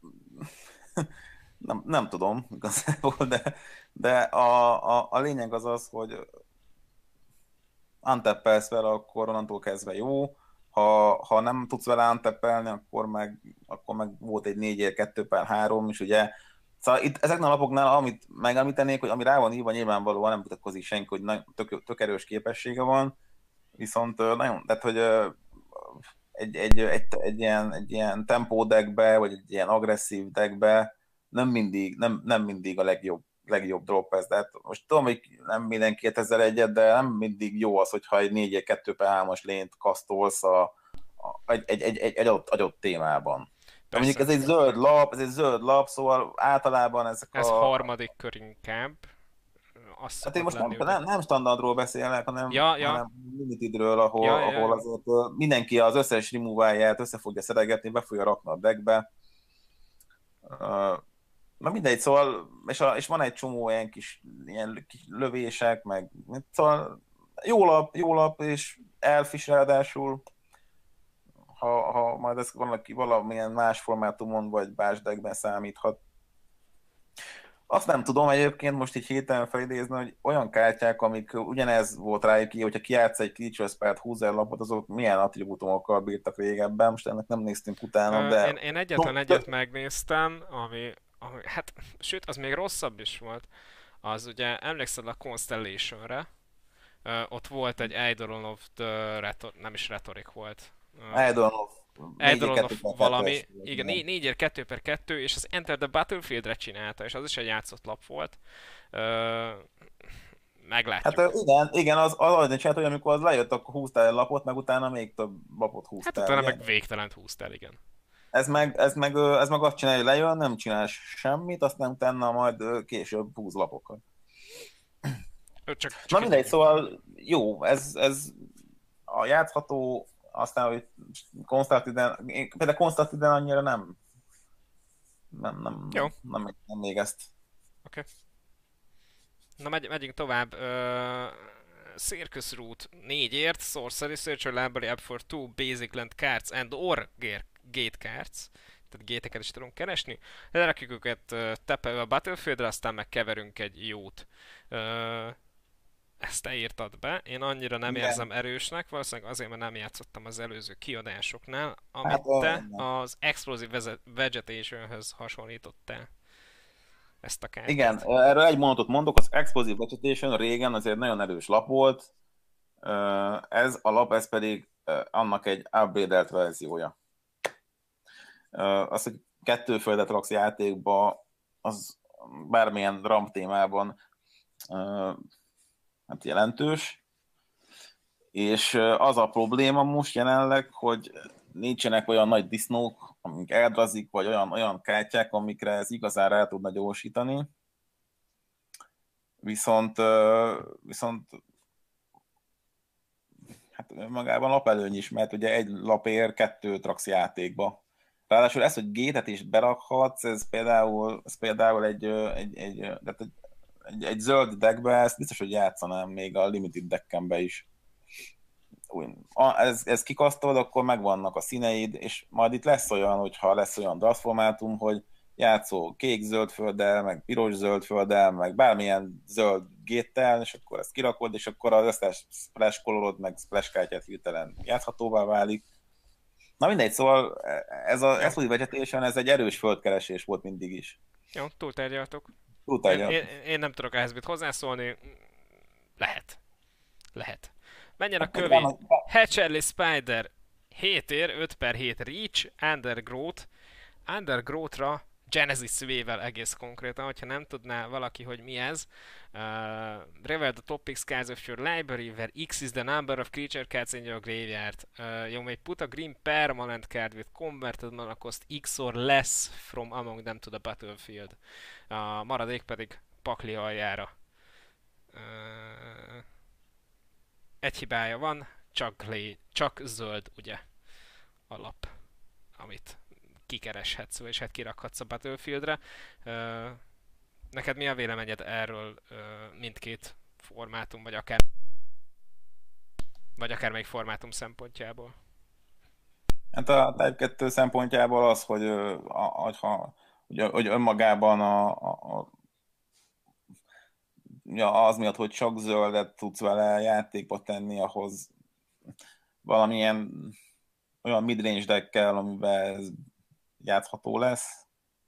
nem, nem tudom igazából, de, de a, a, a lényeg az az, hogy untappelsz vele, akkor onnantól kezdve jó. Ha, ha nem tudsz vele untappelni, akkor meg, akkor meg volt egy négy kettő per három, és ugye szóval itt ezeknél a lapoknál, amit megemlítenék, hogy ami rá van írva, nyilvánvalóan nem vitatkozik senki, hogy nagyon, tök, tök erős képessége van, viszont nagyon, tehát hogy egy, egy, egy, egy, ilyen, egy ilyen tempó deckbe, vagy egy ilyen agresszív deckbe nem mindig, nem, nem mindig a legjobb, legjobb drop ez. De hát most tudom, hogy nem minden kétezer-egyet, de nem mindig jó az, hogyha egy négy kettő per hármas lényt kasztolsz a, a, egy, egy, egy, egy, egy adott, adott témában. De mondjuk ez egy zöld lap, ez egy zöld lap, szóval általában ezek Ez a... harmadik kör inkább. Azt Hát én most nem, lenni, nem, nem standardról beszélek, hanem, ja, ja. hanem limitedről, ahol, Ja, ja, ja. ahol azért mindenki az összes removálját össze fogja szeregetni, be fogja rakni a deckbe. Uh, na mindegy, szóval, és, a, és van egy csomó ilyen kis, ilyen kis lövések, meg szóval jó lap, jó lap, és elf is ráadásul, ha, ha majd ez valaki valamilyen más formátumon, vagy más deckben számíthat. Azt nem tudom egyébként most így héten felidézni, hogy olyan kártyák, amik ugyanez volt rájuk ki, hogyha kijátsz egy creature spell-t, húz el lapot, azok milyen attribútumokkal bírtak régebben, most ennek nem néztünk utána, Ö, de... Én, én egyetlen egyet megnéztem, ami, ami, hát, sőt, az még rosszabb is volt. Az ugye, emlékszel a Constellation-re? Ö, ott volt egy Eidolon of the Rhetor- nem is Rhetoric volt. Eidolon of Eidolon of valami, igen, négy kettő per kettő, és az Enter the Battlefield-re csinálta, és az is egy játszott lap volt. Ö, meglátjuk. Hát igen, igen, az az az csinált, hogy amikor az lejött, akkor húztál egy lapot, meg utána még több lapot húztál. Hát utána ugye? meg végtelent húztál, igen. Ez meg, ez, meg, ez meg azt csinálja, hogy lejön, nem csinál semmit, aztán utána majd később húz lapokat. Ő csak, csak Na mindegy, szóval jó, ez, ez a játszható, aztán, hogy Konstantiden, például Konstantiden annyira nem, nem, nem, Jó. nem, nem, nem még ezt. Oké. Okay. Na megy, megyünk tovább. Uh, Circus Route négyért, Sorcery Searcher Library App for two Basic Land Cards and or Gate Cards, tehát géteket is tudunk keresni. Lerakjuk őket uh, tepelve a Battlefieldre, aztán meg keverünk egy jót. Uh, ezt te írtad be, én annyira nem Igen. érzem erősnek, valószínűleg azért, mert nem játszottam az előző kiadásoknál, amit Hát, te igen. az Explosive Vegetation-höz hasonlítottál ezt a kártyát. Igen, erről egy mondatot mondok, az Explosive Vegetation régen azért nagyon erős lap volt, ez a lap, ez pedig annak egy upgrade-elt verziója. Az, hogy kettő földet raksz játékba, az bármilyen RAM témában hát jelentős, és az a probléma most jelenleg, hogy nincsenek olyan nagy disznók, amik eldrazik, vagy olyan, olyan kártyák, amikre ez igazán rá tudna gyorsítani. Viszont, viszont hát magában lapelőny is, mert ugye egy lapér kettőt raksz játékba. Ráadásul ez, hogy gétet is berakhatsz, ez például, ez például egy, egy, egy, egy, egy, egy zöld deckbe, ezt biztos, hogy játszanám még a limited deckembe is. Ez, ez kikasztod, akkor megvannak a színeid, és majd itt lesz olyan, hogyha lesz olyan draft formátum, hogy játszol kék-zöld földdel, meg piros-zöld földdel, meg bármilyen zöld géttel, és akkor ezt kirakod, és akkor az összes splash colorod, meg splash kártyát hirtelen játszhatóvá válik. Na mindegy, szóval ez a Explosive Vegetation, ez egy erős földkeresés volt mindig is. Jó, túltárgyaltok. Túltárgyaltok. Én, én, én nem tudok ehhez mit hozzászólni. Lehet. Lehet. Menjen a kövé. Hatcherly Spider hét ér, öt per hét Reach, Undergrowth. Undergrowth-ra Genesis W-vel egész konkrétan, hogyha nem tudná valaki, hogy mi ez. Uh, reveal the topics cards of your library, where X is the number of creature cards in your graveyard. Uh, you may put a green permanent card with converted mana cost X or less from among them to the battlefield. A maradék pedig pakli aljára. Uh, egy hibája van, csak, lé, csak zöld, ugye, alap, amit kikereshetsz, és hát kirakhatsz a Battlefieldre. Uh, neked mi a véleményed erről uh, mindkét formátum, vagy akár vagy akár még formátum szempontjából? Hát a Type kettő szempontjából az, hogy, a, ha, hogy, hogy önmagában a, a, a ja, az miatt, hogy csak zöldet tudsz vele játékba tenni, ahhoz valamilyen olyan midrange deck kell, amiben ez játszható lesz.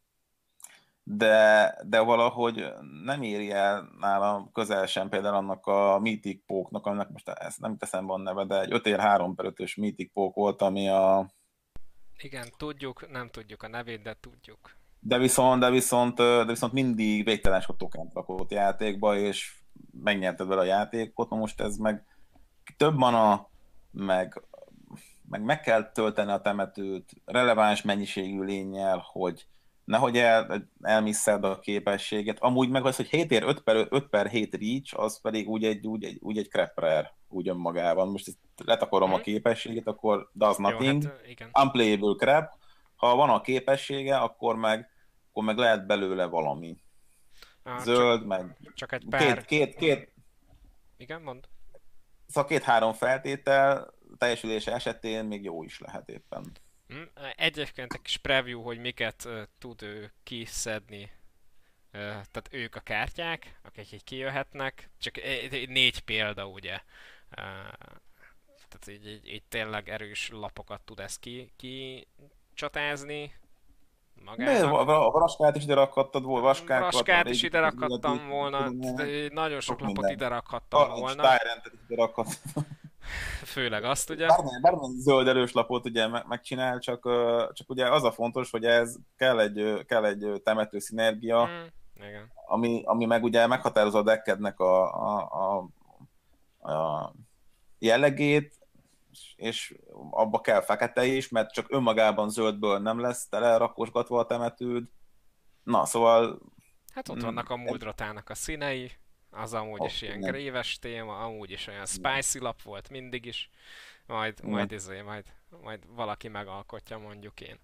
De, de valahogy nem éri el nálam közel sem például annak a Mythic Póknak, aminek most ezt nem teszem van neve, de egy öt ér három per ötös Mythic Pók volt, ami a... Igen, tudjuk, nem tudjuk a nevét, de tudjuk. De viszont, de viszont, de viszont mindig végtelen sok tokent rakott játékba, és megnyerted vele a játékot, na most ez meg több mana, meg, meg meg kell tölteni a temetőt releváns mennyiségű lénnyel, hogy nehogy el, elmisszed a képességet. Amúgy meg az, hogy hét ér öt per hét reach, az pedig úgy egy, úgy egy, úgy egy crap rare, úgy önmagában. Most ezt letakarom hmm. a képességet, akkor does nothing. Jó, hát, igen. Unplayable crap. Ha van a képessége, akkor meg, akkor meg lehet belőle valami. Ah, zöld, csak, meg csak egy pár... két, két, két... Igen, mond. Szóval két-három feltétel teljesülése esetén még jó is lehet éppen. Egyébként egy kis preview, hogy miket uh, tud ő kiszedni. Uh, tehát ők a kártyák, akik így kijöhetnek. Csak egy, négy példa, ugye. Uh, tehát így, így, így tényleg erős lapokat tud ezt ki, ki csatázni. De a Vraskát is ide rakhattad volna. Vraskát is ide rakhattam volna. Nagyon sok lapot ide rakhattam volna. Tyrantet is ide rakhattam. Főleg azt, ugye? Bármilyen zöld erős lapot ugye megcsinál, csak, csak ugye az a fontos, hogy ez kell egy, kell egy temető szinergia, mm, igen. Ami, ami meg ugye meghatározza a deckednek a, a, a, a jellegét, és abba kell fekete is, mert csak önmagában zöldből nem lesz tele rakosgatva a temetőd. Na, szóval... Hát ott mm, vannak a Muldratának a színei, az amúgy is ilyen gréves téma, amúgy is olyan spicy lap volt mindig is, majd, mm. majd izé, majd, majd valaki megalkotja, mondjuk én.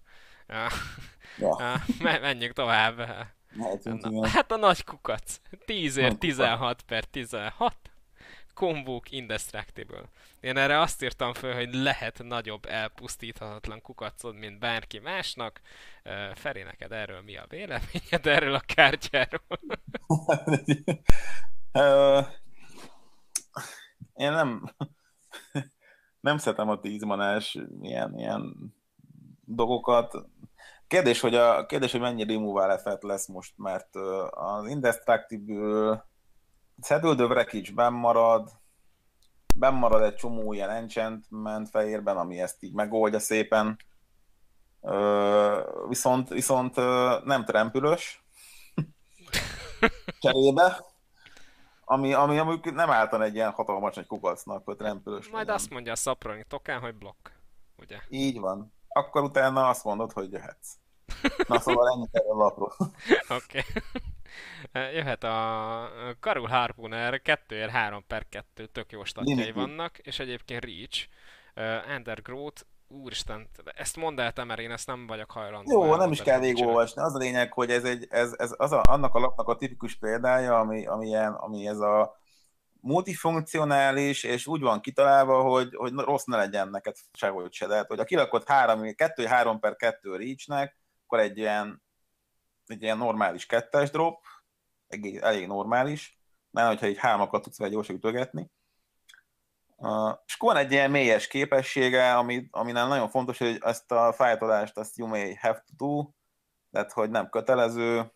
Ja. Menjünk tovább. Hát, hát a nagy kukac. tíz ér tizenhat per tizenhat. kombók indestructible. Én erre azt írtam föl, hogy lehet nagyobb elpusztíthatatlan kukacod, mint bárki másnak. Uh, Feri, neked erről mi a véleményed erről a kártyáról? Ö, Én nem nem szeretem a tízmanás ilyen, ilyen dolgokat. Kérdés, hogy, a, kérdés, hogy mennyi removal effect lesz most, mert ö, az Indestructible Saddle the Wreckage benn marad, benn marad egy csomó ilyen enchantment fehérben, ami ezt így megoldja szépen. Ö, viszont viszont ö, nem trempülös cserébe, ami, ami, ami nem álltan egy ilyen hatalmas nagy kukacnak, hogy trempülös. Majd azt mondja a szaproni tokán, hogy blokk, ugye? Így van. Akkor utána azt mondod, hogy jöhetsz. Na szóval ennyit erről a lapról. Oké. Okay. Jöhet a Karul Harpooner kettő három per kettő, tök jó statjai Limited. vannak, és egyébként Reach, uh, Undergrowth, úristen, ezt mondd el te, mert én ezt nem vagyok hajlandó. Jó, nem is kell végigolvasni. Az a lényeg, hogy ez, egy, ez, ez az a, annak a lapnak a tipikus példája, ami, ami, ilyen, ami ez a multifunkcionális, és úgy van kitalálva, hogy, hogy rossz ne legyen neked sehogy se. Tehát, hogy a kilakott kettő három per kettő Reachnek, akkor egy ilyen, egy ilyen normális kettes drop, elég, elég normális, mert hogyha így hármakat tudsz vele gyorsan ütögetni. Uh, és akkor van egy ilyen mélyes képessége, ami, aminál nagyon fontos, hogy ezt a fájtolást azt you may have to do, tehát hogy nem kötelező,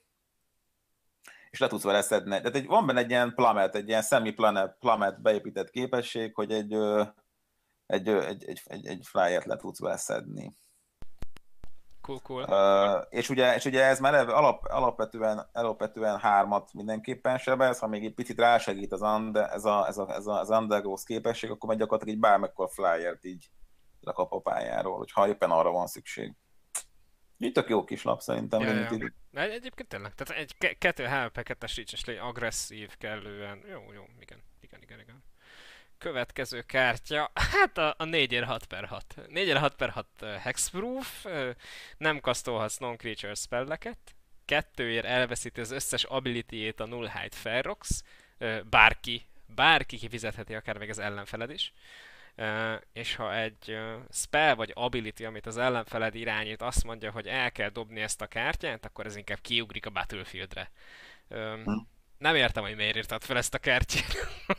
és le tudsz vele szedni. Tehát egy, van benne egy ilyen plummet, egy ilyen semi-plummet plummet beépített képesség, hogy egy, egy, egy, egy, egy, egy flyert le tudsz vele szedni. Cool, cool. Uh, és, ugye, és ugye ez már eleve, alap, alapvetően, alapvetően hármat mindenképpen sebez, ha még egy picit rásegít az under, ez, a, ez, a, ez, a, az undergrowth képesség, akkor meg gyakorlatilag egy bármekkor flyert így lekap a pályáról, hogyha éppen arra van szükség. Így tök jó kis lap szerintem. Ja, ja. Egy, egyébként tényleg, tehát egy kettő három per kettes Reach-es lény, agresszív kellően, jó, jó, igen, igen, igen, igen. Következő kártya, hát a, a négy hat per hat. négy hat per hat uh, hexproof, uh, nem kasztolhatsz non-creature spelleket, kettőért elveszíti az összes ability-ét a null height Ferox, uh, bárki, bárki kifizetheti, akár még az ellenfeled is. Uh, és ha egy uh, spell vagy ability, amit az ellenfeled irányít, azt mondja, hogy el kell dobni ezt a kártyát, akkor ez inkább kiugrik a Battlefieldre. Um, hm. Nem értem, hogy miért írtad fel ezt a kártyát.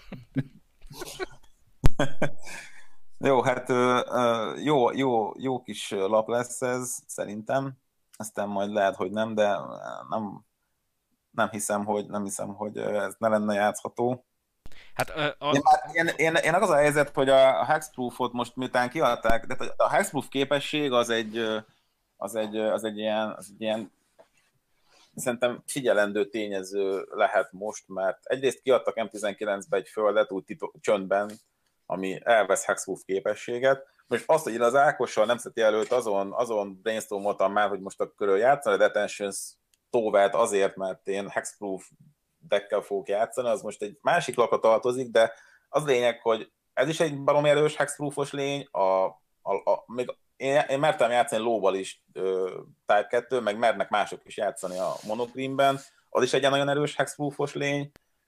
Jó, hát uh, jó, jó, jó kis lap lesz ez, szerintem. Aztán majd lehet, hogy nem, de nem, nem hiszem, hogy nem hiszem, hogy ez ne lenne játszható. Hát, uh, a... én, én, én, én az a helyzet, hogy a Hexproof-ot most miután kiadták, de a Hexproof képesség az egy, az egy, az egy ilyen, az egy ilyen szerintem figyelendő tényező lehet most, mert egyrészt kiadtak em tizenkilencbe egy földet úgy titok, csöndben, ami elvesz Hexproof képességet. Most azt, hogy én az Ákossal nemzeti előtt azon, azon brainstormoltam már, hogy most a körül játszani a Detentions Tovet azért, mert én Hexproof deckkel fogok játszani, az most egy másik lapra tartozik, de az lényeg, hogy ez is egy baromi erős Hexproofos lény, a, a, a, még én, én mertem játszani lóval is ö, Type kettő, meg mernek mások is játszani a Monochrome-ben, az is egy nagyon erős Hexproofos lény.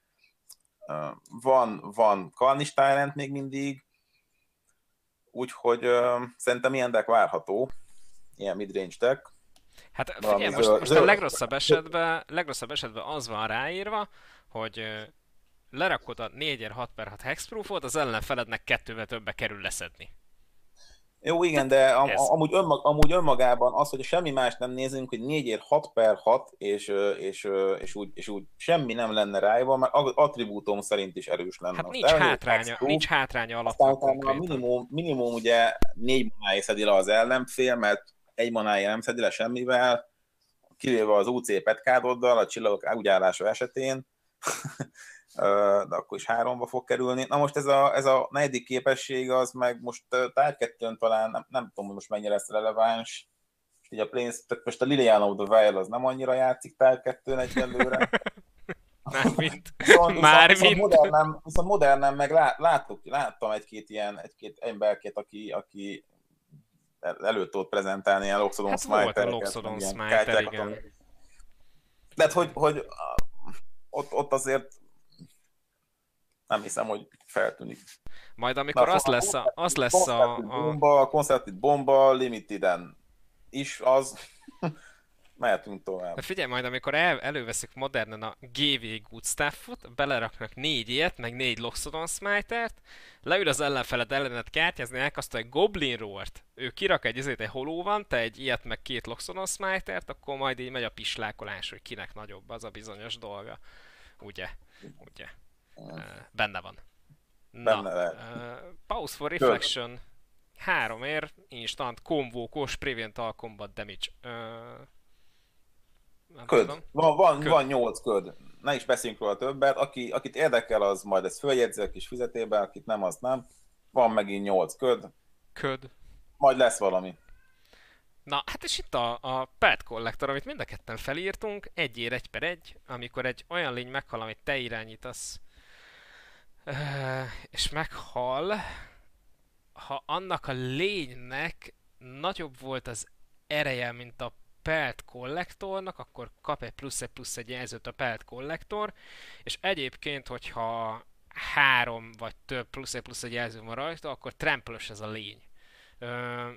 Van, van Karnish Tyrant még mindig, úgyhogy uh, szerintem ilyen deck várható, ilyen midrange deck. Hát figyelj, most, most a legrosszabb esetben, legrosszabb esetben az van ráírva, hogy uh, lerakod a négy hat per hat hexproofot, az ellenfelednek kettővel többe kerül leszedni. Jó, igen, de am, amúgy, önmag, amúgy önmagában az, hogy semmi más nem nézünk, hogy négy hat per hat, és, és, és, úgy, és úgy semmi nem lenne rájva, mert attribútum szerint is erős lenne. Hát nincs hátránya, nincs hátránya alapvetően konkrétan. A minimum, minimum ugye négy manáig szedi le az ellenfél, mert egy manáig nem szedi le semmivel, kivéve az u cé petkádoddal, a csillagok úgyállása esetén, de akkor is háromba fog kerülni. Na most ez a, ez a negyedik képesség, az meg most Type kettőn talán, nem, nem tudom, hogy most mennyire lesz releváns. Most, a Plains, most a Liliana of the Veil az nem annyira játszik Type kettőn egyelőre. Mármint. Viszont, Mármint. Viszont, modernem, viszont modernem meg lá, látok, láttam egy-két ilyen, egy-két emberkét, aki, aki előtt tudott prezentálni a Loxodon hát Smite-eket. Hát volt a Loxodon Smite, igen. De hát, hogy, hogy ott, ott azért Nem hiszem, hogy feltűnik. Majd Na, amikor az szóval lesz a, az lesz a, Constructed a bomba, Constructed bomba, Limiteden is az. Mehetünk tovább. de figyelj, majd amikor el, előveszik modernen a gé vé Good Stuff-ot, beleraknak négy ilyet, meg négy Loxodon Smite-ert, leül az ellenfeled ellenet kártyázni, elkasztol egy Goblin Roar-t, ő kirak egy izét, egy holó van, te egy ilyet, meg két Loxodon Smite-ert, akkor majd így megy a pislákolás, hogy kinek nagyobb az a bizonyos dolga. Ugye? Ugye? Uh, benne van. Na, Benne lehet. uh, Pause for Köd. Reflection. Három ér, instant, konvókos, prevent all combat damage. Uh, nem Köd. tudom. Van, van, Köd. van nyolc köd. Ne is beszéljünk róla többet. Aki, akit érdekel, az majd ezt följegyzi a kis fizetében, akit nem, az nem. Van megint nyolc köd. Köd. Majd lesz valami. Na, hát és itt a, a Pet Collector, amit mind a ketten felírtunk, egy ér, egy per egy, amikor egy olyan lény meghal, amit te irányítasz, és meghal, ha annak a lénynek nagyobb volt az ereje, mint a Pelt Collectornak, akkor kap egy plusz egy plusz egy jelzőt a Pelt Collector, és egyébként, hogyha három vagy több plusz egy plusz egy jelző van rajta, akkor trampolös ez a lény. Ö,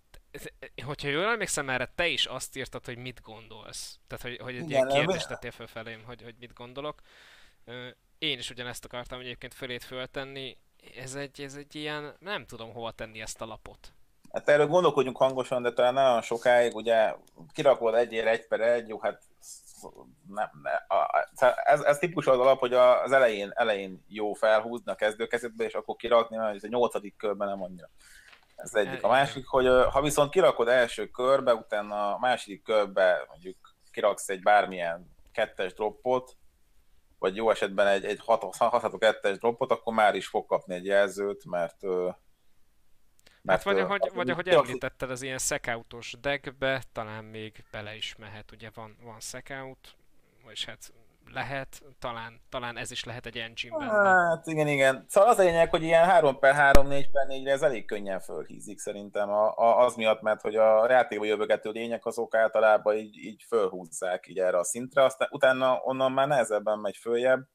hogyha jól emlékszem, erre te is azt írtad, hogy mit gondolsz. Tehát, hogy, hogy egy ilyen Igen, kérdést tettél föl felém, hogy, hogy mit gondolok. Ö, én is ugyanezt akartam egyébként fölét föltenni. Ez egy, ez egy ilyen, nem tudom hova tenni ezt a lapot. hát erről gondolkodjunk hangosan, de talán nagyon sokáig, ugye kirakod egyért egy per egy, jó, hát nem, ne, a, ez, ez típus az alap, hogy az elején, elején jó felhúzni a kezdőkezetbe, és akkor kirakni, mert a nyolcadik körben nem annyira. Ez egyik. A másik, hogy ha viszont kirakod első körbe, utána a második körbe mondjuk kiraksz egy bármilyen kettes droppot, vagy jó esetben egy, egy hatható kettes droppot, akkor már is fog kapni egy jelzőt, mert... mert hát vagy mert, ahogy, vagy ahogy említetted, az ilyen szekautos deckbe talán még bele is mehet, ugye van, van szekout, vagy hát lehet, talán, talán ez is lehet egy engine-ben. Hát igen, igen. Szóval az a lényeg, hogy ilyen három per három, négy per négyre ez elég könnyen fölhízik szerintem. A, a, az miatt, mert hogy a játékba jövögető lények azok általában így, így fölhúzzák így erre a szintre, aztán utána onnan már nehezebben megy följebb.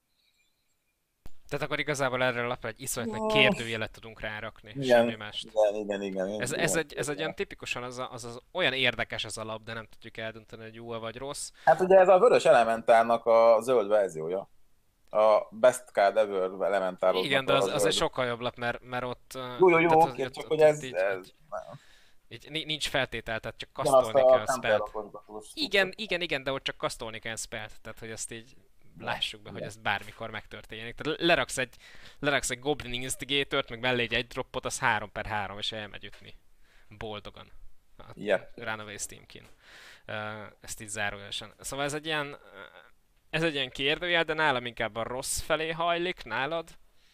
Tehát akkor igazából erre a lapra egy iszonyat nagy kérdőjelet tudunk rárakni, Igen, semmi mást. igen, igen, igen, igen. Ez, ez, egy, ez egy olyan tipikusan az, a, az, az olyan érdekes ez a lap, de nem tudjuk eldönteni, hogy jó vagy rossz. Hát ugye ez a vörös elementárnak a zöld verziója. A Best Card Ever elementároknak. Igen, de az, az egy sokkal jobb lap, mert, mert ott... Jó, jó, jó, tehát, oké, ott, csak ott, hogy ott ez... így, ez így, így, nincs feltétel, tehát csak igen, azt kasztolni kell a a spellt. tempelrakosgatós Igen, igen, igen, de ott csak kasztolni kell spellt, tehát hogy ezt így lássuk be, hogy ez bármikor megtörténik. Tehát leraksz egy, leraksz egy Goblin Instigator-t, meg mellé egy, egy droppot, az három per három, és elmegy ütni. Boldogan. Yep. Runaway Steamkin. Uh, ezt így zárójelesen. Szóval ez egy ilyen, ez egy ilyen kérdőjel, de nálam inkább a rossz felé hajlik, nálad?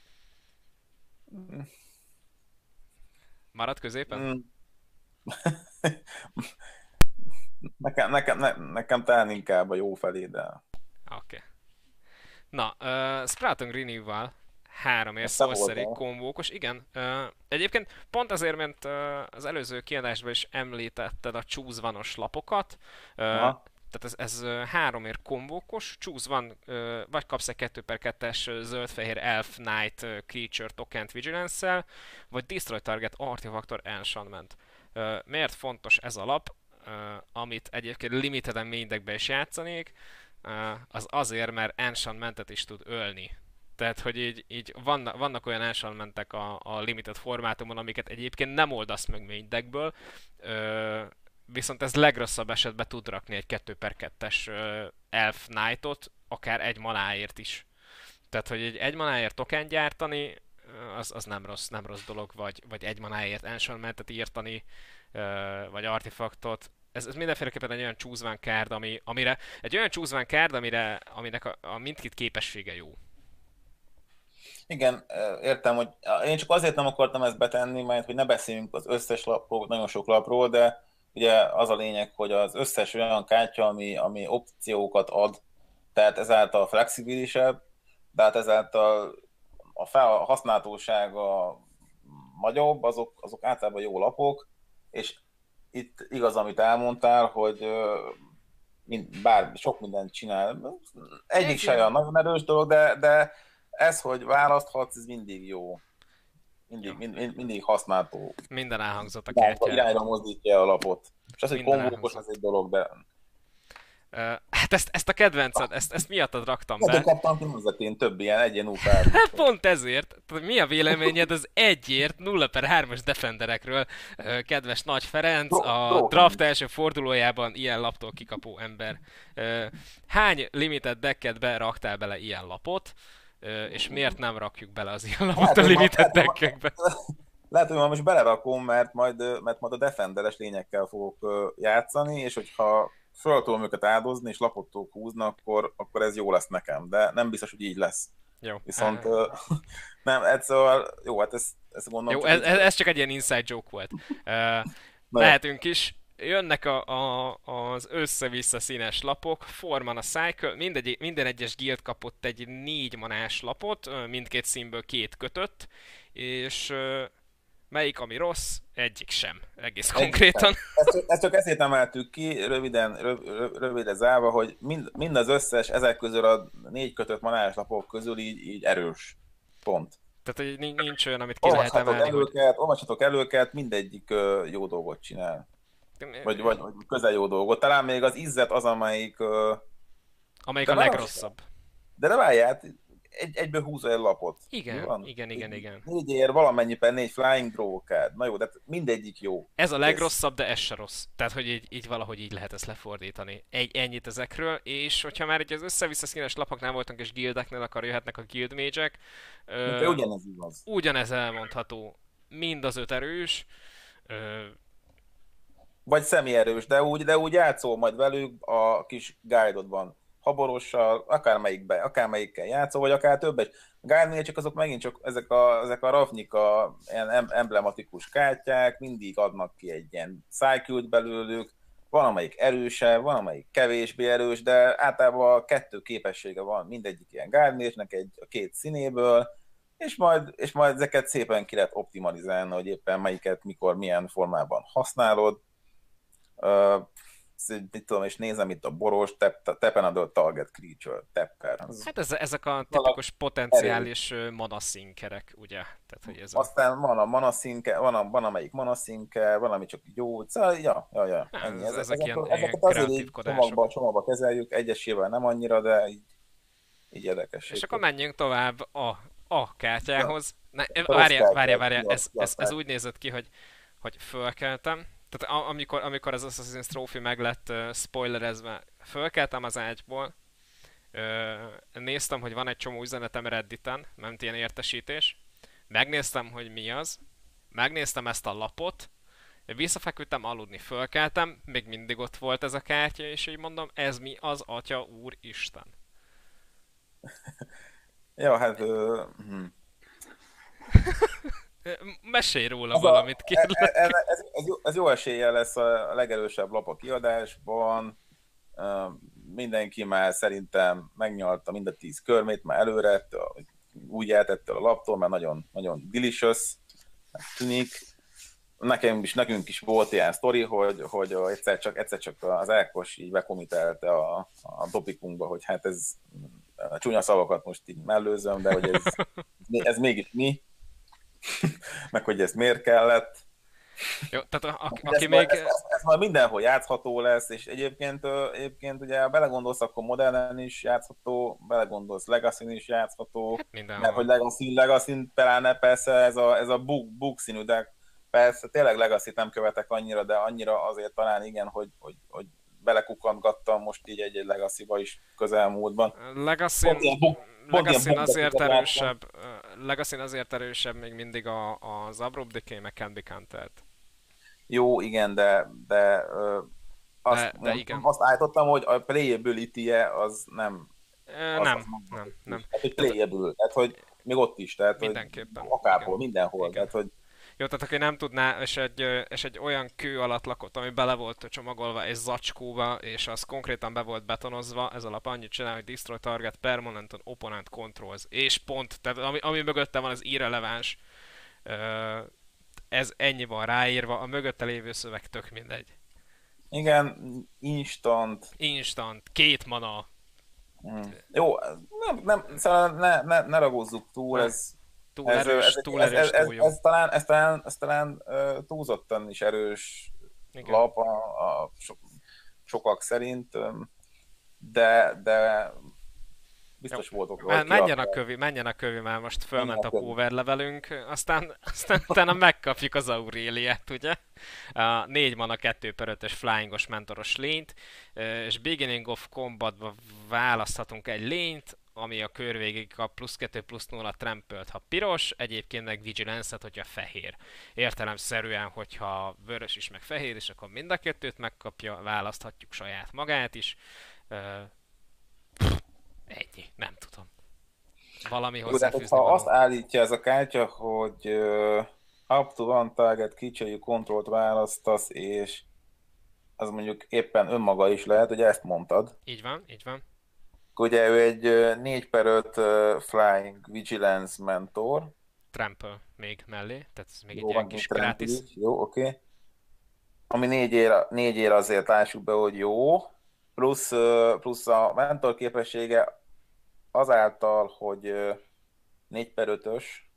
Marad középen? Mm. nekem, nekem, ne, nekem talán inkább a jó felé, de... Oké. Okay. Na, uh, Sprouting Renewal három ér Ezt te sorcery voltál. kombókos, igen. Uh, egyébként pont azért, mert uh, az előző kiadásban is említetted a Choose One-os lapokat, uh, tehát ez, ez uh, három ér kombókos, Choose One, uh, vagy kapsz egy kettő per kettes uh, zöld-fehér Elf Knight uh, Creature Tokent Vigilance-szel, vagy Destroy Target Artifactor Enchantment. Uh, miért fontos ez a lap, uh, amit egyébként limiteden main deckbe is játszanék, uh, az azért, mert Enchantmentet is tud ölni. Tehát, hogy így, így vannak, vannak olyan enchantmentek a, a limited formátumon, amiket egyébként nem oldasz meg main deckből, ö, viszont ez legrosszabb esetben tud rakni egy kettő per kettes Elf Knightot, akár egy manáért is. Tehát, hogy egy, egy manáért token gyártani, az, az nem rossz, nem rossz dolog, vagy, vagy egy manáért enchantmentet írtani, ö, vagy artefaktot. Ez, ez mindenféleképpen egy olyan choose one card, ami, amire, egy olyan choose one card, amire, aminek a, a mindkét képessége jó. Igen, értem, hogy én csak azért nem akartam ezt betenni, mert hogy ne beszéljünk az összes lapról, nagyon sok lapról, de ugye az a lényeg, hogy az összes olyan kártya, ami, ami opciókat ad, tehát ezáltal flexibilisebb, de hát ezáltal a, fel, a használhatósága nagyobb, azok, azok általában jó lapok, és itt igaz, amit elmondtál, hogy mind, bár sok mindent csinál. Egyik se olyan nagyon erős dolog, de, de ez, hogy választhatsz, ez mindig jó. Jó. Mindig, mind, mindig használható. Minden elhangzott a Irányba, kártyában. irányba mozdítja a lapot. És az, hogy Minden konvókos, elhangzott. az egy dolog, de... Uh, hát ezt, ezt a kedvenced, ezt, ezt miattad raktam Ezzel be. kaptam ki nemzetén több ilyen egyenú pár. Hát pont ezért. Tehát, mi a véleményed az egyért nulla per hármas defenderekről, uh, kedves Nagy Ferenc, Dro- a dro- draft első fordulójában ilyen laptól kikapó ember. Uh, hány limited decket beraktál bele ilyen lapot, uh, és miért nem rakjuk bele az ilyen lapot Lehet, a hogy ma- limited lehet, hogy ma- deckekbe? Lehet, hogy ma most belerakom, mert majd, ö, mert majd a defenderes lényekkel fogok ö, játszani, és hogyha föl tudom őket áldozni, és lapot tudok húzni, akkor, akkor ez jó lesz nekem, de nem biztos, hogy így lesz. Jó. Viszont Uh, ö, nem, ez szóval, jó, hát ezt, ezt gondolom Jó, csak ez, így, ez, ez csak egy ilyen inside joke volt. Uh, na, mehetünk is. Jönnek a, a, az össze-vissza színes lapok, Forman a Cycle, mindegy, minden egyes guild kapott egy négy manás lapot, ö, mindkét színből két kötött, és ö, melyik ami rossz? Egyik sem, egész konkrétan. Ezt, csak- ezt csak ezért emeltük ki, röviden, röv, röv, röviden zárva, hogy mind, mind az összes ezek közül a négy kötött manás lapok közül így, így erős. Pont. Tehát, hogy nincs nincs olyan, amit ki lehet Olvashatok emelni, hogy... előket, olvashatok előket, mindegyik ö, jó dolgot csinál. Vagy, vagy, vagy közel jó dolgot. Talán még az izzet az, amelyik... ö, Amelyik De a már- legrosszabb. De ne várját, egy, egyből húzza egy lapot. Mi Igen, van? igen, igen, igen. Négy ér, valamennyi per négy flying draw card. Na jó, de mindegyik jó. Ez a legrosszabb, de ez se rossz. Tehát, hogy így, így valahogy így lehet ezt lefordítani. Egy, ennyit ezekről, és hogyha már egy az össze-vissza színes lapoknál voltunk, és guildeknél, akkor jöhetnek a guild mage-ek. De Ö, ugyanez igaz. ugyanez elmondható. Mind az öt erős. Ö, Vagy személyerős, de úgy, de úgy játszol majd velük a kis guide-odban. Haborossal, akármelyikbe, akármelyikkel játszol, vagy akár többes. A guide csak azok megint csak ezek a, ezek a ravnyika, ilyen em- emblematikus kártyák, mindig adnak ki egy ilyen cycle-t belőlük, van amelyik erősebb, van amelyik kevésbé erős, de általában kettő képessége van mindegyik ilyen guide egy a két színéből, és majd, és majd ezeket szépen ki lehet optimalizálni, hogy éppen melyiket, mikor, milyen formában használod. Uh, mit tudom, és nézem itt a boros, tap, tap another target creature, tapper. hát ez, ezek a tipikus potenciális ö, mana szinkerek, ugye? Tehát, hogy ez a... Aztán van a mana szinke, van, a, van amelyik mana szinke, van, ami csak jó, szóval, ja, ja, ja, Hát, ennyi. ez- Ezek, ezek ezek, ilyen- ezeket ilyen azért így kreatívkodások. csomagba, csomagba kezeljük, egyesével nem annyira, de így, így érdekes. És akkor menjünk tovább a, a kártyához. Ne, rossz várja, kártya, várja, várja, jó, ez, jó, ez, ez jó. úgy nézett ki, hogy, hogy fölkeltem. Tehát a, amikor, amikor az Assassin's Trophy meg lett uh, spoilerezve, fölkeltem az ágyból, uh, néztem, hogy van egy csomó üzenetem Redditen, ment ilyen értesítés, megnéztem, hogy mi az, megnéztem ezt a lapot, visszafeküdtem aludni, fölkeltem, még mindig ott volt ez a kártya, és így mondom, ez mi az Atya Úristen? Ja, hát... Uh, hm. Ö, Mesélj róla Az a- valamit, e- kérlek. e- Ez, ez, ez, jó, ez jó eséllyel lesz a legerősebb lap a kiadásban. Uh, Mindenki már szerintem megnyalta mind a tíz körmét, már előre, úgy eltette a laptól, mert nagyon, nagyon delicious tűnik. Nekem is, nekünk is volt ilyen sztori, hogy, hogy egyszer, csak, egyszer csak az Ákos így bekomitelte a, a topikunkba, hogy hát ez a csúnya szavakat most így mellőzöm, de hogy ez, ez mégis mi, meg hogy ez miért kellett. Jó, tehát a, a, Ez, aki majd, még... ez, ez, ez majd mindenhol játszható lesz, és egyébként, ö, egyébként ugye ha belegondolsz, akkor modernen is játszható, belegondolsz Legacy-n is játszható, Hát mindenhol. mert hogy Legacy, Legacy pláne persze ez a, ez a book, book színű, de persze tényleg Legacy-t nem követek annyira, de annyira azért talán igen, hogy, hogy, hogy belekukkantgattam most így egy-egy Legacy-ba is közelmúltban. Legacy Pont ilyen book- pont ilyen Legacy azért bookbetűket erősebb, ö, Legacy azért erősebb még mindig a, az Abrupt Decay, meg Can Be Countered. Jó, igen, de, de, ö, azt, De- de igen. azt állítottam, hogy a playability-je az nem Ö, Az- nem, az nem, nem. Tehát, hogy playable, tehát, hogy még ott is, tehát, Mindenképpen. hogy akárhol, Igen. mindenhol, Igen. tehát, hogy Jó, tehát aki nem tudná, és egy, ö, és egy olyan kő alatt lakott, ami bele volt csomagolva egy zacskóba, és az konkrétan be volt betonozva, ez alap annyit csinál, hogy Destroy Target Permanent on Opponent Controls, és pont, tehát ami, ami mögötte van az irreleváns, ö, ez ennyi van ráírva, a mögötte lévő szöveg tök mindegy. igen, instant, Instant, két mana. mm. jó, Nem, nem, szóval ne, ne, ne ragózzuk túl, Ne. ez, Túl ez, erős, ez, túl ez, ez, erős, ez, túl jó. ez, talán, ez talán, ez talán uh, túlzottan is erős Igen. lap a, a so, sokak szerint, um, de, de biztos Jó. voltok, Men- hogy Menjen a kiadták. kövi, menjen a kövi, már most fölment a Menjen a kövi. power levelünk, aztán, aztán utána megkapjuk az Auréliát, ugye? A négy mana, kettő per ötös flyingos mentoros lényt, ö, és Beginning of Combatba választhatunk egy lényt, ami a kör végig kap plusz kettő plusz nulla trampölt, ha piros, egyébként meg Vigilance-et, hogyha fehér. Értelemszerűen, hogyha vörös is, meg fehér is, akkor mind a kettőt megkapja, választhatjuk saját magát is. Ö, Ennyi, nem tudom. Valami Jó, de hozzáfűzni ha való. azt állítja ez a kártya, hogy uh, up to one target creature kontrollt választasz, és az mondjuk éppen önmaga is lehet, ugye ezt mondtad. Így van, így van. Ugye ő egy uh, négy per öt uh, Flying Vigilance mentor. Trample még mellé, tehát ez még Jó, egy ilyen van, kis mint gratis. Trample is. Jó, oké. Okay. Ami négy ér, négy ér azért lássuk be, hogy jó. Plusz, uh, plusz a mentor képessége azáltal, hogy uh, négy per ötös,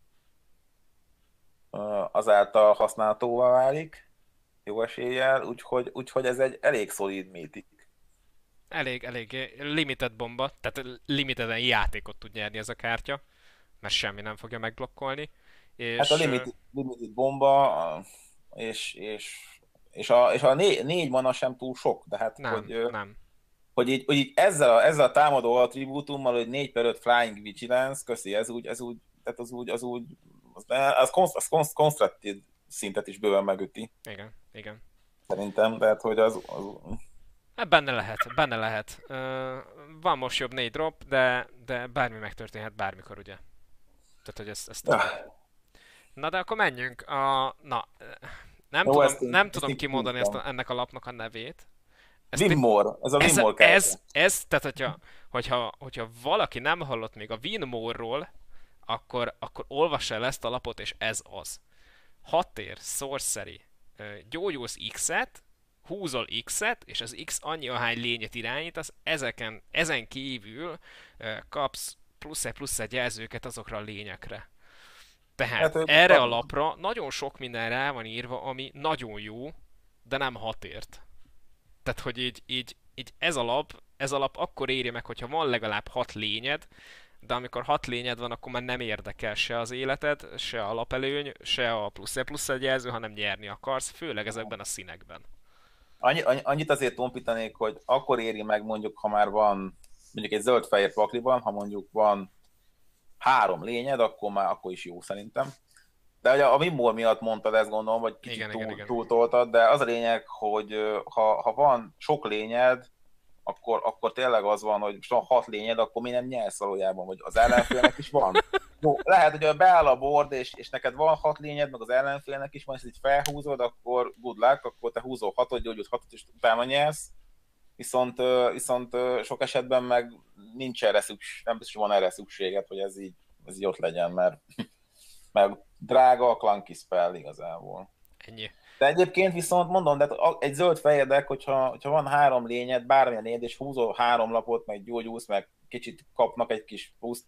uh, azáltal használhatóvá válik. Jó eséllyel, úgyhogy, úgyhogy ez egy elég szolid mythic. Elég, elég limited bomba, tehát limiteden játékot tud nyerni ez a kártya, mert semmi nem fogja megblokkolni. És Hát a limited, limited bomba, és, és, és a, és a né, négy mana sem túl sok, de hát nem, hogy, nem. hogy, így, hogy így ezzel, a, ezzel a támadó attribútummal, hogy négy per öt Flying Vigilance, köszi, ez úgy, ez úgy, tehát az úgy, az úgy, az, az, const, az const, constructed szintet is bőven megüti, Igen, igen. szerintem, tehát hogy az, az Hát benne lehet, benne lehet. Uh, van most jobb négy drop, de, de bármi megtörténhet bármikor, ugye? Tehát, hogy ezt, ezt ah, Na de akkor menjünk. A, na, nem jó, tudom, ezt én, nem ezt tudom én kimondani ezt kihúztam. a, ennek a lapnak a nevét. Ez, Winmore, ez a ez, Winmore kártya. ez, ez, tehát hogyha, hogyha, hogyha valaki nem hallott még a Winmore-ról, akkor, akkor olvassa el ezt a lapot, és ez az. hat ér, sorcery, ö, gyógyulsz X-et, húzol X-et, és az X annyi ahány lényet irányítasz, ezeken, ezen kívül ö, kapsz plusz egy plusz egy jelzőket azokra a lényekre. Tehát Hát, ő- erre a lapra nagyon sok minden rá van írva, ami nagyon jó, de nem hat ért. Tehát, hogy így, így, így ez a lap, ez a lap akkor éri meg, hogyha van legalább hat lényed, de amikor hat lényed van, akkor már nem érdekel se az életed, se a lapelőny, se a plusz egy plusz egy jelző, hanem nyerni akarsz, főleg ezekben a színekben. Annyi, annyi, annyit azért tompítanék, hogy akkor éri meg mondjuk, ha már van mondjuk egy zöld-fehér pakliban, ha mondjuk van három lényed, akkor már akkor is jó szerintem. De ugye a Wimmore miatt mondtad ezt, gondolom, vagy kicsit Igen, túl, igen, igen. túltoltad, de az a lényeg, hogy ö, ha, ha van sok lényed, akkor, akkor tényleg az van, hogy most van hat lényed, akkor mi nem nyersz valójában, vagy az ellenfélnek is van. Jó, lehet, hogy beáll a board, és, és neked van hat lényed, meg az ellenfélnek is van, és így felhúzod, akkor good luck, akkor te húzol hatot, gyógyulsz hatot, és utána nyersz. Viszont, ö, viszont ö, sok esetben meg nincs erre szükség, nem biztos, hogy van erre szükséged, hogy ez így, ez így ott legyen, mert, mert drága a clunky spell igazából. Ennyi. De egyébként viszont mondom, de egy zöld fehér deck, hogyha, hogyha van három lényed, bármilyen lényed, és húzol három lapot, meg gyógyulsz, meg kicsit kapnak egy kis pluszt,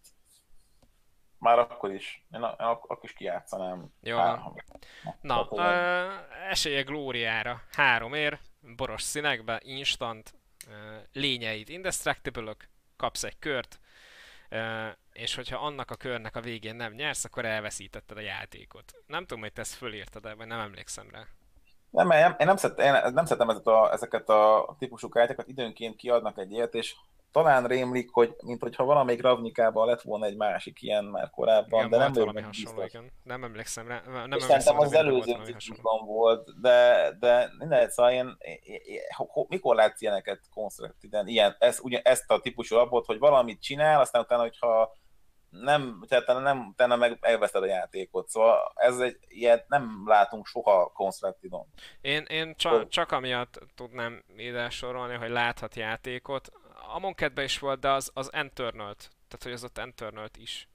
már akkor is, én ak- akkor is kijátszanám. Jó Há- van. Na, Tehát, hogy- ö, esélye glóriára. Három ér, boros színekbe, instant, ö, lényeid indestructible-ök, kapsz egy kört, ö, és hogyha annak a körnek a végén nem nyersz, akkor elveszítetted a játékot. Nem tudom, hogy te ezt fölírtad el, vagy nem emlékszem rá. Nem, én, én nem szeretem, én nem szeretem ezeket a, ezeket a típusú kártyákat, időnként kiadnak egy ilyet, és talán rémlik, hogy mint hogyha valamelyik Ravnikában lett volna egy másik ilyen már korábban, Igen, de nem volt valami vagyok hasonló, biztos. igen. Nem emlékszem rá. Nem És emlékszem szerintem az az evére, de volt előző valami hasonló. ciklusban volt, de, de minden, szóval én, én, én, ho- mikor látsz ilyeneket konstruktiden, ilyen, ez, ugye ezt a típusú lapot, hogy valamit csinál, aztán utána, hogyha nem, tehát nem, utána meg elveszted a játékot, szóval ez egy ilyet nem látunk soha konstruktidon. Én, én csak, csak amiatt tudnám ide sorolni, hogy láthat játékot. A Monketben is volt, de az, az Enternalt. Tehát, hogy az ott Enternalt is.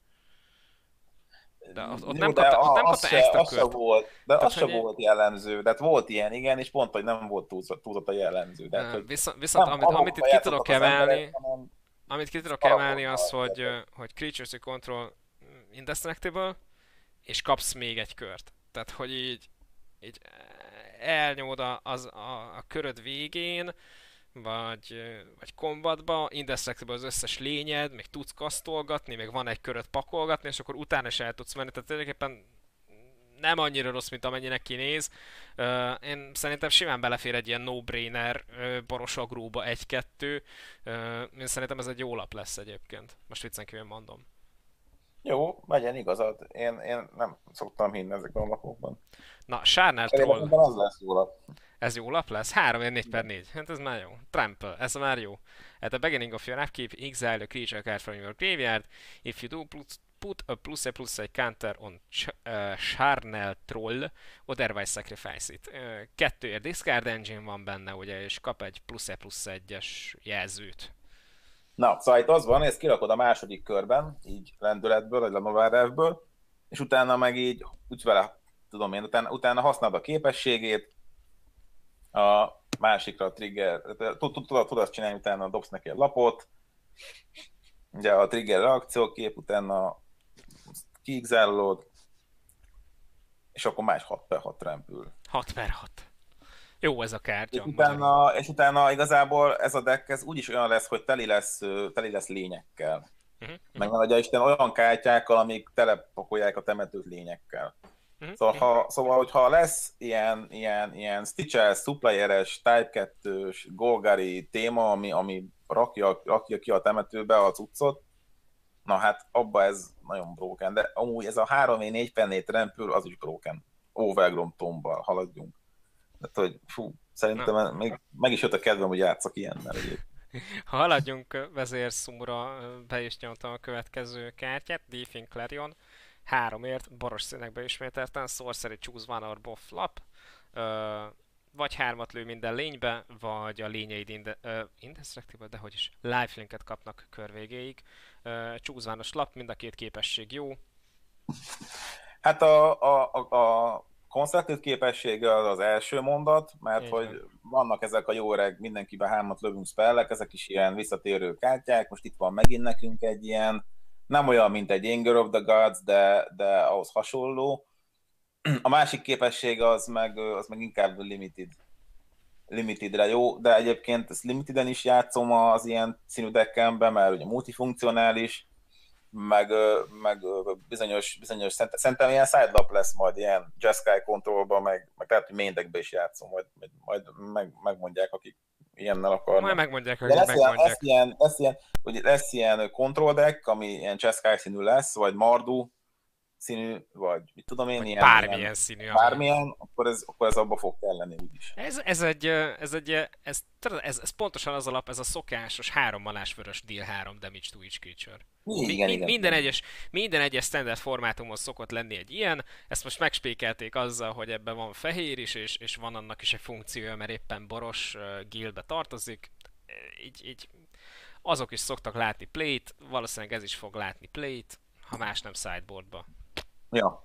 De ott, ott Jó, nem de kapta, ott nem az kapta se, extra az se kört. volt, de Tehát, az se hogy- volt jellemző, tehát volt ilyen, igen, és pont, hogy nem volt túlzott, túlzott a jellemző. Tehát, Ö, hogy Viszont, viszont nem amit, amit itt azokkal ki tudok játszottak az emberek, emelni, hanem amit ki tudok emelni Alapon az, hogy, alapvetően. ö, hogy Creatures with Control indestructible, és kapsz még egy kört. Tehát, hogy így, így elnyomod a, az, a, a köröd végén, vagy, ö, vagy combatba, indestructible az összes lényed, még tudsz kasztolgatni, még van egy köröt pakolgatni, és akkor utána is el tudsz menni. Tehát tulajdonképpen nem annyira rossz, mint amennyinek kinéz. Uh, én szerintem simán belefér egy ilyen no-brainer uh, boros agróba egy-kettő. Uh, én szerintem ez egy jó lap lesz egyébként. Most viccen kívül mondom. Jó, legyen igazad. Én, én nem szoktam hinni ezekben a lapokban. Na, Sárnál Troll. Szerintem az lesz jó lap. Ez jó lap lesz? három négy per négy. Hát ez már jó. Trample, ez már jó. At the beginning of your upkeep, exile a creature card from your graveyard. If you do, plus- put a plus a plus egy counter on ch- uh, Charnel Troll, otherwise sacrifice it. Uh, kettőért discard engine van benne, ugye, és kap egy plusz e plusz egyes jelzőt. Na, szóval itt az van, ezt kirakod a második körben, így lendületből, vagy a Novarevből, és utána meg így, úgy vele, tudom én, utána, utána használod a képességét, a másikra a trigger, tudod, tudod azt csinálni, utána dobsz neki egy lapot, ugye a trigger reakciókép, utána kiigzálod, és akkor más hat per hat rempül. hat per hat. Jó ez a kártya. És utána, és utána igazából ez a deck ez úgyis olyan lesz, hogy teli lesz, teli lesz lényekkel. Uh-huh. Meg van, Isten, olyan kártyákkal, amik telepakolják a temetőt lényekkel. Uh-huh. Szóval, ha, szóval, hogyha lesz ilyen, ilyen, ilyen Stitches, Supplieres, Type kettős, Golgari téma, ami, ami rakja, rakja ki a temetőbe a cuccot, na hát abba ez nagyon broken, de amúgy ez a három négy pennét rempül, az is broken. Overgrown tombbal haladjunk. Tehát, hogy fú, szerintem Na. még meg is jött a kedvem, hogy játszak ilyennel egyébként. Ha haladjunk vezérszumra, be is nyomtam a következő kártyát, Deafing Clarion. Háromért, boros színekbe ismételten, Sorcery Choose One or Both Flop. Ö, vagy hármat lő minden lénybe, vagy a lényeid inde, ö, indestructible, de hogy is, lifelinket kapnak kör végéig. Ö, Choose One-os lap, mind a két képesség jó. Hát a, a, a, a konstruktív képessége az az első mondat, mert Én hogy van. vannak ezek a jó öreg, mindenkiben hármat lövünk spellek, ezek is ilyen visszatérő kártyák, most itt van megint nekünk egy ilyen, nem olyan, mint egy Anger of the Gods, de, de ahhoz hasonló. A másik képesség az meg, az meg inkább limited. Limitedre jó, de egyébként ezt limiteden is játszom az ilyen színű deckemben, mert ugye multifunkcionális, meg, meg bizonyos, bizonyos szerintem ilyen side lap lesz majd ilyen Jeskai Controlban, meg, meg lehet, hogy main deckbe is játszom, majd, majd meg, megmondják, akik ilyennel akarnak. Majd megmondják, hogy lesz megmondják. Ilyen, lesz, ilyen, lesz, ilyen, ugye lesz ilyen control deck, ami ilyen Jeskai színű lesz, vagy Mardu színű, vagy mit tudom én, vagy ilyen, bármilyen ilyen, színű. Bármilyen, akkor ez, akkor ez abba fog kelleni úgyis. Ez, ez egy, ez egy, ez, ez, ez pontosan az alap, ez a szokásos három manás vörös deal három damage to each creature. Igen, Mi, igen, minden, igen. egyes, minden egyes standard formátumon szokott lenni egy ilyen, ezt most megspékelték azzal, hogy ebben van fehér is, és, és van annak is egy funkciója, mert éppen boros uh, guildbe tartozik. Így, így azok is szoktak látni play-t, valószínűleg ez is fog látni play-t, ha más nem sideboardba. Ja.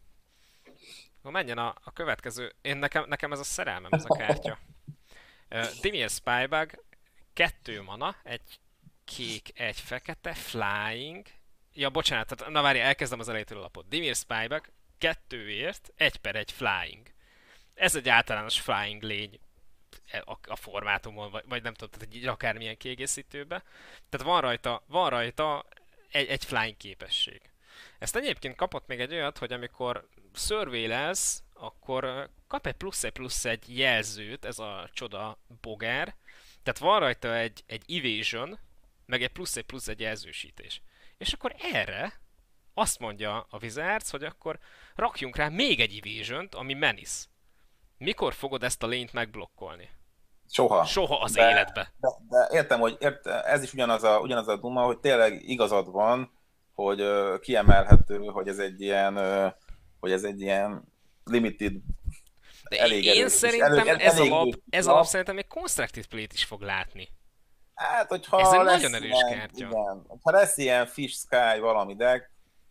Ha menjen a, a következő, én nekem, nekem ez a szerelmem, ez a kártya. Uh, Dimir Spybug, kettő mana, egy kék, egy fekete, flying. Ja, bocsánat, tehát, na várj, elkezdem az elejétől a lapot. Dimir Spybug, kettőért, egy per egy flying. Ez egy általános flying lény a, a formátumon, vagy, vagy nem tudom, tehát egy, akármilyen kiegészítőbe. Tehát van rajta, van rajta egy, egy flying képesség. Ezt egyébként kapott még egy olyat, hogy amikor surveillance, akkor kap egy plusz egy plusz egy jelzőt, ez a csoda bogár. Tehát van rajta egy, egy evasion, meg egy plusz egy plusz egy jelzősítés. És akkor erre azt mondja a Wizards, hogy akkor rakjunk rá még egy evasion-t, ami menace. Mikor fogod ezt a lényt megblokkolni? Soha. Soha az de, életbe. De, de értem, hogy ért, ez is ugyanaz a, ugyanaz a duma, hogy tényleg igazad van, hogy uh, kiemelhető, hogy ez egy ilyen, uh, hogy ez egy ilyen limited. De elég én erős, szerintem elég, ez, elég a lap, ez a lap szerintem egy constructed play-t is fog látni. Hát, hogyha ez egy lesz nagyon erős ilyen, kártya. Igen, ha lesz ilyen Fish Sky valami deck,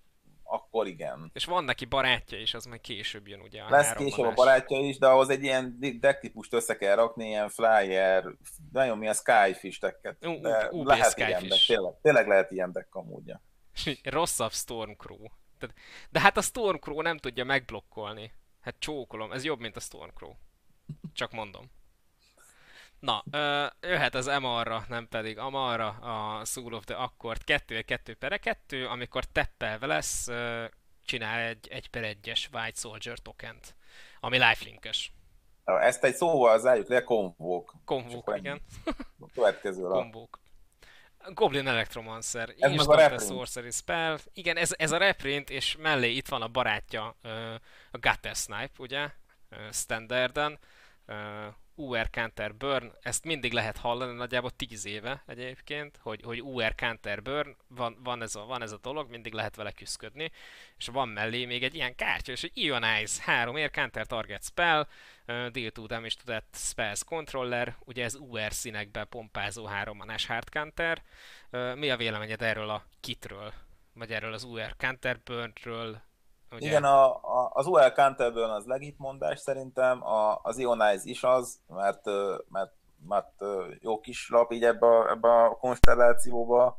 akkor igen. És van neki barátja is, az majd később jön ugye a Lesz később a hárommanás. barátja is, de ahhoz egy ilyen deck típust össze kell rakni, ilyen flyer, nagyon milyen skyfish decket, de u bé lehet ilyen, de Skyfish. tényleg, tényleg lehet ilyen deck amúgy. Rosszabb Stormcrow. Tehát, de hát a Stormcrow nem tudja megblokkolni. Hát csókolom, ez jobb, mint a Stormcrow. Csak mondom. Na, ö, jöhet az Emarra, nem pedig Amarra, a Soul of the Accord kettő kettő per kettő, amikor teppelve lesz, ö, csinál egy egy per egyes White Soldier tokent, ami lifelinkös. Ezt egy szóval zárjuk le, konvók. Konvók, igen. A következő a... Kombók. Goblin Electromancer, Ez meg a Instant reprint. Sorcery Spell. Igen, ez, ez a reprint, és mellé itt van a barátja, ö, a Gutter Snipe, ugye? Ö, Standarden. Ö, u er Counter Burn, ezt mindig lehet hallani, nagyjából tíz éve egyébként, hogy, hogy u er Counter Burn, van, van, ez a, van ez a dolog, mindig lehet vele küzdködni, és van mellé még egy ilyen kártya, és egy Ionize, három ér Counter Target Spell, uh, Deal to Damage to that Spells Controller, ugye ez u er színekben pompázó három manás hard counter. Uh, mi a véleményed erről a kitről, vagy erről az u er Counter Burnről? Ugye? Igen, a, a, az u el Counterből az legit mondás szerintem, a, az Ionize is az, mert, ö, mert, mert ö, jó kis lap így ebbe a, ebbe a konstellációba.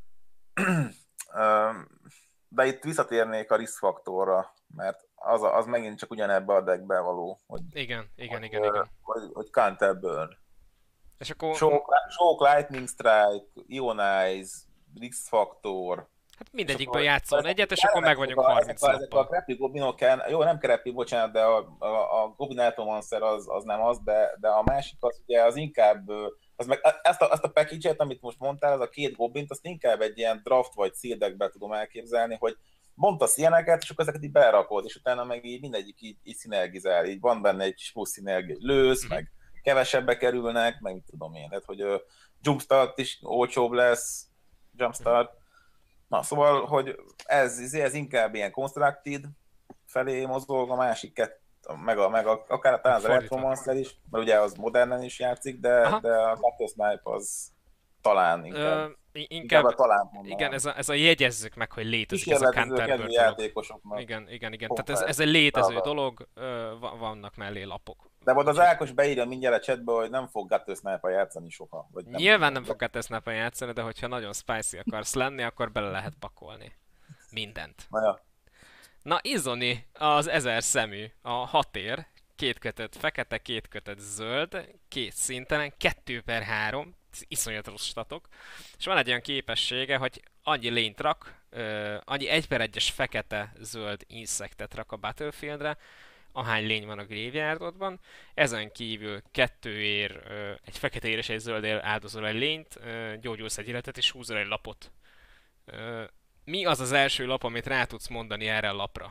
Ö, De itt visszatérnék a risk faktorra, mert az, az megint csak ugyanebbe a deckbe való, hogy, Igen, igen, hogy, igen, ö, igen. hogy, hogy Counter Burn. És akkor... Shock, Lightning Strike, Ionize, risk faktor. Hát mindegyikből játszol egyet, és akkor meg vagyunk ezek a, harminc ezek a, ezek a lappal. Crappy Goblinok, jó, nem Crappy, bocsánat, de a, a, a Goblin Electromancer az, az nem az, de, de a másik az ugye az inkább, az meg, ezt a, ezt a package-et, amit most mondtál, az a két Goblint, azt inkább egy ilyen draft vagy seedekbe tudom elképzelni, hogy bontasz ilyeneket, és akkor ezeket így berakod, és utána meg így mindegyik így, így szinergizál, így van benne egy plusz szinergia, hogy lősz, mm-hmm. meg kevesebbe kerülnek, meg mit tudom én, tehát hogy uh, Jumpstart is olcsóbb lesz, Jumpstart. Mm-hmm. Na, szóval, hogy ez, ez inkább ilyen constructed felé mozog, a másik kett, meg, a, meg a, akár talán az Electromancer is, mert ugye az modernen is játszik, de, de a Gutter Snipe az talán inkább. Ö, inkább, inkább talán igen, ez a, ez a jegyezzük meg, hogy létezik ez a Counterbird játékosoknak. Igen, igen, igen. Tehát ez, ez egy létező Talán. dolog, vannak mellé lapok. De volt az Ákos beírja mindjárt a chatbe, hogy nem fog Gutter Snipe-a játszani soha. Vagy nem Nyilván nem fog Gutter Snipe-a játszani, de hogyha nagyon spicy akarsz lenni, akkor bele lehet pakolni. Mindent. Na, ja. Na Izoni, az ezer szemű, a hat ér, két kötet fekete, két kötet zöld, két szintenen, kettő per három, iszonyat rossz statok, és van egy olyan képessége, hogy annyi lényt rak, uh, annyi egy per egyes fekete-zöld insektet rak a Battlefieldre, ahány lény van a graveyardodban, ezen kívül kettő ér, uh, egy fekete ér és egy zöld ér áldozol egy lényt, uh, gyógyulsz egy életet és húzol egy lapot. Uh, mi az az első lap, amit rá tudsz mondani erre a lapra?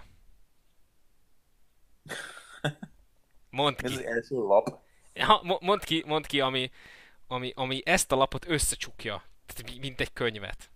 Mondd ki. Ez az első lap? Ja, mondd ki, mondd ki, ami, ami, ami ezt a lapot összecsukja. Tehát mint egy könyvet.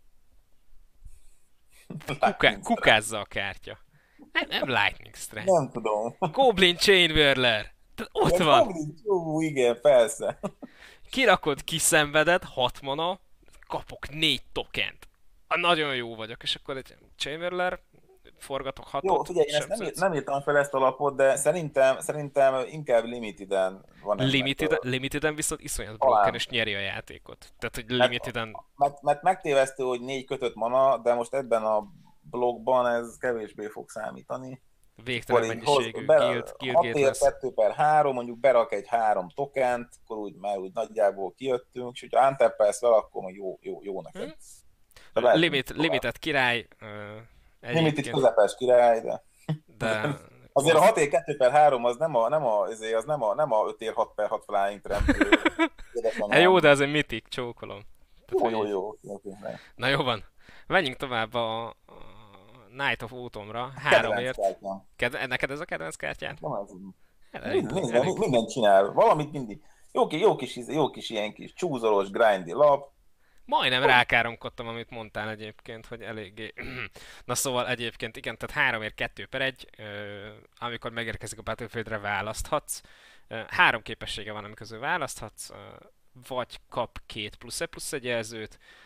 Kuká, kukázza a kártya. Nem, nem Lightning Strike. Nem tudom. Goblin Chainwhirler. Tehát ott de van. Goblin, ó, igen, persze. Kirakod, kiszenveded, hat mana, kapok négy tokent. Ah, nagyon jó vagyok, és akkor egy Chainwhirler, forgatok hatot. Jó, figyelj, én ezt nem, nem írtam fel ezt a lapot, de szerintem, szerintem inkább limiteden van. Limited, limiteden viszont iszonyat broken, és nyeri a játékot. Tehát, hogy limiteden... Mert, mert, mert megtévesztő, hogy négy kötött mana, de most ebben a blogban ez kevésbé fog számítani. Végtelen mennyiségű guild, guild lesz. kettő per három, mondjuk berak egy három tokent, akkor úgy már úgy nagyjából kijöttünk, és hogyha untappelsz vele, akkor meg jó, jó, jó neked. Hmm. Limit, limited király... Uh, Limited közepes király, de... de... Azért a hat ér kettő per három az nem a, nem a, az nem a, nem a öt ér hat per hat flying tremplő. Hát jó, de ez egy mythic, csókolom. Jó, jó, jó, jó. Na jó van. Menjünk tovább a, a Night of Autumn-ra. Háromért. Ked- neked ez a kedvenc kártyád? Minden, minden csinál. Valamit mindig. Jó, jó, kis, jó kis ilyen kis csúzolós, grindy lap. Majdnem rákáromkodtam, amit mondtál egyébként, hogy eléggé... Na szóval egyébként igen, tehát háromért kettő per egy, amikor megérkezik a Battlefieldre választhatsz. Három képessége van, amikor választhatsz, vagy kap két plusz egy plusz egy jelzőt,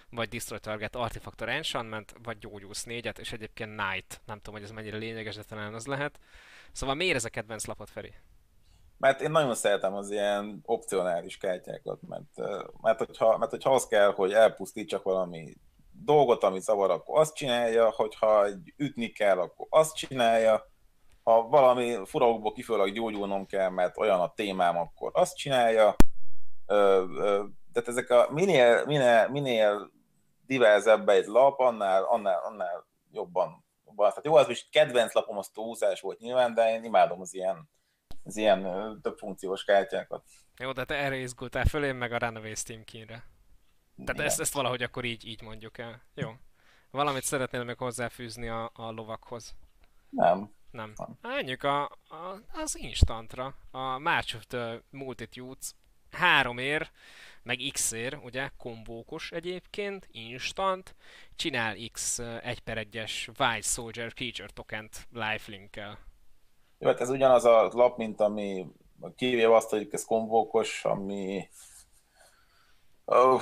vagy Destroy Target Artifactor Enchantment, vagy gyógyulsz négyet, és egyébként Knight. Nem tudom, hogy ez mennyire lényeges, de talán az lehet. Szóval miért ez a kedvenc lapot, Feri? Mert én nagyon szeretem az ilyen opcionális kártyákat, mert, mert, hogyha, mert hogyha az kell, hogy elpusztítsak valami dolgot, amit zavar, akkor azt csinálja, hogyha ütni kell, akkor azt csinálja, ha valami furokból kifolyólag gyógyulnom kell, mert olyan a témám, akkor azt csinálja. Tehát ezek a minél, minél, minél diverzebb egy lap, annál, annál, annál jobban. jobban. Tehát jó, az is kedvenc lapom, az túlzás volt nyilván, de én imádom az ilyen, az ilyen több funkciós kártyákat. Jó, de te erre izgultál föl, én meg a Runaway Steam Keenre. Tehát ezt, ezt valahogy akkor így, így mondjuk el. Jó. Valamit szeretnél még hozzáfűzni a, a lovakhoz? Nem. Nem. Menjünk a, a, az instantra. A March of the Multitudes három ér, meg X ér, ugye, kombókos egyébként, instant, csinál X egy per egyes Wise Soldier Creature tokent lifelink-kel. Jó, hát ez ugyanaz a lap, mint ami kivéve azt, hogy ez kombókos, ami oh.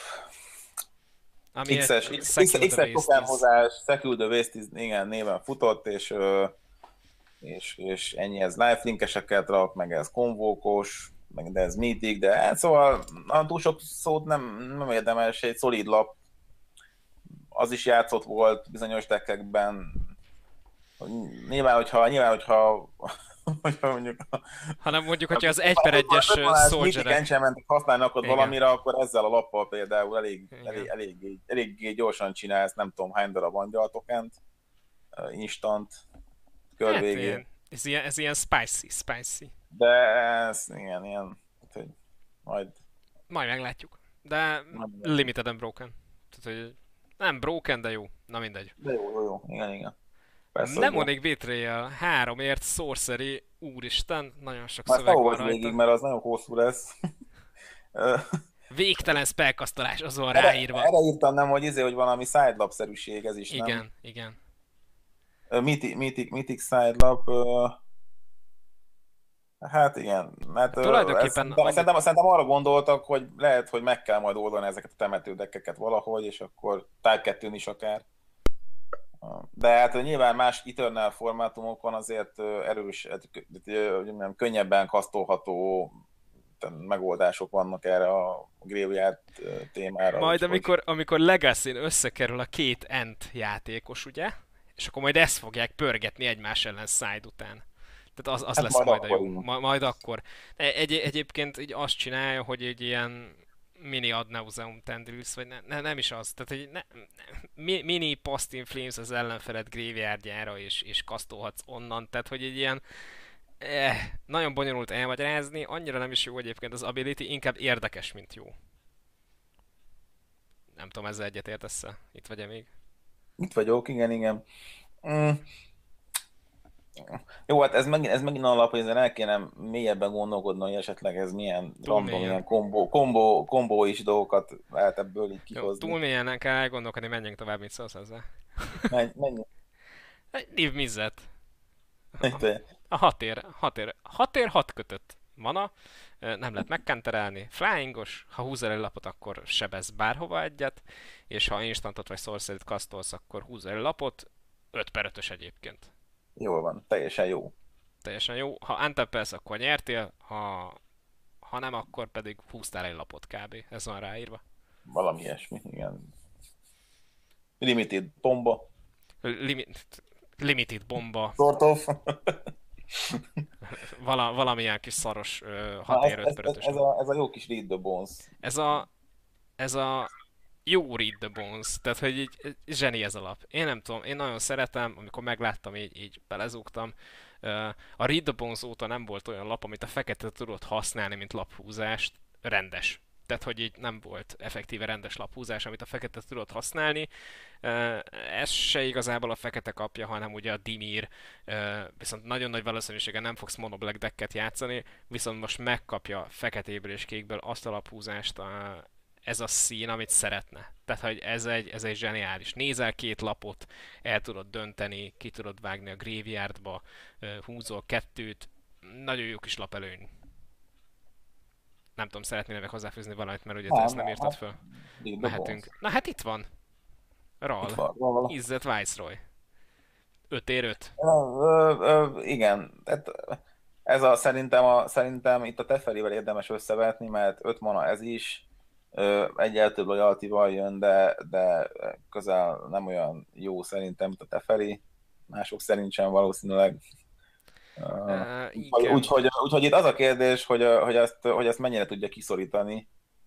Ami X-es, X-es tokánhozás, Secure the Waste, igen, néven futott, és, és, és ennyi, ez lifelink-eseket rak, meg ez konvókos, meg de ez mythic, de hát szóval túl sok szót nem, nem érdemes, egy szolid lap, az is játszott volt bizonyos deckekben, nyilván, hogyha, nyilván, hogyha hogyha mondjuk... Hanem mondjuk, hogyha az egy per egyes Soldierek... Mythic enchantmentet használnak ott valamire, akkor ezzel a lappal például elég, elég, elég, elég gyorsan csinálsz, nem tudom hány darab angyal tokent, instant, kör hát végén. Ilyen, ez, ilyen, ez ilyen spicy, spicy. De ez igen, ilyen, hogy majd... Majd meglátjuk. De limited and broken. Tehát, hogy nem broken, de jó. Na mindegy. De jó, jó, jó. Igen, igen. Persze, Demonic Betrayal, három ért, sorcery, úristen, nagyon sok már szöveg van rajta. végig, mert az nagyon hosszú lesz. Végtelen spellkasztolás, az van erre, ráírva. Erre írtam nem, hogy izé, hogy valami sidelap-szerűség, ez is, igen, nem? Igen, igen. Mythic, Mythic, Mythic sidelap... Uh, hát igen, mert uh, tulajdonképpen... Szerintem, ami... szerintem, szerintem arra gondoltak, hogy lehet, hogy meg kell majd oldani ezeket a temetődekkeket valahogy, és akkor Type kettőn is akár. De hát nyilván más Eternal formátumokon azért erős, nem, könnyebben kasztolható megoldások vannak erre a graveyard témára. Majd amikor, hogy... amikor Legacy-n összekerül a két Ent játékos, ugye? És akkor majd ezt fogják pörgetni egymás ellen side után. Tehát az, az hát lesz majd, majd a jó. Ma, majd akkor. Egy, egyébként így azt csinálja, hogy egy ilyen mini ad nauseam tendrils, vagy ne, ne, nem is az, tehát egy ne, ne, mini Past in Flames az ellenfeled graveyardjára, és, és kasztolhatsz onnan, tehát hogy egy ilyen eh, nagyon bonyolult elmagyarázni, annyira nem is jó egyébként az ability, inkább érdekes, mint jó. Nem tudom, ezzel egyet értesz-e? Itt vagy-e még? Itt vagyok, igen, igen. Mm. Jó, hát ez megint, ez megint alap, hogy ezen el kéne mélyebben gondolkodni, hogy esetleg ez milyen túl random, mélyen. Ilyen kombó, kombó, kombó is dolgokat lehet ebből így kihozni. Jó, túl mélyen kell elgondolkodni, menjünk tovább, mit szólsz hozzá. Menj, menjünk. Nív Mizzet. A hat ér, hat ér, hat ér, hat kötött mana, nem lehet megkenterelni, flyingos, ha húz el egy lapot, akkor sebez bárhova egyet, és ha instantot vagy sorcery-t kasztolsz, akkor húz el egy lapot, öt per ötös egyébként. Jól van, teljesen jó. Teljesen jó. Ha untapelsz, akkor nyertél, ha, ha nem, akkor pedig húztál egy lapot kb. Ez van ráírva. Valami ilyesmi, igen. Limited bomba. Limit, limited bomba. Sort of. Vala, valamilyen kis szaros uh, hat ér öt per ötös. Ez, ez, a, ez a jó kis Read the Bones. Ez a, ez a jó Read the Bones, tehát hogy így zseni ez a lap. Én nem tudom, én nagyon szeretem, amikor megláttam, így, így belezúgtam. A Read the Bones óta nem volt olyan lap, amit a fekete tudott használni, mint laphúzást, rendes. Tehát, hogy így nem volt effektíve rendes laphúzás, amit a fekete tudott használni. Ez se igazából a fekete kapja, hanem ugye a Dimir, viszont nagyon nagy valószínűséggel nem fogsz mono black decket játszani, viszont most megkapja feketéből és kékből azt a laphúzást, ez a szín, amit szeretne. Tehát, hogy ez egy, ez egy zseniális. Nézel két lapot, el tudod dönteni, ki tudod vágni a graveyardba, húzol kettőt, nagyon jó kis lapelőny. Nem tudom, szeretnél még hozzáfűzni valamit, mert ugye te ezt Nem, nem írtad hát föl. Lead the Mehetünk. Bones. Na hát itt van. Itt Ral. van róla. Izzet Viceroy. öt ér öt. Ö, ö, ö, igen, tehát ez a, szerintem, a, szerintem itt a Teferivel érdemes összevetni, mert öt mana ez is, ö, egyel több loyalty-val jön, de, de közel nem olyan jó szerintem, mint a Teferi. Mások szerint sem valószínűleg. Uh, Uh, úgyhogy, igen. úgyhogy, úgyhogy itt az a kérdés, hogy, hogy, ezt, hogy ezt mennyire tudja kiszorítani.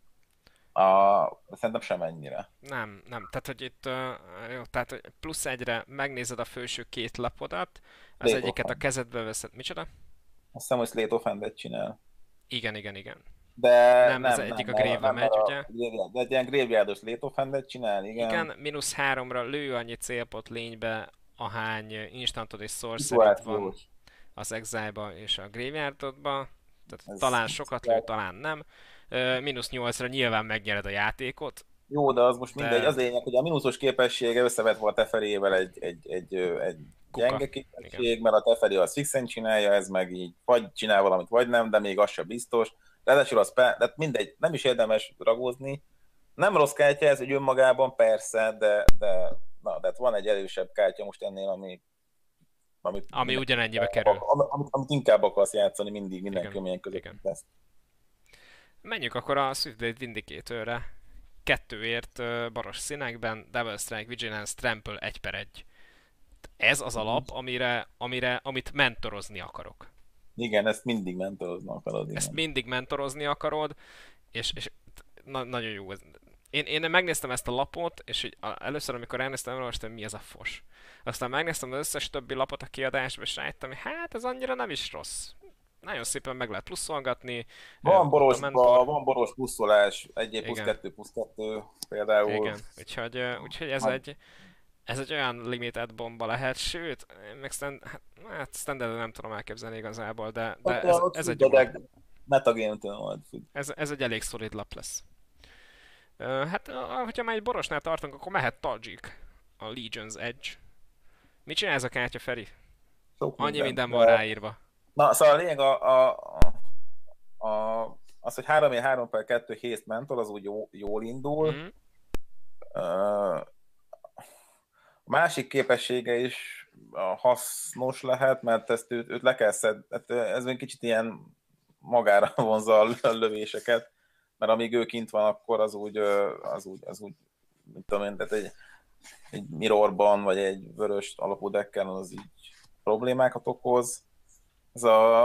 A, szerintem sem ennyire. Nem, nem. Tehát, hogy itt uh, jó, tehát, hogy plusz egyre megnézed a felső két lapodat, az Slate egyiket of a Hand. kezedbe veszed. Micsoda? Azt hiszem, hogy Slate of Hand-et csinál. Igen, igen, igen. De Nem, az nem, egyik nem, a mert, grave-be nem, mert megy, a ugye? graveyard, de egy ilyen graveyardos Slate of Hand-et csinál, igen. Igen, mínusz háromra lő annyi célpot lénybe, ahány instantod és sorcery van Szituációs. az exile-ba és a graveyardodba. Tehát Ez talán sokat lő, talán nem. Uh, mínusz nyolcra nyilván megnyered a játékot, jó, de az most mindegy. de Az lényeg, hogy a mínuszos képessége összevetve a Teferével egy, egy, egy, ö, egy kuka. gyenge Igen. képesség, mert a Teferi az fixen csinálja, ez meg így vagy csinál valamit, vagy nem, de még az sem biztos. Ráadásul az, pe- de mindegy, nem is érdemes ragózni. Nem rossz kártya ez, hogy önmagában persze, de, de, na, de hát van egy erősebb kártya most ennél, ami amit, Ami minden- ugyanennyibe kerül. amit, amit inkább akarsz játszani mindig, minden Igen, körülmények között. igen. Ezt. Menjünk akkor a Swiftblade Vindicatorre. Kettőért uh, baros színekben, Double Strike, Vigilance, Trample egy per egy. Ez az alap, amire, amire, amit mentorozni akarok. Igen, ezt mindig mentoroznak akarod. Igen. Ezt mindig mentorozni akarod, és, és na, nagyon jó ez. Én, én megnéztem ezt a lapot, és így a, először, amikor elnéztem, elolvastam, hogy mi ez a fos. Aztán megnéztem az összes többi lapot a kiadásba, és rájöttem, hogy hát ez annyira nem is rossz. Nagyon szépen meg lehet pluszolgatni. Van boros, mentor. van boros pluszolás, egy plusz Igen. kettő plusz kettő például. Igen, úgyhogy, ö, úgyhogy ez, Hát- egy, ez egy olyan limited bomba lehet, sőt, én meg stand, hát, hát standard nem tudom elképzelni igazából, de, de Ott, ez, ott ez, egy, függ a jó lap. deck, metagame-től majd függ. ez, ez egy elég szolid lap lesz. Ö, Hát, ö, hogyha már egy borosnál tartunk, akkor mehet Tajik, a Legion's Edge. Mit csinál ez a kártya, Feri? Sok Annyi minden de- van ráírva. Na, szóval a lényeg a, a, a, a az, hogy három három per kettő haste mentor, az úgy jó, jól indul. Mhm. Uh, a másik képessége is uh, hasznos lehet, mert ezt őt, őt le kell szed, hát ez egy kicsit ilyen magára vonza a lövéseket, mert amíg ő kint van, akkor az úgy, uh, az úgy, az úgy mit tudom én, tehát egy, egy mirrorban, vagy egy vörös alapú decken az így problémákat okoz. Ez a,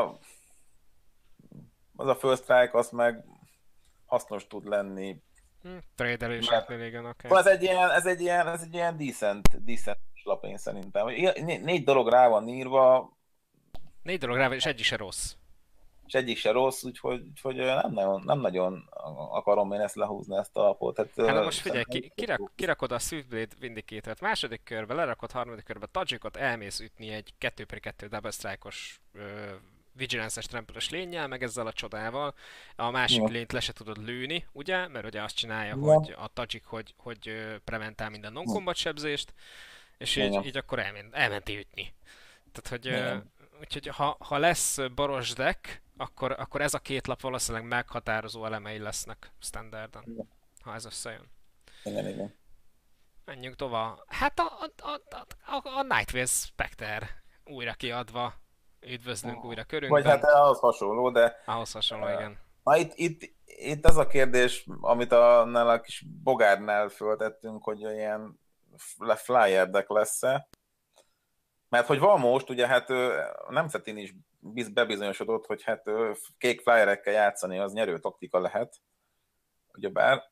az a first strike, az meg hasznos tud lenni. Hm, Tradeléseknél igen, oké. Szóval ez egy ilyen, ez egy ilyen, ez egy ilyen decent, decent lap én szerintem. Né- Négy dolog rá van írva, Négy dolog rá van, és egyik se rossz. és egyik se rossz, úgyhogy, úgyhogy nem, nagyon, nem nagyon akarom én ezt lehúzni, ezt a lapot. Hát, Hát na ö, most figyelj, szerintem- ki, kirak, kirakod a Swiftblade Vindicator-t második körbe, lerakod harmadik körbe Tajikot, elmész ütni egy kettő per kettő double strike-os ö, Vigilance-es Trample-ös lénnyel, meg ezzel a csodával. A másik Igen. lényt le se tudod lőni, ugye? Mert ugye azt csinálja, Igen. hogy a Tajik, hogy, hogy ö, preventál minden non-combat sebzést, és így, Igen. így akkor elment, elmenti ütni. Tehát, hogy ö, Igen. úgyhogy ha, ha lesz baros deck, akkor, akkor ez a két lap valószínűleg meghatározó elemei lesznek standarden, Igen. ha ez összejön. Igen, igen. Menjünk tovább. Hát a, a, a, a, a Nightwave Spectre újra kiadva. Üdvözlünk újra Vagy körünkben. hát ahhoz hasonló, de Ahhoz hasonló, igen. na itt, itt, itt az a kérdés, amit annál a kis bogárnál föltettünk, hogy ilyen flyer deck lesz-e. Mert hogy van most, ugye hát ö, a Nemzetin is biz- bebizonyosodott, hogy hát ö, kék flyerekkel játszani az nyerő taktika lehet. Ugyebár.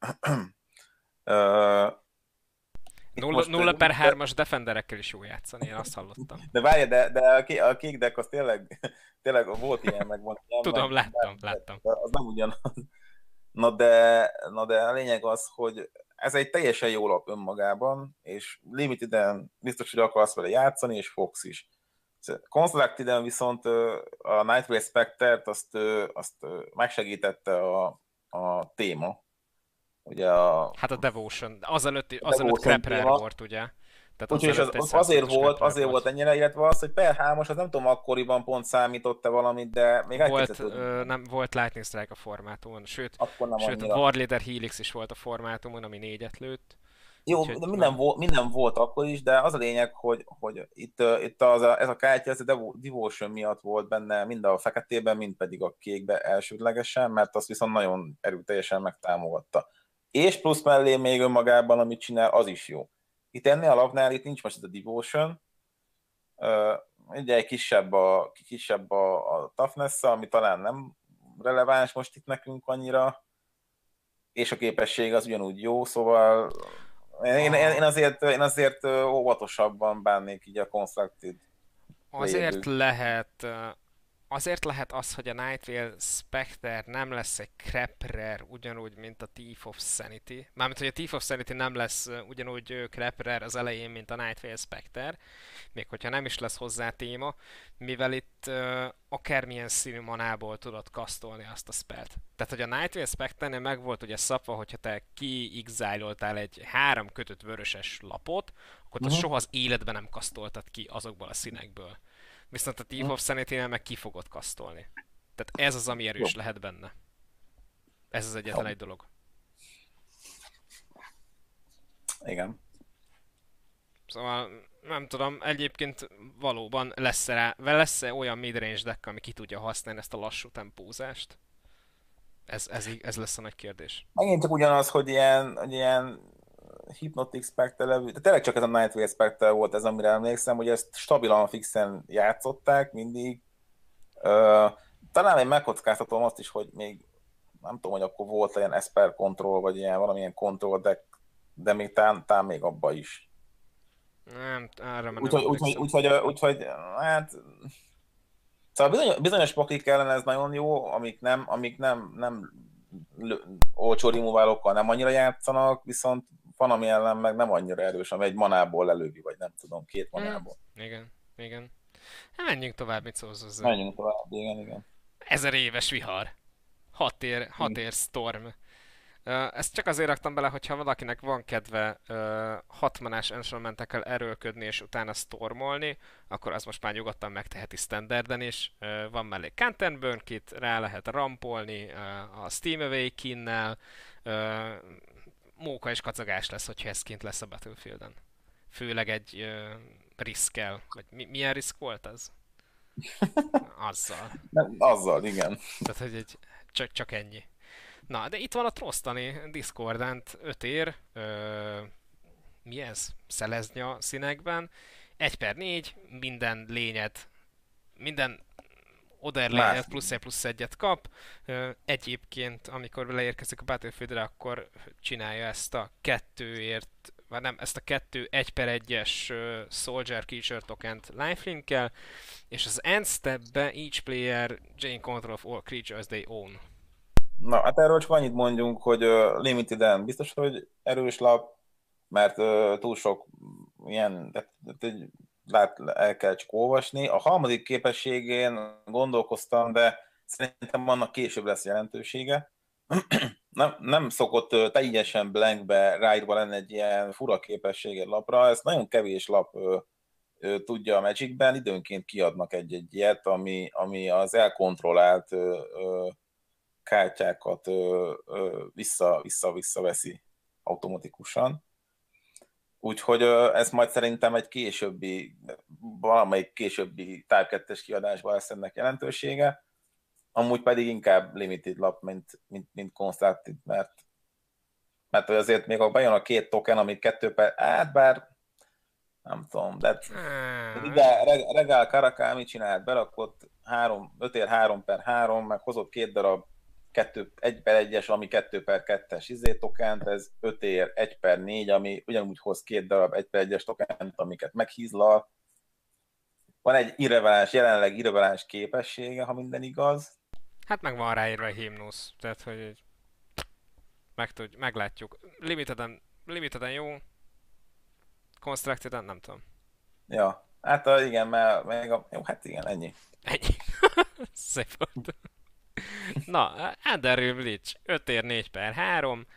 Ö, itt Nulla, most, nulla ö, per hármas defenderekkel is jó játszani, én azt hallottam. De várj, de, de a, ké- a kék deck az tényleg, tényleg volt ilyen, meg van ilyen. Tudom, meg, láttam, de- láttam. de Az nem ugyanaz. Na de, na de a lényeg az, hogy ez egy teljesen jó lap önmagában, és Limiteden biztos, hogy akarsz vele játszani, és fogsz is. Constructed-en viszont ö, a Nightwave Spectre-t azt, ö, azt ö, megsegítette a, a téma. Ugye a, Hát a Devotion. Azelőtt, azelőtt Devotion Crap Rare téma. volt, ugye? Tehát Úgyhogy az, azelőtt egy az azért százötös volt, Kepler azért volt volt. ennyire, illetve az, hogy per hármas, az nem tudom, akkoriban pont számított-e valamit, de még Volt, elkezdett, hogy ö, nem, volt Lightning Strike a formátumon, sőt, akkor nem sőt annyira. War Leader Helix is volt a formátumon, ami négyet lőtt. Jó, Úgyhogy de minden, nem. volt, minden volt akkor is, de az a lényeg, hogy, hogy itt, uh, itt az a, ez a kártya, ez a Devo- Devotion miatt volt benne, mind a feketében, mind pedig a kékben elsődlegesen, mert azt viszont nagyon erőteljesen megtámogatta. És plusz mellé még önmagában, amit csinál, az is jó. Itt ennél a lapnál itt nincs most ez a Devotion, uh, ugye egy kisebb a, kisebb a, a toughness, ami talán nem releváns most itt nekünk annyira, és a képesség az ugyanúgy jó, szóval én, én, A, én, azért, én azért óvatosabban bánnék így a Constructed azért védők. lehet, azért lehet az, hogy a Nightveil Spectre nem lesz egy crap rare, ugyanúgy, mint a Thief of Sanity. Mármint, hogy a Thief of Sanity nem lesz ugyanúgy crap rare az elején, mint a Nightveil Spectre, még hogyha nem is lesz hozzá téma, mivel itt uh, akármilyen színű manából tudod kasztolni azt a spelt. Tehát, hogy a Nightveil Spectre-nél meg volt ugye szabva, hogyha te ki-exiloltál egy három kötött vöröses lapot, akkor te Uh-huh. soha az életben nem kasztoltad ki azokból a színekből. Viszont a Thief of Sanity-nél meg ki fogod kasztolni. Tehát ez az, ami Jó. erős lehet benne. Ez az egyetlen Jó. egy dolog. Igen. Szóval nem tudom, egyébként valóban lesz-e, rá, lesz-e olyan midrange deck, ami ki tudja használni ezt a lassú tempózást? Ez, ez, í- ez lesz a nagy kérdés. Megint csak ugyanaz, hogy ilyen, hogy ilyen Hypnotic Spectre levő, de tényleg csak ez a Nightwave Spectre volt ez, amire emlékszem, hogy ezt stabilan fixen játszották mindig. Uh, talán én megkockáztatom azt is, hogy még nem tudom, hogy akkor volt ilyen Esper Control, vagy ilyen valamilyen Control deck, de még talán, talán még abba is. Nem, arra már nem Úgyhogy, úgyhogy, emlékszem. úgyhogy, úgyhogy, hát, szóval bizonyos, bizonyos paklik ellen ez nagyon jó, amik nem, amik nem, nem lö- olcsó removálokkal nem annyira játszanak, viszont van, ami ellen meg nem annyira erős, ami egy manából lelövi, vagy nem tudom, két Hm, manából. igen, igen. Hát menjünk tovább, mit szólsz hozzá. Menjünk tovább, igen, igen. Ezer éves vihar. Hat ér, hat ér Storm. Ö, Ezt csak azért raktam bele, hogyha valakinek van kedve ö, hat manás enchantmentekkel erőlködni és utána stormolni, akkor az most már nyugodtan megteheti standarden is. Ö, Van mellé Canten Burn Kit, rá lehet rampolni ö, a Steam Awaken-nel. Ö, Móka és kacagás lesz, hogyha ez kint lesz a Battlefielden. Főleg egy ö, riskkel. Vagy mi, milyen risk volt az? Azzal. Nem, azzal, igen. Tehát, hogy egy, csak, csak ennyi. Na, de itt van a Trostani Discordant öt ér, ö, mi ez? Szeleznya színekben, egy per négy, minden lényed, minden Oder Más. lényed plusz egy plusz egyet kap. Ö, egyébként, amikor leérkezik a Battlefieldre, akkor csinálja ezt a kettőért, vagy nem, ezt a kettő egy per egyes Soldier Creature tokent lifelinkkel, és az end stepbe each player gain control of all creatures they own. Na, hát erről csak annyit mondjunk, hogy uh, Limited-en biztos, hogy erős lap, mert uh, túl sok ilyen, tehát, tehát, lát, el kell csak olvasni. A harmadik képességén gondolkoztam, de szerintem annak később lesz jelentősége. nem, nem szokott uh, teljesen blankbe ráírva lenne egy ilyen fura képesség egy lapra, ez nagyon kevés lap uh, uh, tudja a Magicben, időnként kiadnak egy-egy ilyet, ami, ami az elkontrollált uh, uh, kártyákat ö, ö, vissza, vissza, visszaveszi automatikusan. Úgyhogy ö, ez majd szerintem egy későbbi, valamelyik későbbi Type kettes kiadásban lesz ennek jelentősége. Amúgy pedig inkább limited lap, mint, mint, mint constructed, mert, mert azért még ha bejön a két token, amit kettő per, hát bár nem tudom, de ide Regál Karakámi csinált, berakott három, öt ér három per három, meg hozott két darab kettő, egy per egyes, ami kettő per kettes izé tokent, ez öt ér egy per négy, ami ugyanúgy hoz két darab egy per egyes tokent, amiket meghízlal. Van egy irreveláns, jelenleg irreveláns képessége, ha minden igaz. Hát meg van ráírva a himnusz, tehát hogy meg tudj, meglátjuk. Limiteden, limiteden jó, constructed nem tudom. Ja, hát a, igen, mert még a, jó, hát igen, ennyi. Ennyi. Szép volt. Na, Underreal Bleach, öt ér négy per három,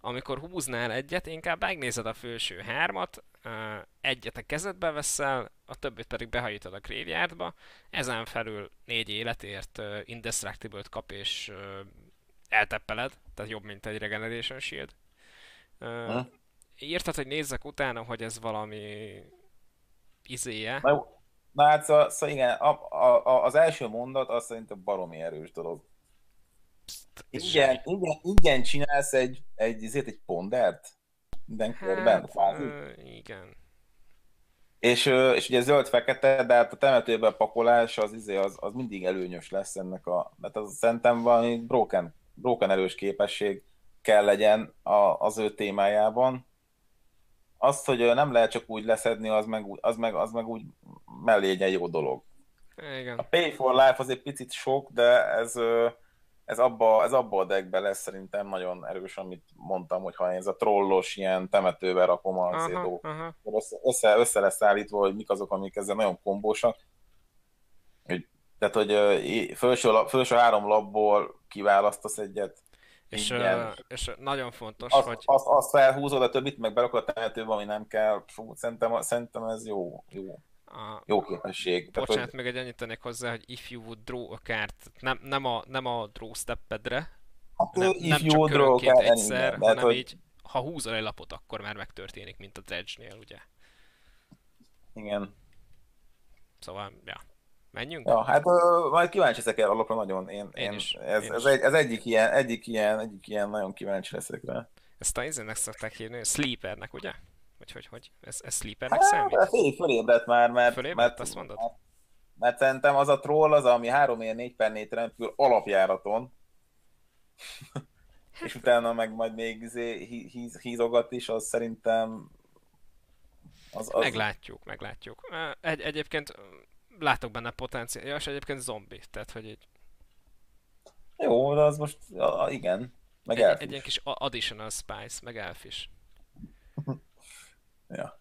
amikor húznál egyet, inkább megnézed a felső hármat, egyet a kezedbe veszel, a többit pedig behajítod a graveyardba, ezen felül négy életért Indestructible-t kap és elteppeled, tehát jobb, mint egy Regeneration Shield. Hm? Írtad, hogy nézzek utána, hogy ez valami izéje. Na, jó. Na hát szóval, szóval igen, a, a, a, az első mondat azt szerintem baromi erős dolog. Igen, igen, igen csinálsz egy, egy, ezért egy pondert minden körben, Hát, ö, igen. És, és ugye zöld-fekete, de hát a temetőben pakolás az, izé, az, az mindig előnyös lesz ennek a... Mert az szerintem valami broken, broken erős képesség kell legyen a, az ő témájában. Azt, hogy nem lehet csak úgy leszedni, az meg, az meg, az meg úgy mellé egy jó dolog. Igen. A Pay for Life az egy picit sok, de ez, ez, abba, ez abba a deckben lesz szerintem nagyon erős, amit mondtam, hogy ha én ez a trollos ilyen temetőbe rakom a cédók, össze, össze lesz állítva, hogy mik azok, amik ezzel nagyon kombósak. Tehát, hogy felső, felső három labból kiválasztasz egyet. És, uh, és nagyon fontos, azt, hogy... Azt, azt felhúzod, a többit meg berakod a temetőbe, ami nem kell. Fú, szerintem, szerintem ez jó, jó, a... jó képesség. Bocsánat, Tehát, még egy annyit tennék hozzá, hogy if you would draw a card, nem, nem, a, nem a draw steppedre, hát, nem, nem csak körönként egyszer, minden, hanem hogy... így, ha húzol egy lapot, akkor már megtörténik, mint a Dredge-nél, ugye? Igen. Szóval, ja. Menjünk? Ja, hát uh, majd kíváncsi leszek erre a lapra nagyon. Én, én, én is. Ez, én ez, is. Egy, ez egyik, ilyen, egyik, ilyen, egyik ilyen nagyon kíváncsi leszek rá. Ezt a izének szokták hívni, sleepernek, ugye? Vagy hogy, hogy? Ez, ez sleepernek Hát, számít? fél, fölébredt már, mert, Fölébredt, mert, azt mondod? mert, mert szerintem az a troll az, ami három ér négy per négy rendkívül alapjáraton, hát, és utána meg majd még izé, híz, hízogat is, az szerintem az, az... Meglátjuk, meglátjuk. Egy, egyébként látok benne potenciál, ja, és egyébként zombi, tehát hogy így... Jó, de az most, ja, igen, meg egy, egy ilyen kis additional spice, meg elf is. Ja.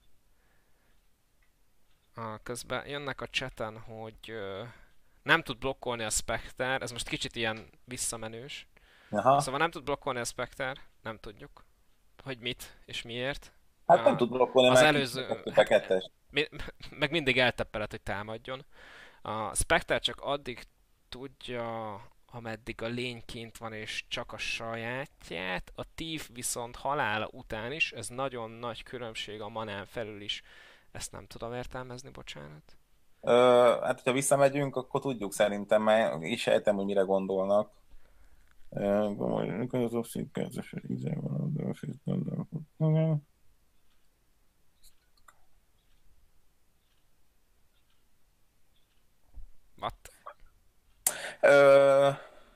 Ah, közben jönnek a chaten, hogy uh, nem tud blokkolni a Spectre, ez most kicsit ilyen visszamenős. Aha. Szóval nem tud blokkolni a Spectre, nem tudjuk, hogy mit és miért. Hát uh, nem tud blokkolni, az mert előző, hát, mi, meg mindig elteppelet, hogy támadjon. A Spectre csak addig tudja, ameddig a lény kint van és csak a sajátját, a Thief viszont halála után is, ez nagyon nagy különbség a manán felül is. Ezt nem tudom értelmezni, bocsánat. Ö, hát, hogyha visszamegyünk, akkor tudjuk szerintem, mert is sejtem, hogy mire gondolnak. What? Ö...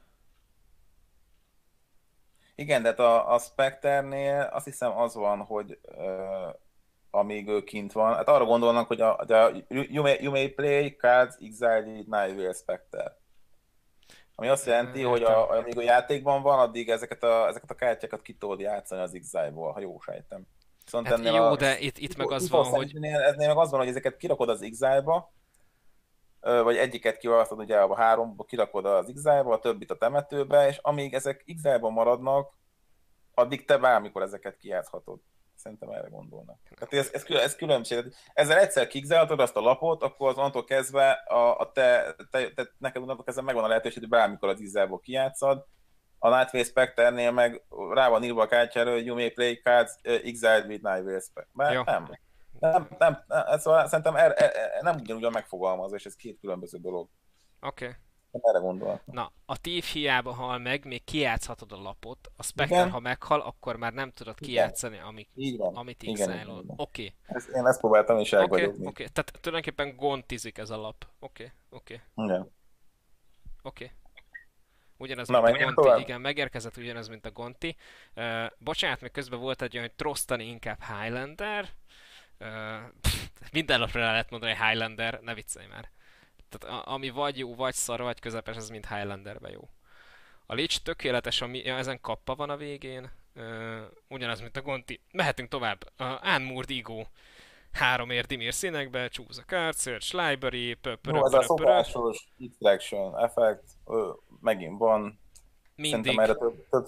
Igen, de hát a, a Spectre-nél azt hiszem az van, hogy ö, amíg ő kint van, hát arra gondolnak, hogy a, a you, may, you may play cards exiled with Nightveil Spectre. Ami azt jelenti, hogy a, amíg a játékban van, addig ezeket a, ezeket a kártyákat ki tudod játszani az exile-ból, ha jó sejtem. Viszont hát jó, a, de itt, itt meg az van, hogy... Eznél meg az van, hogy ezeket kirakod az exile-ba, vagy egyiket kiválasztod, ugye a háromba kirakod az exile-ba, a többit a temetőbe, és amíg ezek exile-ba maradnak, addig te bármikor ezeket kijátszhatod. Szerintem erre gondolnak. Tehát ez, ez, ez különbség. Ezzel egyszer kigzáltad azt a lapot, akkor az onnantól kezdve a, a te, te, te, neked onnantól kezdve megvan a lehetőség, hogy bármikor az exile-ból kijátszad. A Nightveil Spectre-nél meg rá van írva a kártyára, hogy you may play cards uh, exiled with Nightveil Spectre. Nem. Nem, nem, nem, ez, szerintem er, er, nem ugyanúgy megfogalmazva, és ez két különböző dolog. Oké. Okay. Erre gondolok. Na, a Thief hiába hal meg, még kijátszhatod a lapot. A Spectre, igen, ha meghal, akkor már nem tudod kijátszani, amit, amit exile-ol. Oké. Okay. Én ezt próbáltam is elgagyogni. Oké, okay, okay. Tehát tulajdonképpen gontizik ez a lap. Oké, okay, oké. Okay. Igen. Oké. Okay. Ugyanaz, Na, mint a Gonti. Tovább? Igen, megérkezett ugyanaz, mint a Gonti. Uh, bocsánat, még közben volt egy olyan, hogy Trostani inkább Highlander. Uh, pff, minden lapra rá lehet mondani, hogy Highlander, ne viccelj már. Tehát a, ami vagy jó, vagy szar, vagy közepes, ez mind Highlanderben jó. A Lich tökéletes, ami, ja, ezen kappa van a végén. Uh, ugyanaz, mint a Gonti. Mehetünk tovább. Uh, Unmoored Ego. Három ér Dimir színekbe, choose a card, search library, pöpörök, no, ez a szokásos extraction effect, ö, megint van. Mindig. Szerintem erre több, több szót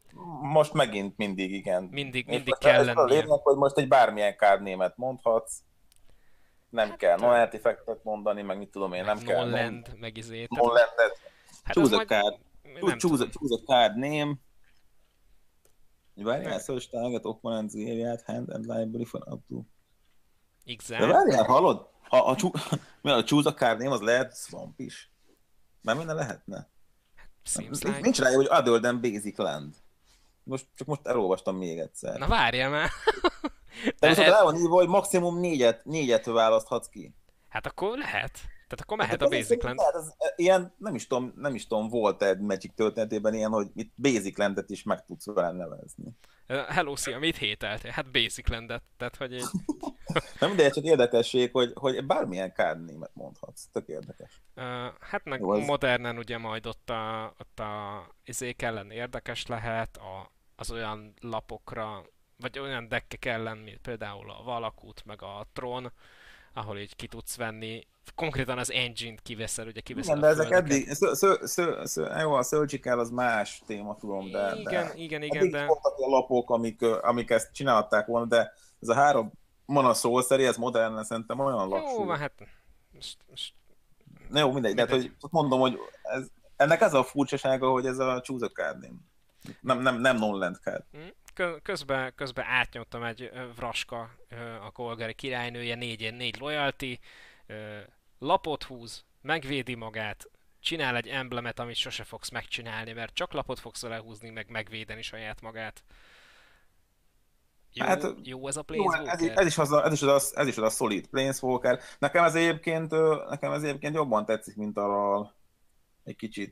Most megint mindig igen. Mindig, És mindig most kell ez az a lennie. lényeg, hogy most egy bármilyen kárnémet mondhatsz, nem Hát, kell ö, non-artifactet mondani, meg mit tudom én, meg nem kell non- non-land, meg izé. Tehát, non-landet. hát az Choose a majd, card, choose, nem choose, a, tudom. choose a card name. Várjál, Meg search target, opponent's area, hand and library for up to... De Exile. várjál, hallod? A, a, choo- mi a choose a card name, az lehet swamp is. Nem minden lehetne. Seems Nincs, like. nincs rá, hogy other than basic land. Most, csak most elolvastam még egyszer. Na várjál már. De De viszont ez, rá van írva, hogy maximum négyet, négyet választhatsz ki. hát akkor lehet. Tehát akkor Tehát mehet a ezek Basic szerint Land. lehet, ez, e, ilyen, nem is, tudom, nem is tudom, volt egy Magic történetében ilyen, hogy itt Basic Landet is meg tudsz vele nevezni. Uh, Hello, szia, mit hételtél? Hát Basic Landet. Tehát, hogy egy... Nem mindegy, csak érdekesség, hogy, hogy bármilyen kárnémet mondhatsz. Tök érdekes. Uh, hát meg Jó, az... modernen ugye majd ott a, ott a izék ellen érdekes lehet, a, az olyan lapokra, vagy olyan deckek ellen, mint például a Valakut, meg a Tron, ahol így ki tudsz venni, konkrétan az engine-t kiveszel, ugye kiveszed Igen, a de ezek földeket. eddig, szö, szö, szö, szö, jó, a Surgical az más téma, tudom, de, Igen, de igen, igen, eddig is de... voltak ilyen lapok, amik, ö, amik ezt csinálták volna, de ez a három mana sorcery, ez modernen szerintem olyan Jó, lassú. van, hát most, most Na jó, mindegy, de hát, mindegy. hogy csak mondom, hogy ez, ennek ez a furcsasága, hogy ez a choose a card name. Nem, nem, nem non-land card. Hm? Kö- Közben, közben átnyomtam egy ö, Vraska, ö, a Golgari királynője, négy, négy loyalty, ö, lapot húz, megvédi magát, csinál egy emblemet, amit sose fogsz megcsinálni, mert csak lapot fogsz vele húzni, meg megvédeni saját magát. Jó, Hát jó ez a jó, ez, Planeswalker? ez, is az a, ez, is az, ez is az a solid Planeswalker. Nekem ez egyébként, ö, nekem ez egyébként jobban tetszik, mint arra egy kicsit.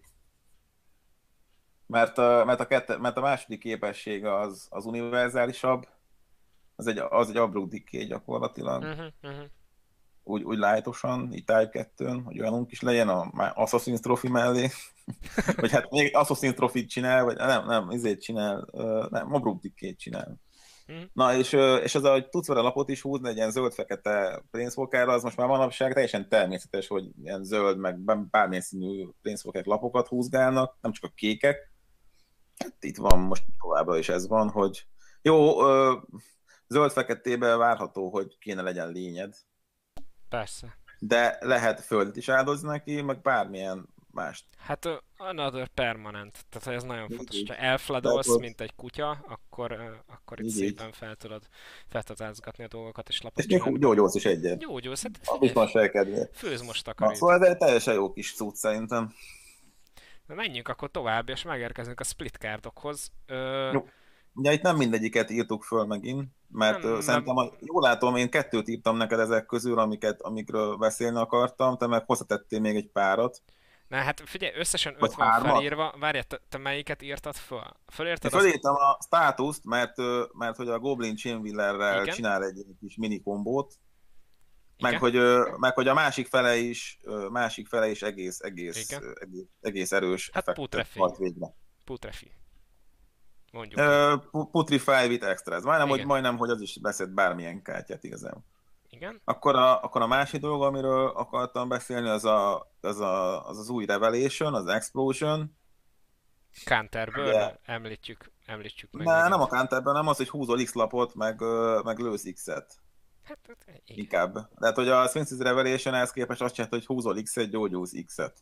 Mert, ö, mert, a, kette, mert a második képessége az, az univerzálisabb, az egy, az egy abrupt decay gyakorlatilag. Uh-huh, uh-huh. Úgy, úgy lightosan, így Type kettőn, hogy olyanunk is legyen a Assassin's Trophy mellé. Vagy hát még Assassin's Trophy-t csinál, vagy nem, nem, izét csinál, ö, nem, abrupt decay-t csinál. Uh-huh. Na, és, és az, hogy tudsz vele lapot is húzni, egy ilyen zöld-fekete Planeswalkerra, az most már manapság teljesen természetes, hogy ilyen zöld, meg bármilyen színű Planeswalker lapokat húzgálnak, nem csak a kékek. Hát itt van, most továbbra is ez van, hogy jó, zöld-feketében várható, hogy kéne legyen lényed, Persze. de lehet földet is áldozni neki, meg bármilyen mást. Hát uh, another permanent, tehát ez nagyon fontos. Így, Ha így. elfladolsz, Tehát, mint egy kutya, akkor, uh, akkor itt így, szépen így. fel tudod, fel tudod ázgatni a dolgokat és lapot És még csinálni. gyógyulsz is egyet. Gyógyulsz, hát A figyelj, biztonság kedvéért. főz most Na, takarít. szóval ez egy teljesen jó kis cucc szerintem. Na menjünk akkor tovább, és megérkezünk a split cardokhoz. Ö, Jó. Ugye itt nem mindegyiket írtuk föl megint, mert nem, nem, szerintem, nem, a, jól látom, én kettőt írtam neked ezek közül, amiket, amikről beszélni akartam, te meg hozzatettél még egy párat. na hát figyelj, összesen Vagy öt van hármat? felírva. Várjál, te, te melyiket írtad föl? Én Fölírtad azt? fölírtam a státuszt, mert, ö, mert hogy a Goblin Chainwheelerrel Igen, csinál egy ilyen kis mini kombót, meg igen, hogy, ö, meg hogy a másik fele is, ö, másik fele is egész, egész, igen. ö, egész, egész erős Hát effektet putrefi, hajt végre. putrefi. Mondjuk ki. Ö, pu- Putrefy with extras. Majdnem, hogy, Igen, majdnem, hogy az is beszélt bármilyen kártyát igazán. igen. Akkor a, akkor a másik dolog, amiről akartam beszélni, az a, az, a, az, az új Revelation, az Explosion. Counterből Ugye, említjük, említjük meg ne, nem a megint. Counterben, nem az, hogy húzol X lapot, meg, ö, meg lősz X-et. Hát, hát igen. Inkább. Tehát, hogy a Sphinx's Revelation-hez képest azt csinálta, hogy húzol X-et, gyógyulsz X-et.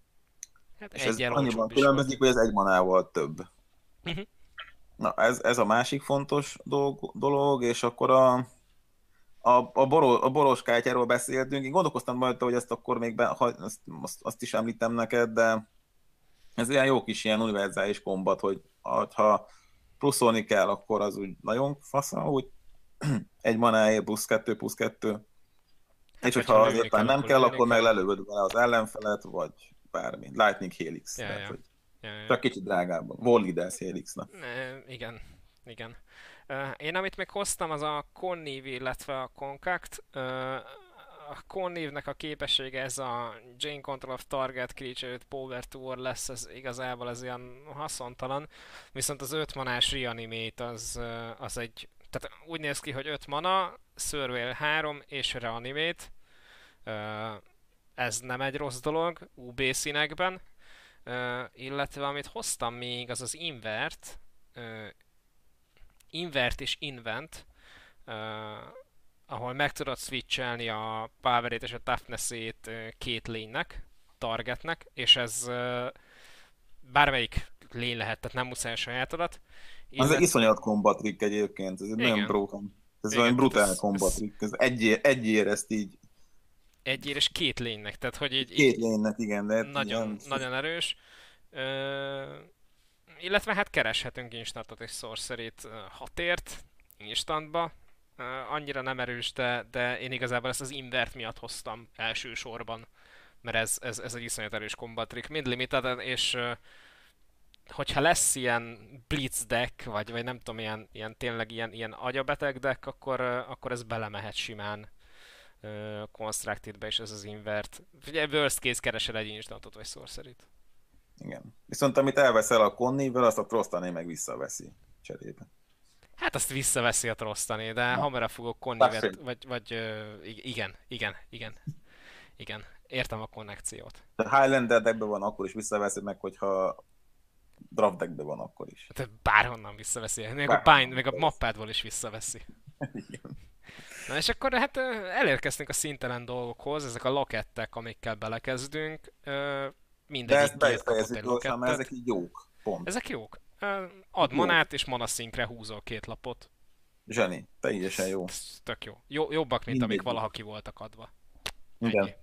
Hát És ez egyen annyiban olcsóbb is különbözik, volt. hogy ez egy manával több. Uh-huh. Na, ez, ez a másik fontos dolog, dolog és akkor a, a, a, boró, a boros kártyáról beszéltünk. Én gondolkoztam majd, hogy ezt akkor még be, ha, azt, azt, azt is említem neked, de ez ilyen jó kis ilyen univerzális kombat, hogy ha pluszolni kell, akkor az úgy nagyon fasza, úgy egy manáért plusz kettő, plusz kettő. Hát, És hogyha hogyha az lőni éppen kell, nem akkor kell, lőni akkor meg kell. lelövöd vele az ellenfelet, vagy bármi. Lightning Helix. Ja, Tehát, ja. hogy Ja, ja. csak kicsit drágább. War Leaders Helixnak. Ne, igen, igen. Uh, én amit még hoztam, az a Connive, illetve a Concact. Uh, a Connive-nek a képessége, ez a Gain Control of Target Creature Power Tour lesz, ez igazából az ilyen haszontalan. Viszont az öt manás Reanimate az, uh, az egy, tehát úgy néz ki, hogy öt mana, Surveil három és Reanimate. Uh, ez nem egy rossz dolog, u bé színekben. Uh, illetve amit hoztam még, az az Invert, uh, invert és invent, uh, ahol meg tudod switchelni a power-ét és a toughness-ét uh, két lénynek, targetnek, és ez uh, bármelyik lény lehet, tehát nem muszáj a sajátodat. Az egy Illet... iszonyat combat trick egyébként, ez egy Igen. nagyon broken. Ez Igen, olyan brutál ez, combat ez... trick, ez egyér, egyér ezt így. Egyér és két lénynek, tehát hogy így... Két így lénynek, igen, de... nagyon, ilyen... nagyon erős. Uh, illetve hát kereshetünk instantot és sorcery-t hatért, instantba. Uh, annyira nem erős, de, de én igazából ezt az invert miatt hoztam elsősorban, mert ez, ez, ez egy iszonyat erős combat trick, mind limited, és uh, hogyha lesz ilyen blitz deck, vagy, vagy nem tudom, ilyen, ilyen tényleg ilyen, ilyen agyabeteg deck, akkor, uh, akkor ez belemehet simán uh, Constructed-be, és ez az invert. Ugye worst case keresel egy instantot vagy sorcery-t. Igen. Viszont amit elveszel a Connivel, azt a Trosztané meg visszaveszi cserébe. Hát azt visszaveszi a Trosztané, de Na. hamarabb fogok Connivet, vagy, vagy uh, igen, igen, igen, igen, értem a konnekciót. Ha Highlander deckben van, akkor is visszaveszi meg, hogyha draft deckben van, akkor is. Tehát bárhonnan visszaveszi, még Bárhonnan a, bind, még a mappádból is visszaveszi. Igen. Na és akkor hát elérkeztünk a szintelen dolgokhoz, ezek a lokettek, amikkel belekezdünk. De ezt Mindegyik be is két kapott fejezzük egy gyorsan, mert lokettet. ezek így jók. Pont. Ezek jók. Ad Jó. manát és mana szinkre húzol két lapot. Zseni, teljesen jó. Ez tök jó. jó. Jobbak, mint amik Mindegyik. valaha ki voltak adva. Igen. Ennyi.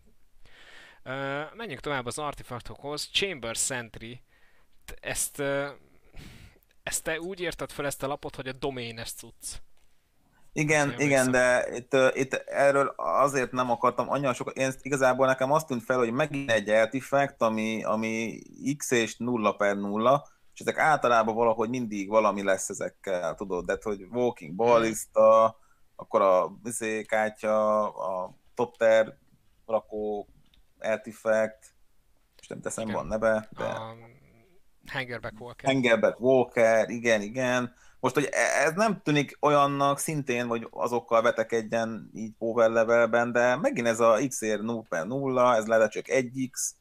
Uh, menjünk tovább az artefaktokhoz. Chamber Sentry. Ezt, uh, ezt te úgy írtad fel ezt a lapot, hogy a doménes cucc. Igen, Én igen, emlékszem. de itt, uh, itt erről azért nem akartam annyira sokat. Én ezt igazából nekem azt tűnt fel, hogy megint egy artifact, ami, ami X és nulla per nulla, és ezek általában valahogy mindig valami lesz ezekkel, tudod, de hogy Walking Ballista, akkor a izé kártya, a Topter rakó artifact, most nem teszem, Igen. van neve, de... A Hangerback Walker. Hangerback Walker, igen, igen. Most, hogy e- ez nem tűnik olyannak szintén, hogy azokkal vetekedjen így power levelben, de megint ez a X-ér nulla per nulla, ez lehet csak egy X.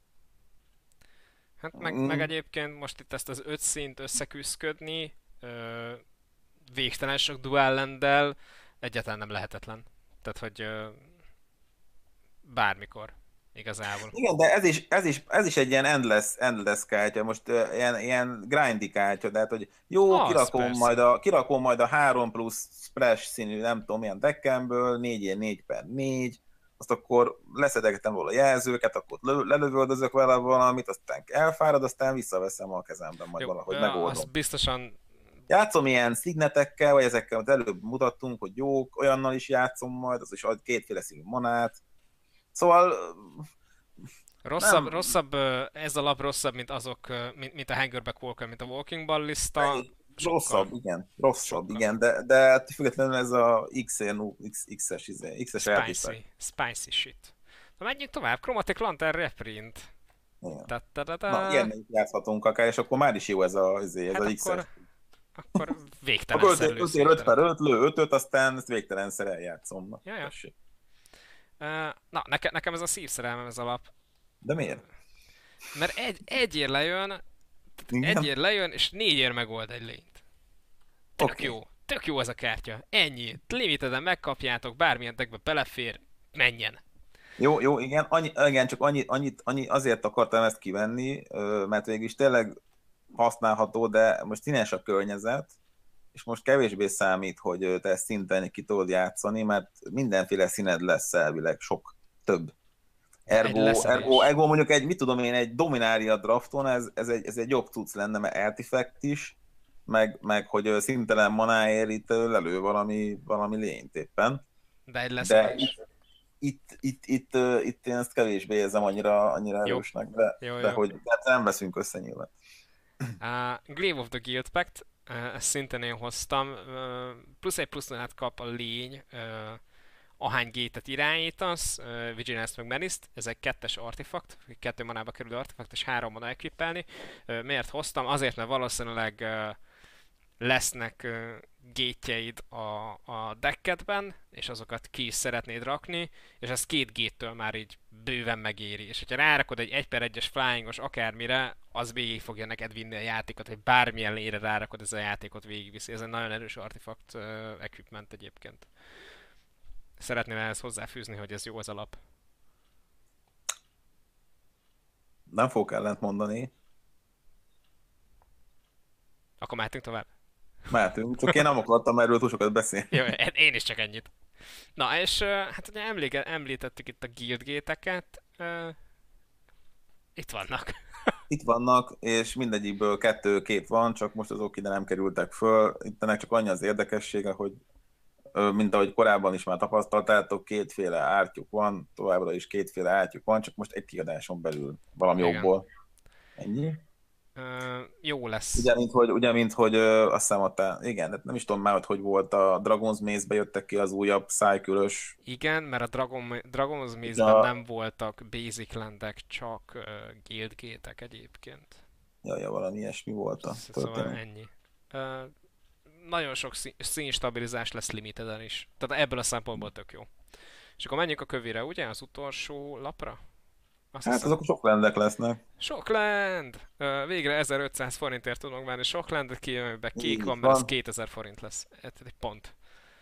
Hát meg, Mm. meg egyébként most itt ezt az öt szint összeküszködni, ö, végtelen sok dual landdel egyáltalán nem lehetetlen. Tehát, hogy ö, bármikor igazából. Igen, de ez is, ez is, ez is egy ilyen endless, endless kártya, most uh, ilyen, ilyen grindy kártya, tehát hogy jó, Az, kirakom, persze. majd a, kirakom majd a három plusz splash színű, nem tudom, milyen deckemből, négy ilyen négy per négy, azt akkor leszedegetem róla jelzőket, akkor lö- lelövöldözök vele valamit, aztán elfárad, aztán visszaveszem a kezemben, majd Jó, valahogy ö, megoldom. azt biztosan Játszom ilyen szignetekkel, vagy ezekkel, amit előbb mutattunk, hogy jók, olyannal is játszom majd, az is ad kétféle színű manát. Szóval rosszabb, Nem. rosszabb, ö, ez a lap rosszabb, mint azok, ö, mint, mint a Hangerback Walker, mint a Walking Ballista. rosszabb, igen, rosszabb, Sokkal. igen, de, de függetlenül ez a X-es, X-es, izé, X-es artifact. Spicy, spicy shit. Na menjünk tovább, Chromatic Lantern reprint. Igen. Ta-ta-ta-ta. Na, ilyenek játszhatunk akár, és akkor már is jó ez, a, izé, ez Hát az X-es. akkor, akkor végtelen Akkor szerelő öt per öt, lő ötöt, aztán ezt végtelenszer eljátszom. Na, Ja, ja. tessék. Ö, Na, neke, nekem ez a szívszerelmem ez a lap. De miért? Mert egy, egyér lejön, Igen? egyér lejön, és négyér megold egy lényt. Tök Oké. jó. Tök jó ez a kártya. Ennyi. Limiteden megkapjátok, bármilyen deckbe belefér, menjen. Jó, jó, igen, annyi, igen csak annyi, annyit, annyi, azért akartam ezt kivenni, ö, mert végülis tényleg használható, de most színes a környezet, és most kevésbé számít, hogy ö, te ezt szinten ki tudod játszani, mert mindenféle színed lesz elvileg, sok több. Ergo, leszedés. ergo, ergo mondjuk egy, mit tudom én, egy dominária drafton, ez, ez, egy, ez egy jobb cucc lenne, mert artifact is, meg, meg hogy ö, szintelen manáért itt ö, lelő valami, valami lényt éppen. De egy De leszedés. itt, itt, itt, uh, itt én ezt kevésbé érzem annyira, annyira Jó. erősnek, de, Jó, de jó. hogy de nem veszünk össze nyilván. Uh, Glaive of the Guild Pact, uh, ezt szintén én hoztam. Uh, plusz egy plusz nullát kap a lény, uh, ahány gétet irányítasz, uh, Vigilance meg Menace-t, ez egy kettes artefakt, kettő manába kerülő artefakt, és három maná equippelni. Uh, miért hoztam? Azért, mert valószínűleg uh, lesznek uh, gétjeid a, a decketben, és azokat ki is szeretnéd rakni, és ez két géttől már így bőven megéri. És hogyha rárakod egy egy per egyes flyingos akármire, az végig fogja neked vinni a játékot, vagy bármilyen lére rárakod, ez a játékot végigviszi. Ez egy nagyon erős artifact uh, equipment egyébként. Szeretném ehhez hozzáfűzni, hogy ez jó az alap. Nem fogok ellent mondani. Akkor mehetünk tovább? Mehetünk, csak én nem akartam erről túl sokat beszélni. Jó, én is csak ennyit. Na, és uh, hát ugye emléke, említettük itt a guildgate-eket. Uh, itt vannak. Itt vannak, és mindegyikből kettő kép van, csak most azok ide nem kerültek föl. Itt ennek csak annyi az érdekessége, hogy mint ahogy korábban is már tapasztaltátok, kétféle ártjuk van, továbbra is kétféle ártjuk van, csak most egy kiadáson belül valami Igen. jobból. Ennyi? Uh, jó lesz. Ugye, mint hogy, ugye, mint, hogy ö, azt hiszem, ott, igen, de nem is tudom már, hogy hogy volt, a Dragon's Maze-be jöttek ki az újabb cycle-ös. Igen, mert a Dragon, Dragon's Maze-ben a... nem voltak basic landek, csak uh, guildgate-ek egyébként. Ja, ja, valami ilyesmi volt a Szóval történet. ennyi. Uh, nagyon sok szín, színstabilizás lesz limiteden is. Tehát ebből a szempontból tök jó. És akkor menjünk a kövére, ugye? Az utolsó lapra? Azt Hát hiszem. azok sok rendek lesznek. Sok land! Uh, végre ezerötszáz forintért tudunk venni sok landet, kijön, amiben kék Így van, mert az van. kétezer forint lesz. Ez egy pont.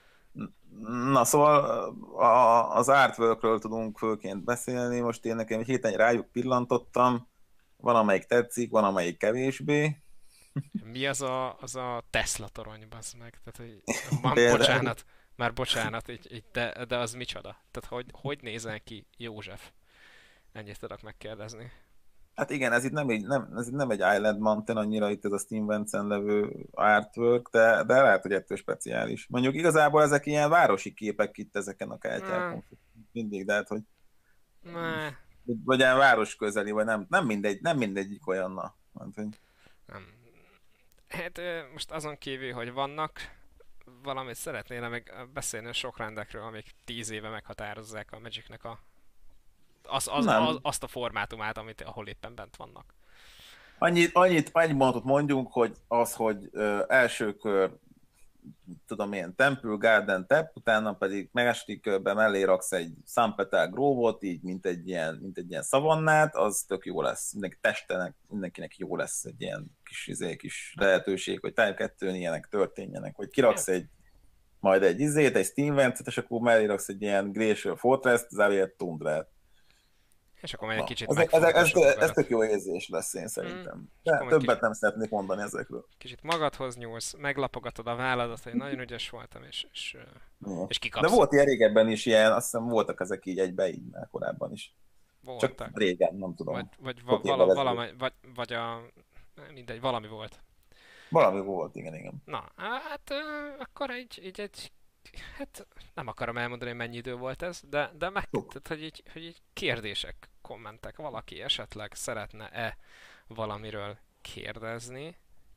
Na, szóval a, az artworkről tudunk főként beszélni. Most én nekem egy héten rájuk pillantottam. Van, amelyik tetszik, van, amelyik kevésbé. Mi az a, az a Tesla torony, bazd meg? Tehát, hogy, már Például. bocsánat, már bocsánat, így, így, de, de az micsoda? Tehát, hogy, hogy nézel ki József? Ennyit tudok megkérdezni. Hát igen, ez itt nem egy, nem, ez itt nem egy Island Mountain, annyira itt ez a Steam Vents-en levő artwork, de, de lehet, hogy ettől speciális. Mondjuk igazából ezek ilyen városi képek itt ezeken a kártyákon. Mindig, de hát, hogy Ne, vagy ilyen város közeli, vagy nem, nem mindegy, nem mindegyik olyan, na. Hát, hogy... nem. Hát ö, most azon kívül, hogy vannak, valamit szeretnél meg beszélni a sok rendekről, amik tíz éve meghatározzák a Magicnek a, az, az, Nem. az, azt a formátumát, amit, ahol éppen bent vannak. Annyit, annyit, annyi mondatot mondjunk, hogy az, hogy ö, első kör, tudom én, Temple Garden Tap, utána pedig második körben mellé raksz egy Sun Petal Grove-ot, így mint egy ilyen, mint egy ilyen szavannát, az tök jó lesz. Mindenki testenek, mindenkinek jó lesz egy ilyen kis, izé, kis lehetőség, hogy Type kettőn ilyenek történjenek, hogy kiraksz egy majd egy izét, egy Steam Vents-et, és akkor mellé raksz egy ilyen Glacial Fortress-t, zárójel Tundrát. És akkor majd egy kicsit ezek, ezek, ez, megforgassuk ez magadat. tök jó érzés lesz, én szerintem. Mm. De akkor majd többet kicsit- nem szeretnék mondani ezekről. Kicsit magadhoz nyúlsz, meglapogatod a válladat, hogy nagyon ügyes voltam, és, és, ö, Ja. és kikapsz. De volt ilyen régebben is ilyen, azt hiszem voltak ezek így egybe, így már korábban is. Voltak. Csak régen, nem tudom. Vagy, vagy, va, Sok évvel vala, ezelőtt. valami, vagy, vagy a... Mindegy, valami volt. Valami volt, igen, igen. Na, hát ö, akkor egy, így egy... Hát nem akarom elmondani, mennyi idő volt ez, de, de meg, Sok. tehát, hogy így, hogy így kérdések, kommentek. Valaki esetleg szeretne-e valamiről kérdezni?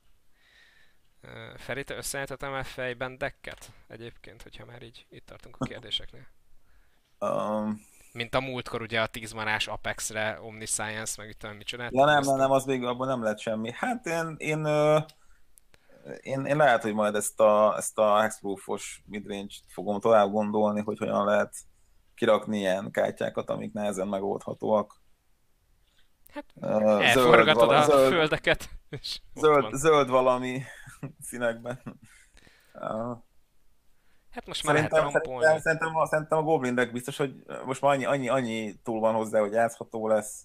Ö, Feri, te összeállítottam el fejben decket? Egyébként, hogyha már így itt tartunk a kérdéseknél. Um, Mint a múltkor ugye a tíz manás Apexre, Omniscience, meg itt tudom micsodát. ja nem, nem, nem, az végül abban nem lett semmi. Hát én, én, ö, én, én lehet, hogy majd ezt a, ezt a Hexproof-os midrange-t fogom tovább gondolni, hogy hogyan lehet kirakni ilyen kártyákat, amik nehezen megoldhatóak. Hát, Ö, elforgatod vala- a zöld, földeket, és ott zöld, van. zöld valami színekben. Uh, Hát most már lehet Szerintem, rampolni. szerintem, szerintem, a, szerintem a Goblin deck biztos, hogy most már annyi, annyi, annyi túl van hozzá, hogy játszható lesz.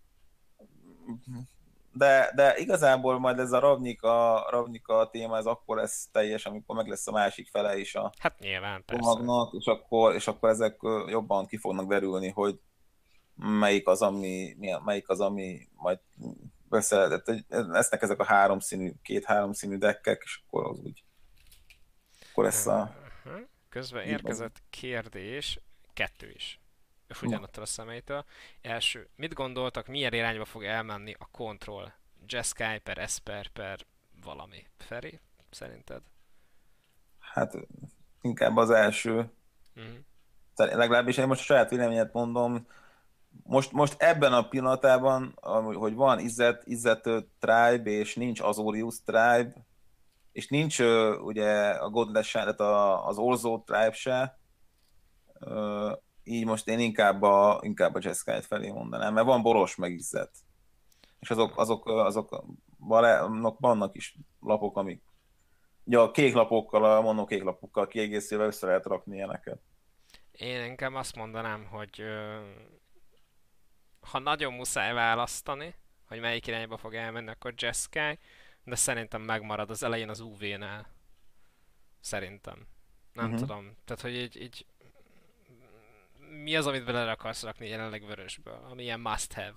De, de igazából majd ez a Ravnica, Ravnica téma, ez akkor lesz teljes, amikor meg lesz a másik fele is a Hát nyilván, persze. csomagnak, és akkor, és akkor ezek ö, jobban ki fognak derülni, hogy melyik az, ami, mi- melyik az, ami majd össze, lesznek ezek a háromszínű, két-háromszínű deckek, és akkor az úgy, akkor lesz a... Aha. Közben Így van. érkezett kérdés, kettő is. Ugyanattól a személytől. Első, mit gondoltak, milyen irányba fog elmenni a Control? Jeskai per Esper per valami. Feri, szerinted? Hát inkább az első. Mhm. Szerint- Legalábbis én most a saját véleményet mondom, most, most ebben a pillanatában, ami- hogy van Izzet, Izzet Tribe, és nincs Azorius Tribe, és nincs ö, ugye a Godless, tehát a, az Orzo Tribe se, ö, így most én inkább a, inkább a Jeskai felé mondanám, mert van Boros meg Izzet. És azok, azok, azok vannak, vannak is lapok, amik ugye a kék lapokkal, a monokék lapokkal kiegészülve össze lehet rakni ilyeneket. Én inkább azt mondanám, hogy ö, ha nagyon muszáj választani, hogy melyik irányba fog elmenni, akkor Jeskai, de szerintem megmarad az elején az u vé-nál. Szerintem. Nem Uh-huh. tudom. Tehát, hogy így, így mi az, amit bele akarsz rakni jelenleg vörösből, ami ilyen must have.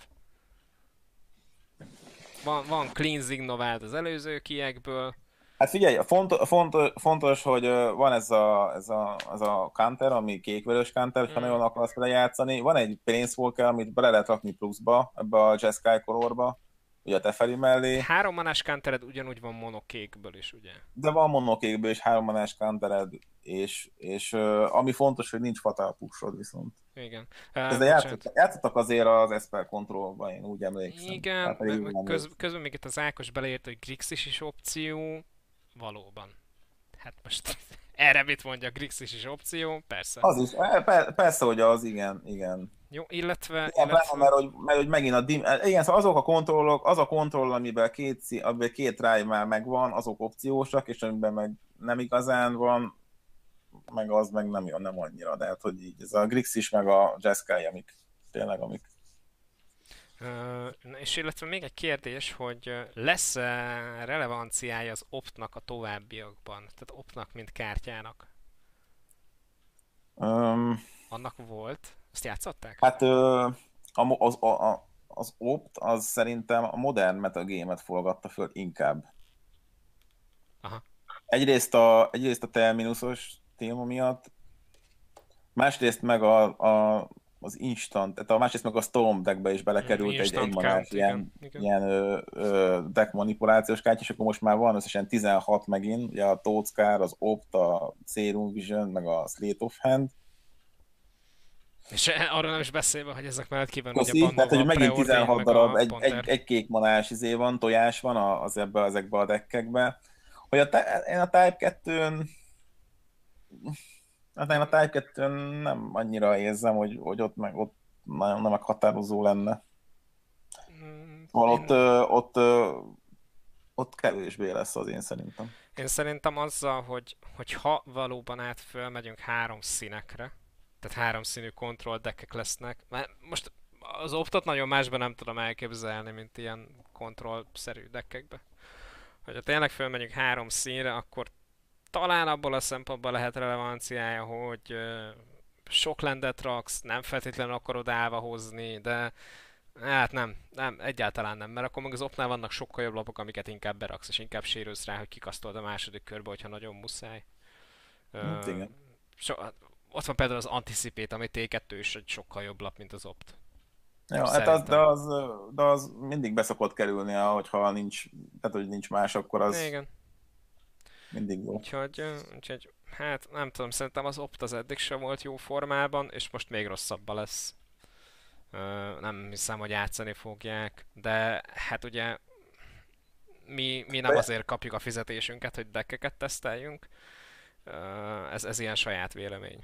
Van, van cleansing novált az előző kiekből. Hát figyelj, fontos, fontos, fontos hogy ö, van ez a, ez a, az a counter, ami kék-vörös counter, ha Mm. nagyon akarsz vele játszani. Van egy Planeswalker, amit bele lehet rakni pluszba, ebbe a Jeskai colorba, ugye a Teferi mellé, Három manás countered ugyanúgy van monokékből is, ugye? de van monokékből is három manás countered, és, és ö, ami fontos, hogy nincs fatal pushod viszont. Igen. De Uh, bocsánat. játszottak, játszottak azért az Esper Controlban, én úgy emlékszem. Igen, Hát pedig meg, jól meg köz, emlékszem. közben még itt az Ákos beleírt, hogy Grixis is opció. Valóban. Hát most erre mit mondja, Grixis is opció? Persze. Az is, eh, per- persze, hogy az, igen, igen. Jó, illetve, Igen, pláne, illetve mert hogy, mert hogy megint a dim, igen, szóval azok a kontrollok, az a kontroll, amiben két, szí- amiben két drive már megvan, azok opciósak, és amiben meg nem igazán van, meg az meg nem jön, nem annyira, de hát, hogy így ez a Grix is, meg a Jeskai, amik tényleg, amik. Ö, és illetve még egy kérdés, hogy ö, lesz-e relevanciája az optnak a továbbiakban? Tehát optnak, mint kártyának? Um, Annak volt? Azt játszották? hát ö, a, mo- az, a, a, az opt, az szerintem a modern metagame-et forgatta föl inkább. Aha. Egyrészt a, egyrészt a terminusos téma miatt, másrészt meg a, a, az instant, tehát a másrészt meg a Storm deckbe is Mm, belekerült egy instant egymanás count, igen. ilyen, Igen. ilyen ö, ö, deck manipulációs kártya, és akkor most már van összesen tizenhat megint, ugye a Toadskár, az Opt, a Serum Vision, meg a Slate of Hand. És arról nem is beszélve, hogy ezek mellett ki van ugye Köszi, tehát bannolva hogy a megint preordain, tizenhat meg darab, a egy, egy, Ponder. egy kék manás izé van, tojás van a- az ebbe, ezekbe a deckekbe. Hogy a, te- én a Type kettőn hát én a Type kettőn nem annyira érzem, hogy, hogy ott meg ott nagyon nem meghatározó lenne. Mm, Szóval ott, Én, ö, ott, ö, ott kevésbé lesz az én szerintem. én szerintem azzal, hogy, hogy ha valóban át fölmegyünk három színekre, tehát három színű control deckek lesznek, mert most az optot nagyon másban nem tudom elképzelni, mint ilyen control-szerű deckekbe. Hogyha tényleg fölmegyünk három színre, akkor talán abból a szempontból lehet relevanciája, hogy ö, sok landet raksz, nem feltétlenül akarod állva hozni, de hát nem, nem, egyáltalán nem, mert akkor meg az opnál vannak sokkal jobb lapok, amiket inkább beraksz, és inkább sérülsz rá, hogy kikasztold a második körbe, hogyha nagyon muszáj. Hát Ö, igen. so, ott van például az Anticipate, ami té kettő is egy sokkal jobb lap, mint az opt. Ja, hát az, de, Szerintem. az, de az mindig beszokott kerülni, hogyha nincs, tehát hogy nincs más, akkor az Igen. mindig jó. Úgyhogy, ö, úgyhogy, hát nem tudom, szerintem az opt az eddig sem volt jó formában, és most még rosszabbba lesz. Ö, nem hiszem, hogy játszani fogják, de hát ugye mi, mi nem De, azért kapjuk a fizetésünket, hogy deckeket teszteljünk. Ö, ez, ez ilyen saját vélemény.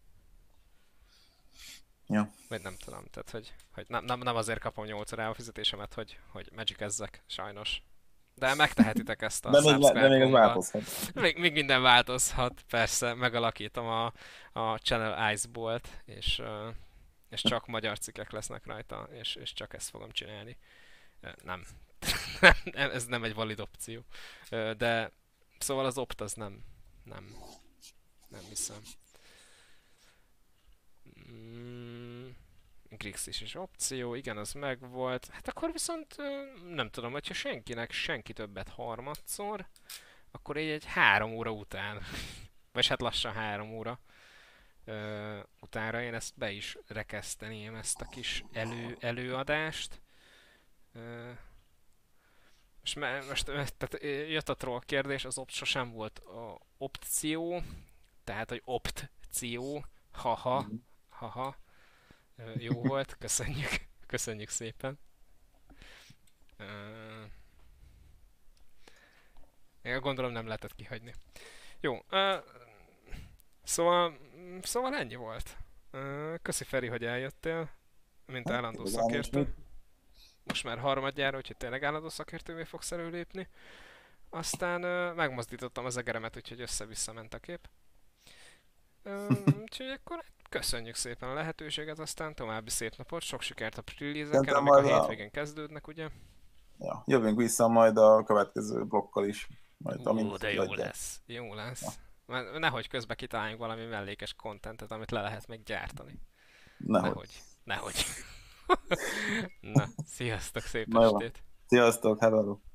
ja. Vagy nem tudom, tehát hogy, hogy nem, nem, nem azért kapom nyolc órára a fizetésemet, hogy, hogy Magic-ezzek, sajnos. De megtehetitek ezt a De még, le- de subscribe még ez gombbal. változhat. Még, még minden változhat, persze, megalakítom a, a Channel Ice-bolt, és, ö, és csak magyar cikkek lesznek rajta, és, és csak ezt fogom csinálni. Ö, Nem. Nem, ez nem egy valid opció. Ö, De szóval az opt az nem, nem, nem hiszem. Mm, Grixis is opció, igen, az megvolt. Hát akkor viszont ö, nem tudom, hogyha senkinek senki többet harmadszor, akkor így egy három óra után, vagy hát lassan három óra ö, utánra én ezt be is rekeszteném, ezt a kis elő, előadást. Ö, most, me- most ö, tehát ö, jött a troll kérdés, az opt sosem volt a opció, tehát hogy opció, haha, Mhm. haha, Ö, jó volt, köszönjük, köszönjük szépen. Ö, Én gondolom nem lehetett kihagyni. Jó, uh, szóval, szóval ennyi volt. Uh, köszi Feri, hogy eljöttél, mint Hát, állandó igazán nincs szakértő. mit. Most már harmadjára, úgyhogy tényleg állandó szakértővé fogsz előlépni. Aztán uh, megmozdítottam az egeremet, úgyhogy össze-vissza ment a kép. Uh, úgyhogy akkor köszönjük szépen a lehetőséget, aztán további szép napot, sok sikert a release-eken, Szerintem amik a majd a- hétvégén kezdődnek, ugye? Ja, jövünk vissza majd a következő blokkal is. Majd, Ú, amint de jó kiadják. lesz, jó lesz. Mert nehogy közben kitaláljunk valami mellékes kontentet, amit le lehet még gyártani. Nehogy. Nehogy. Nehogy. Na, sziasztok, szép Na jó. estét! Sziasztok, hello!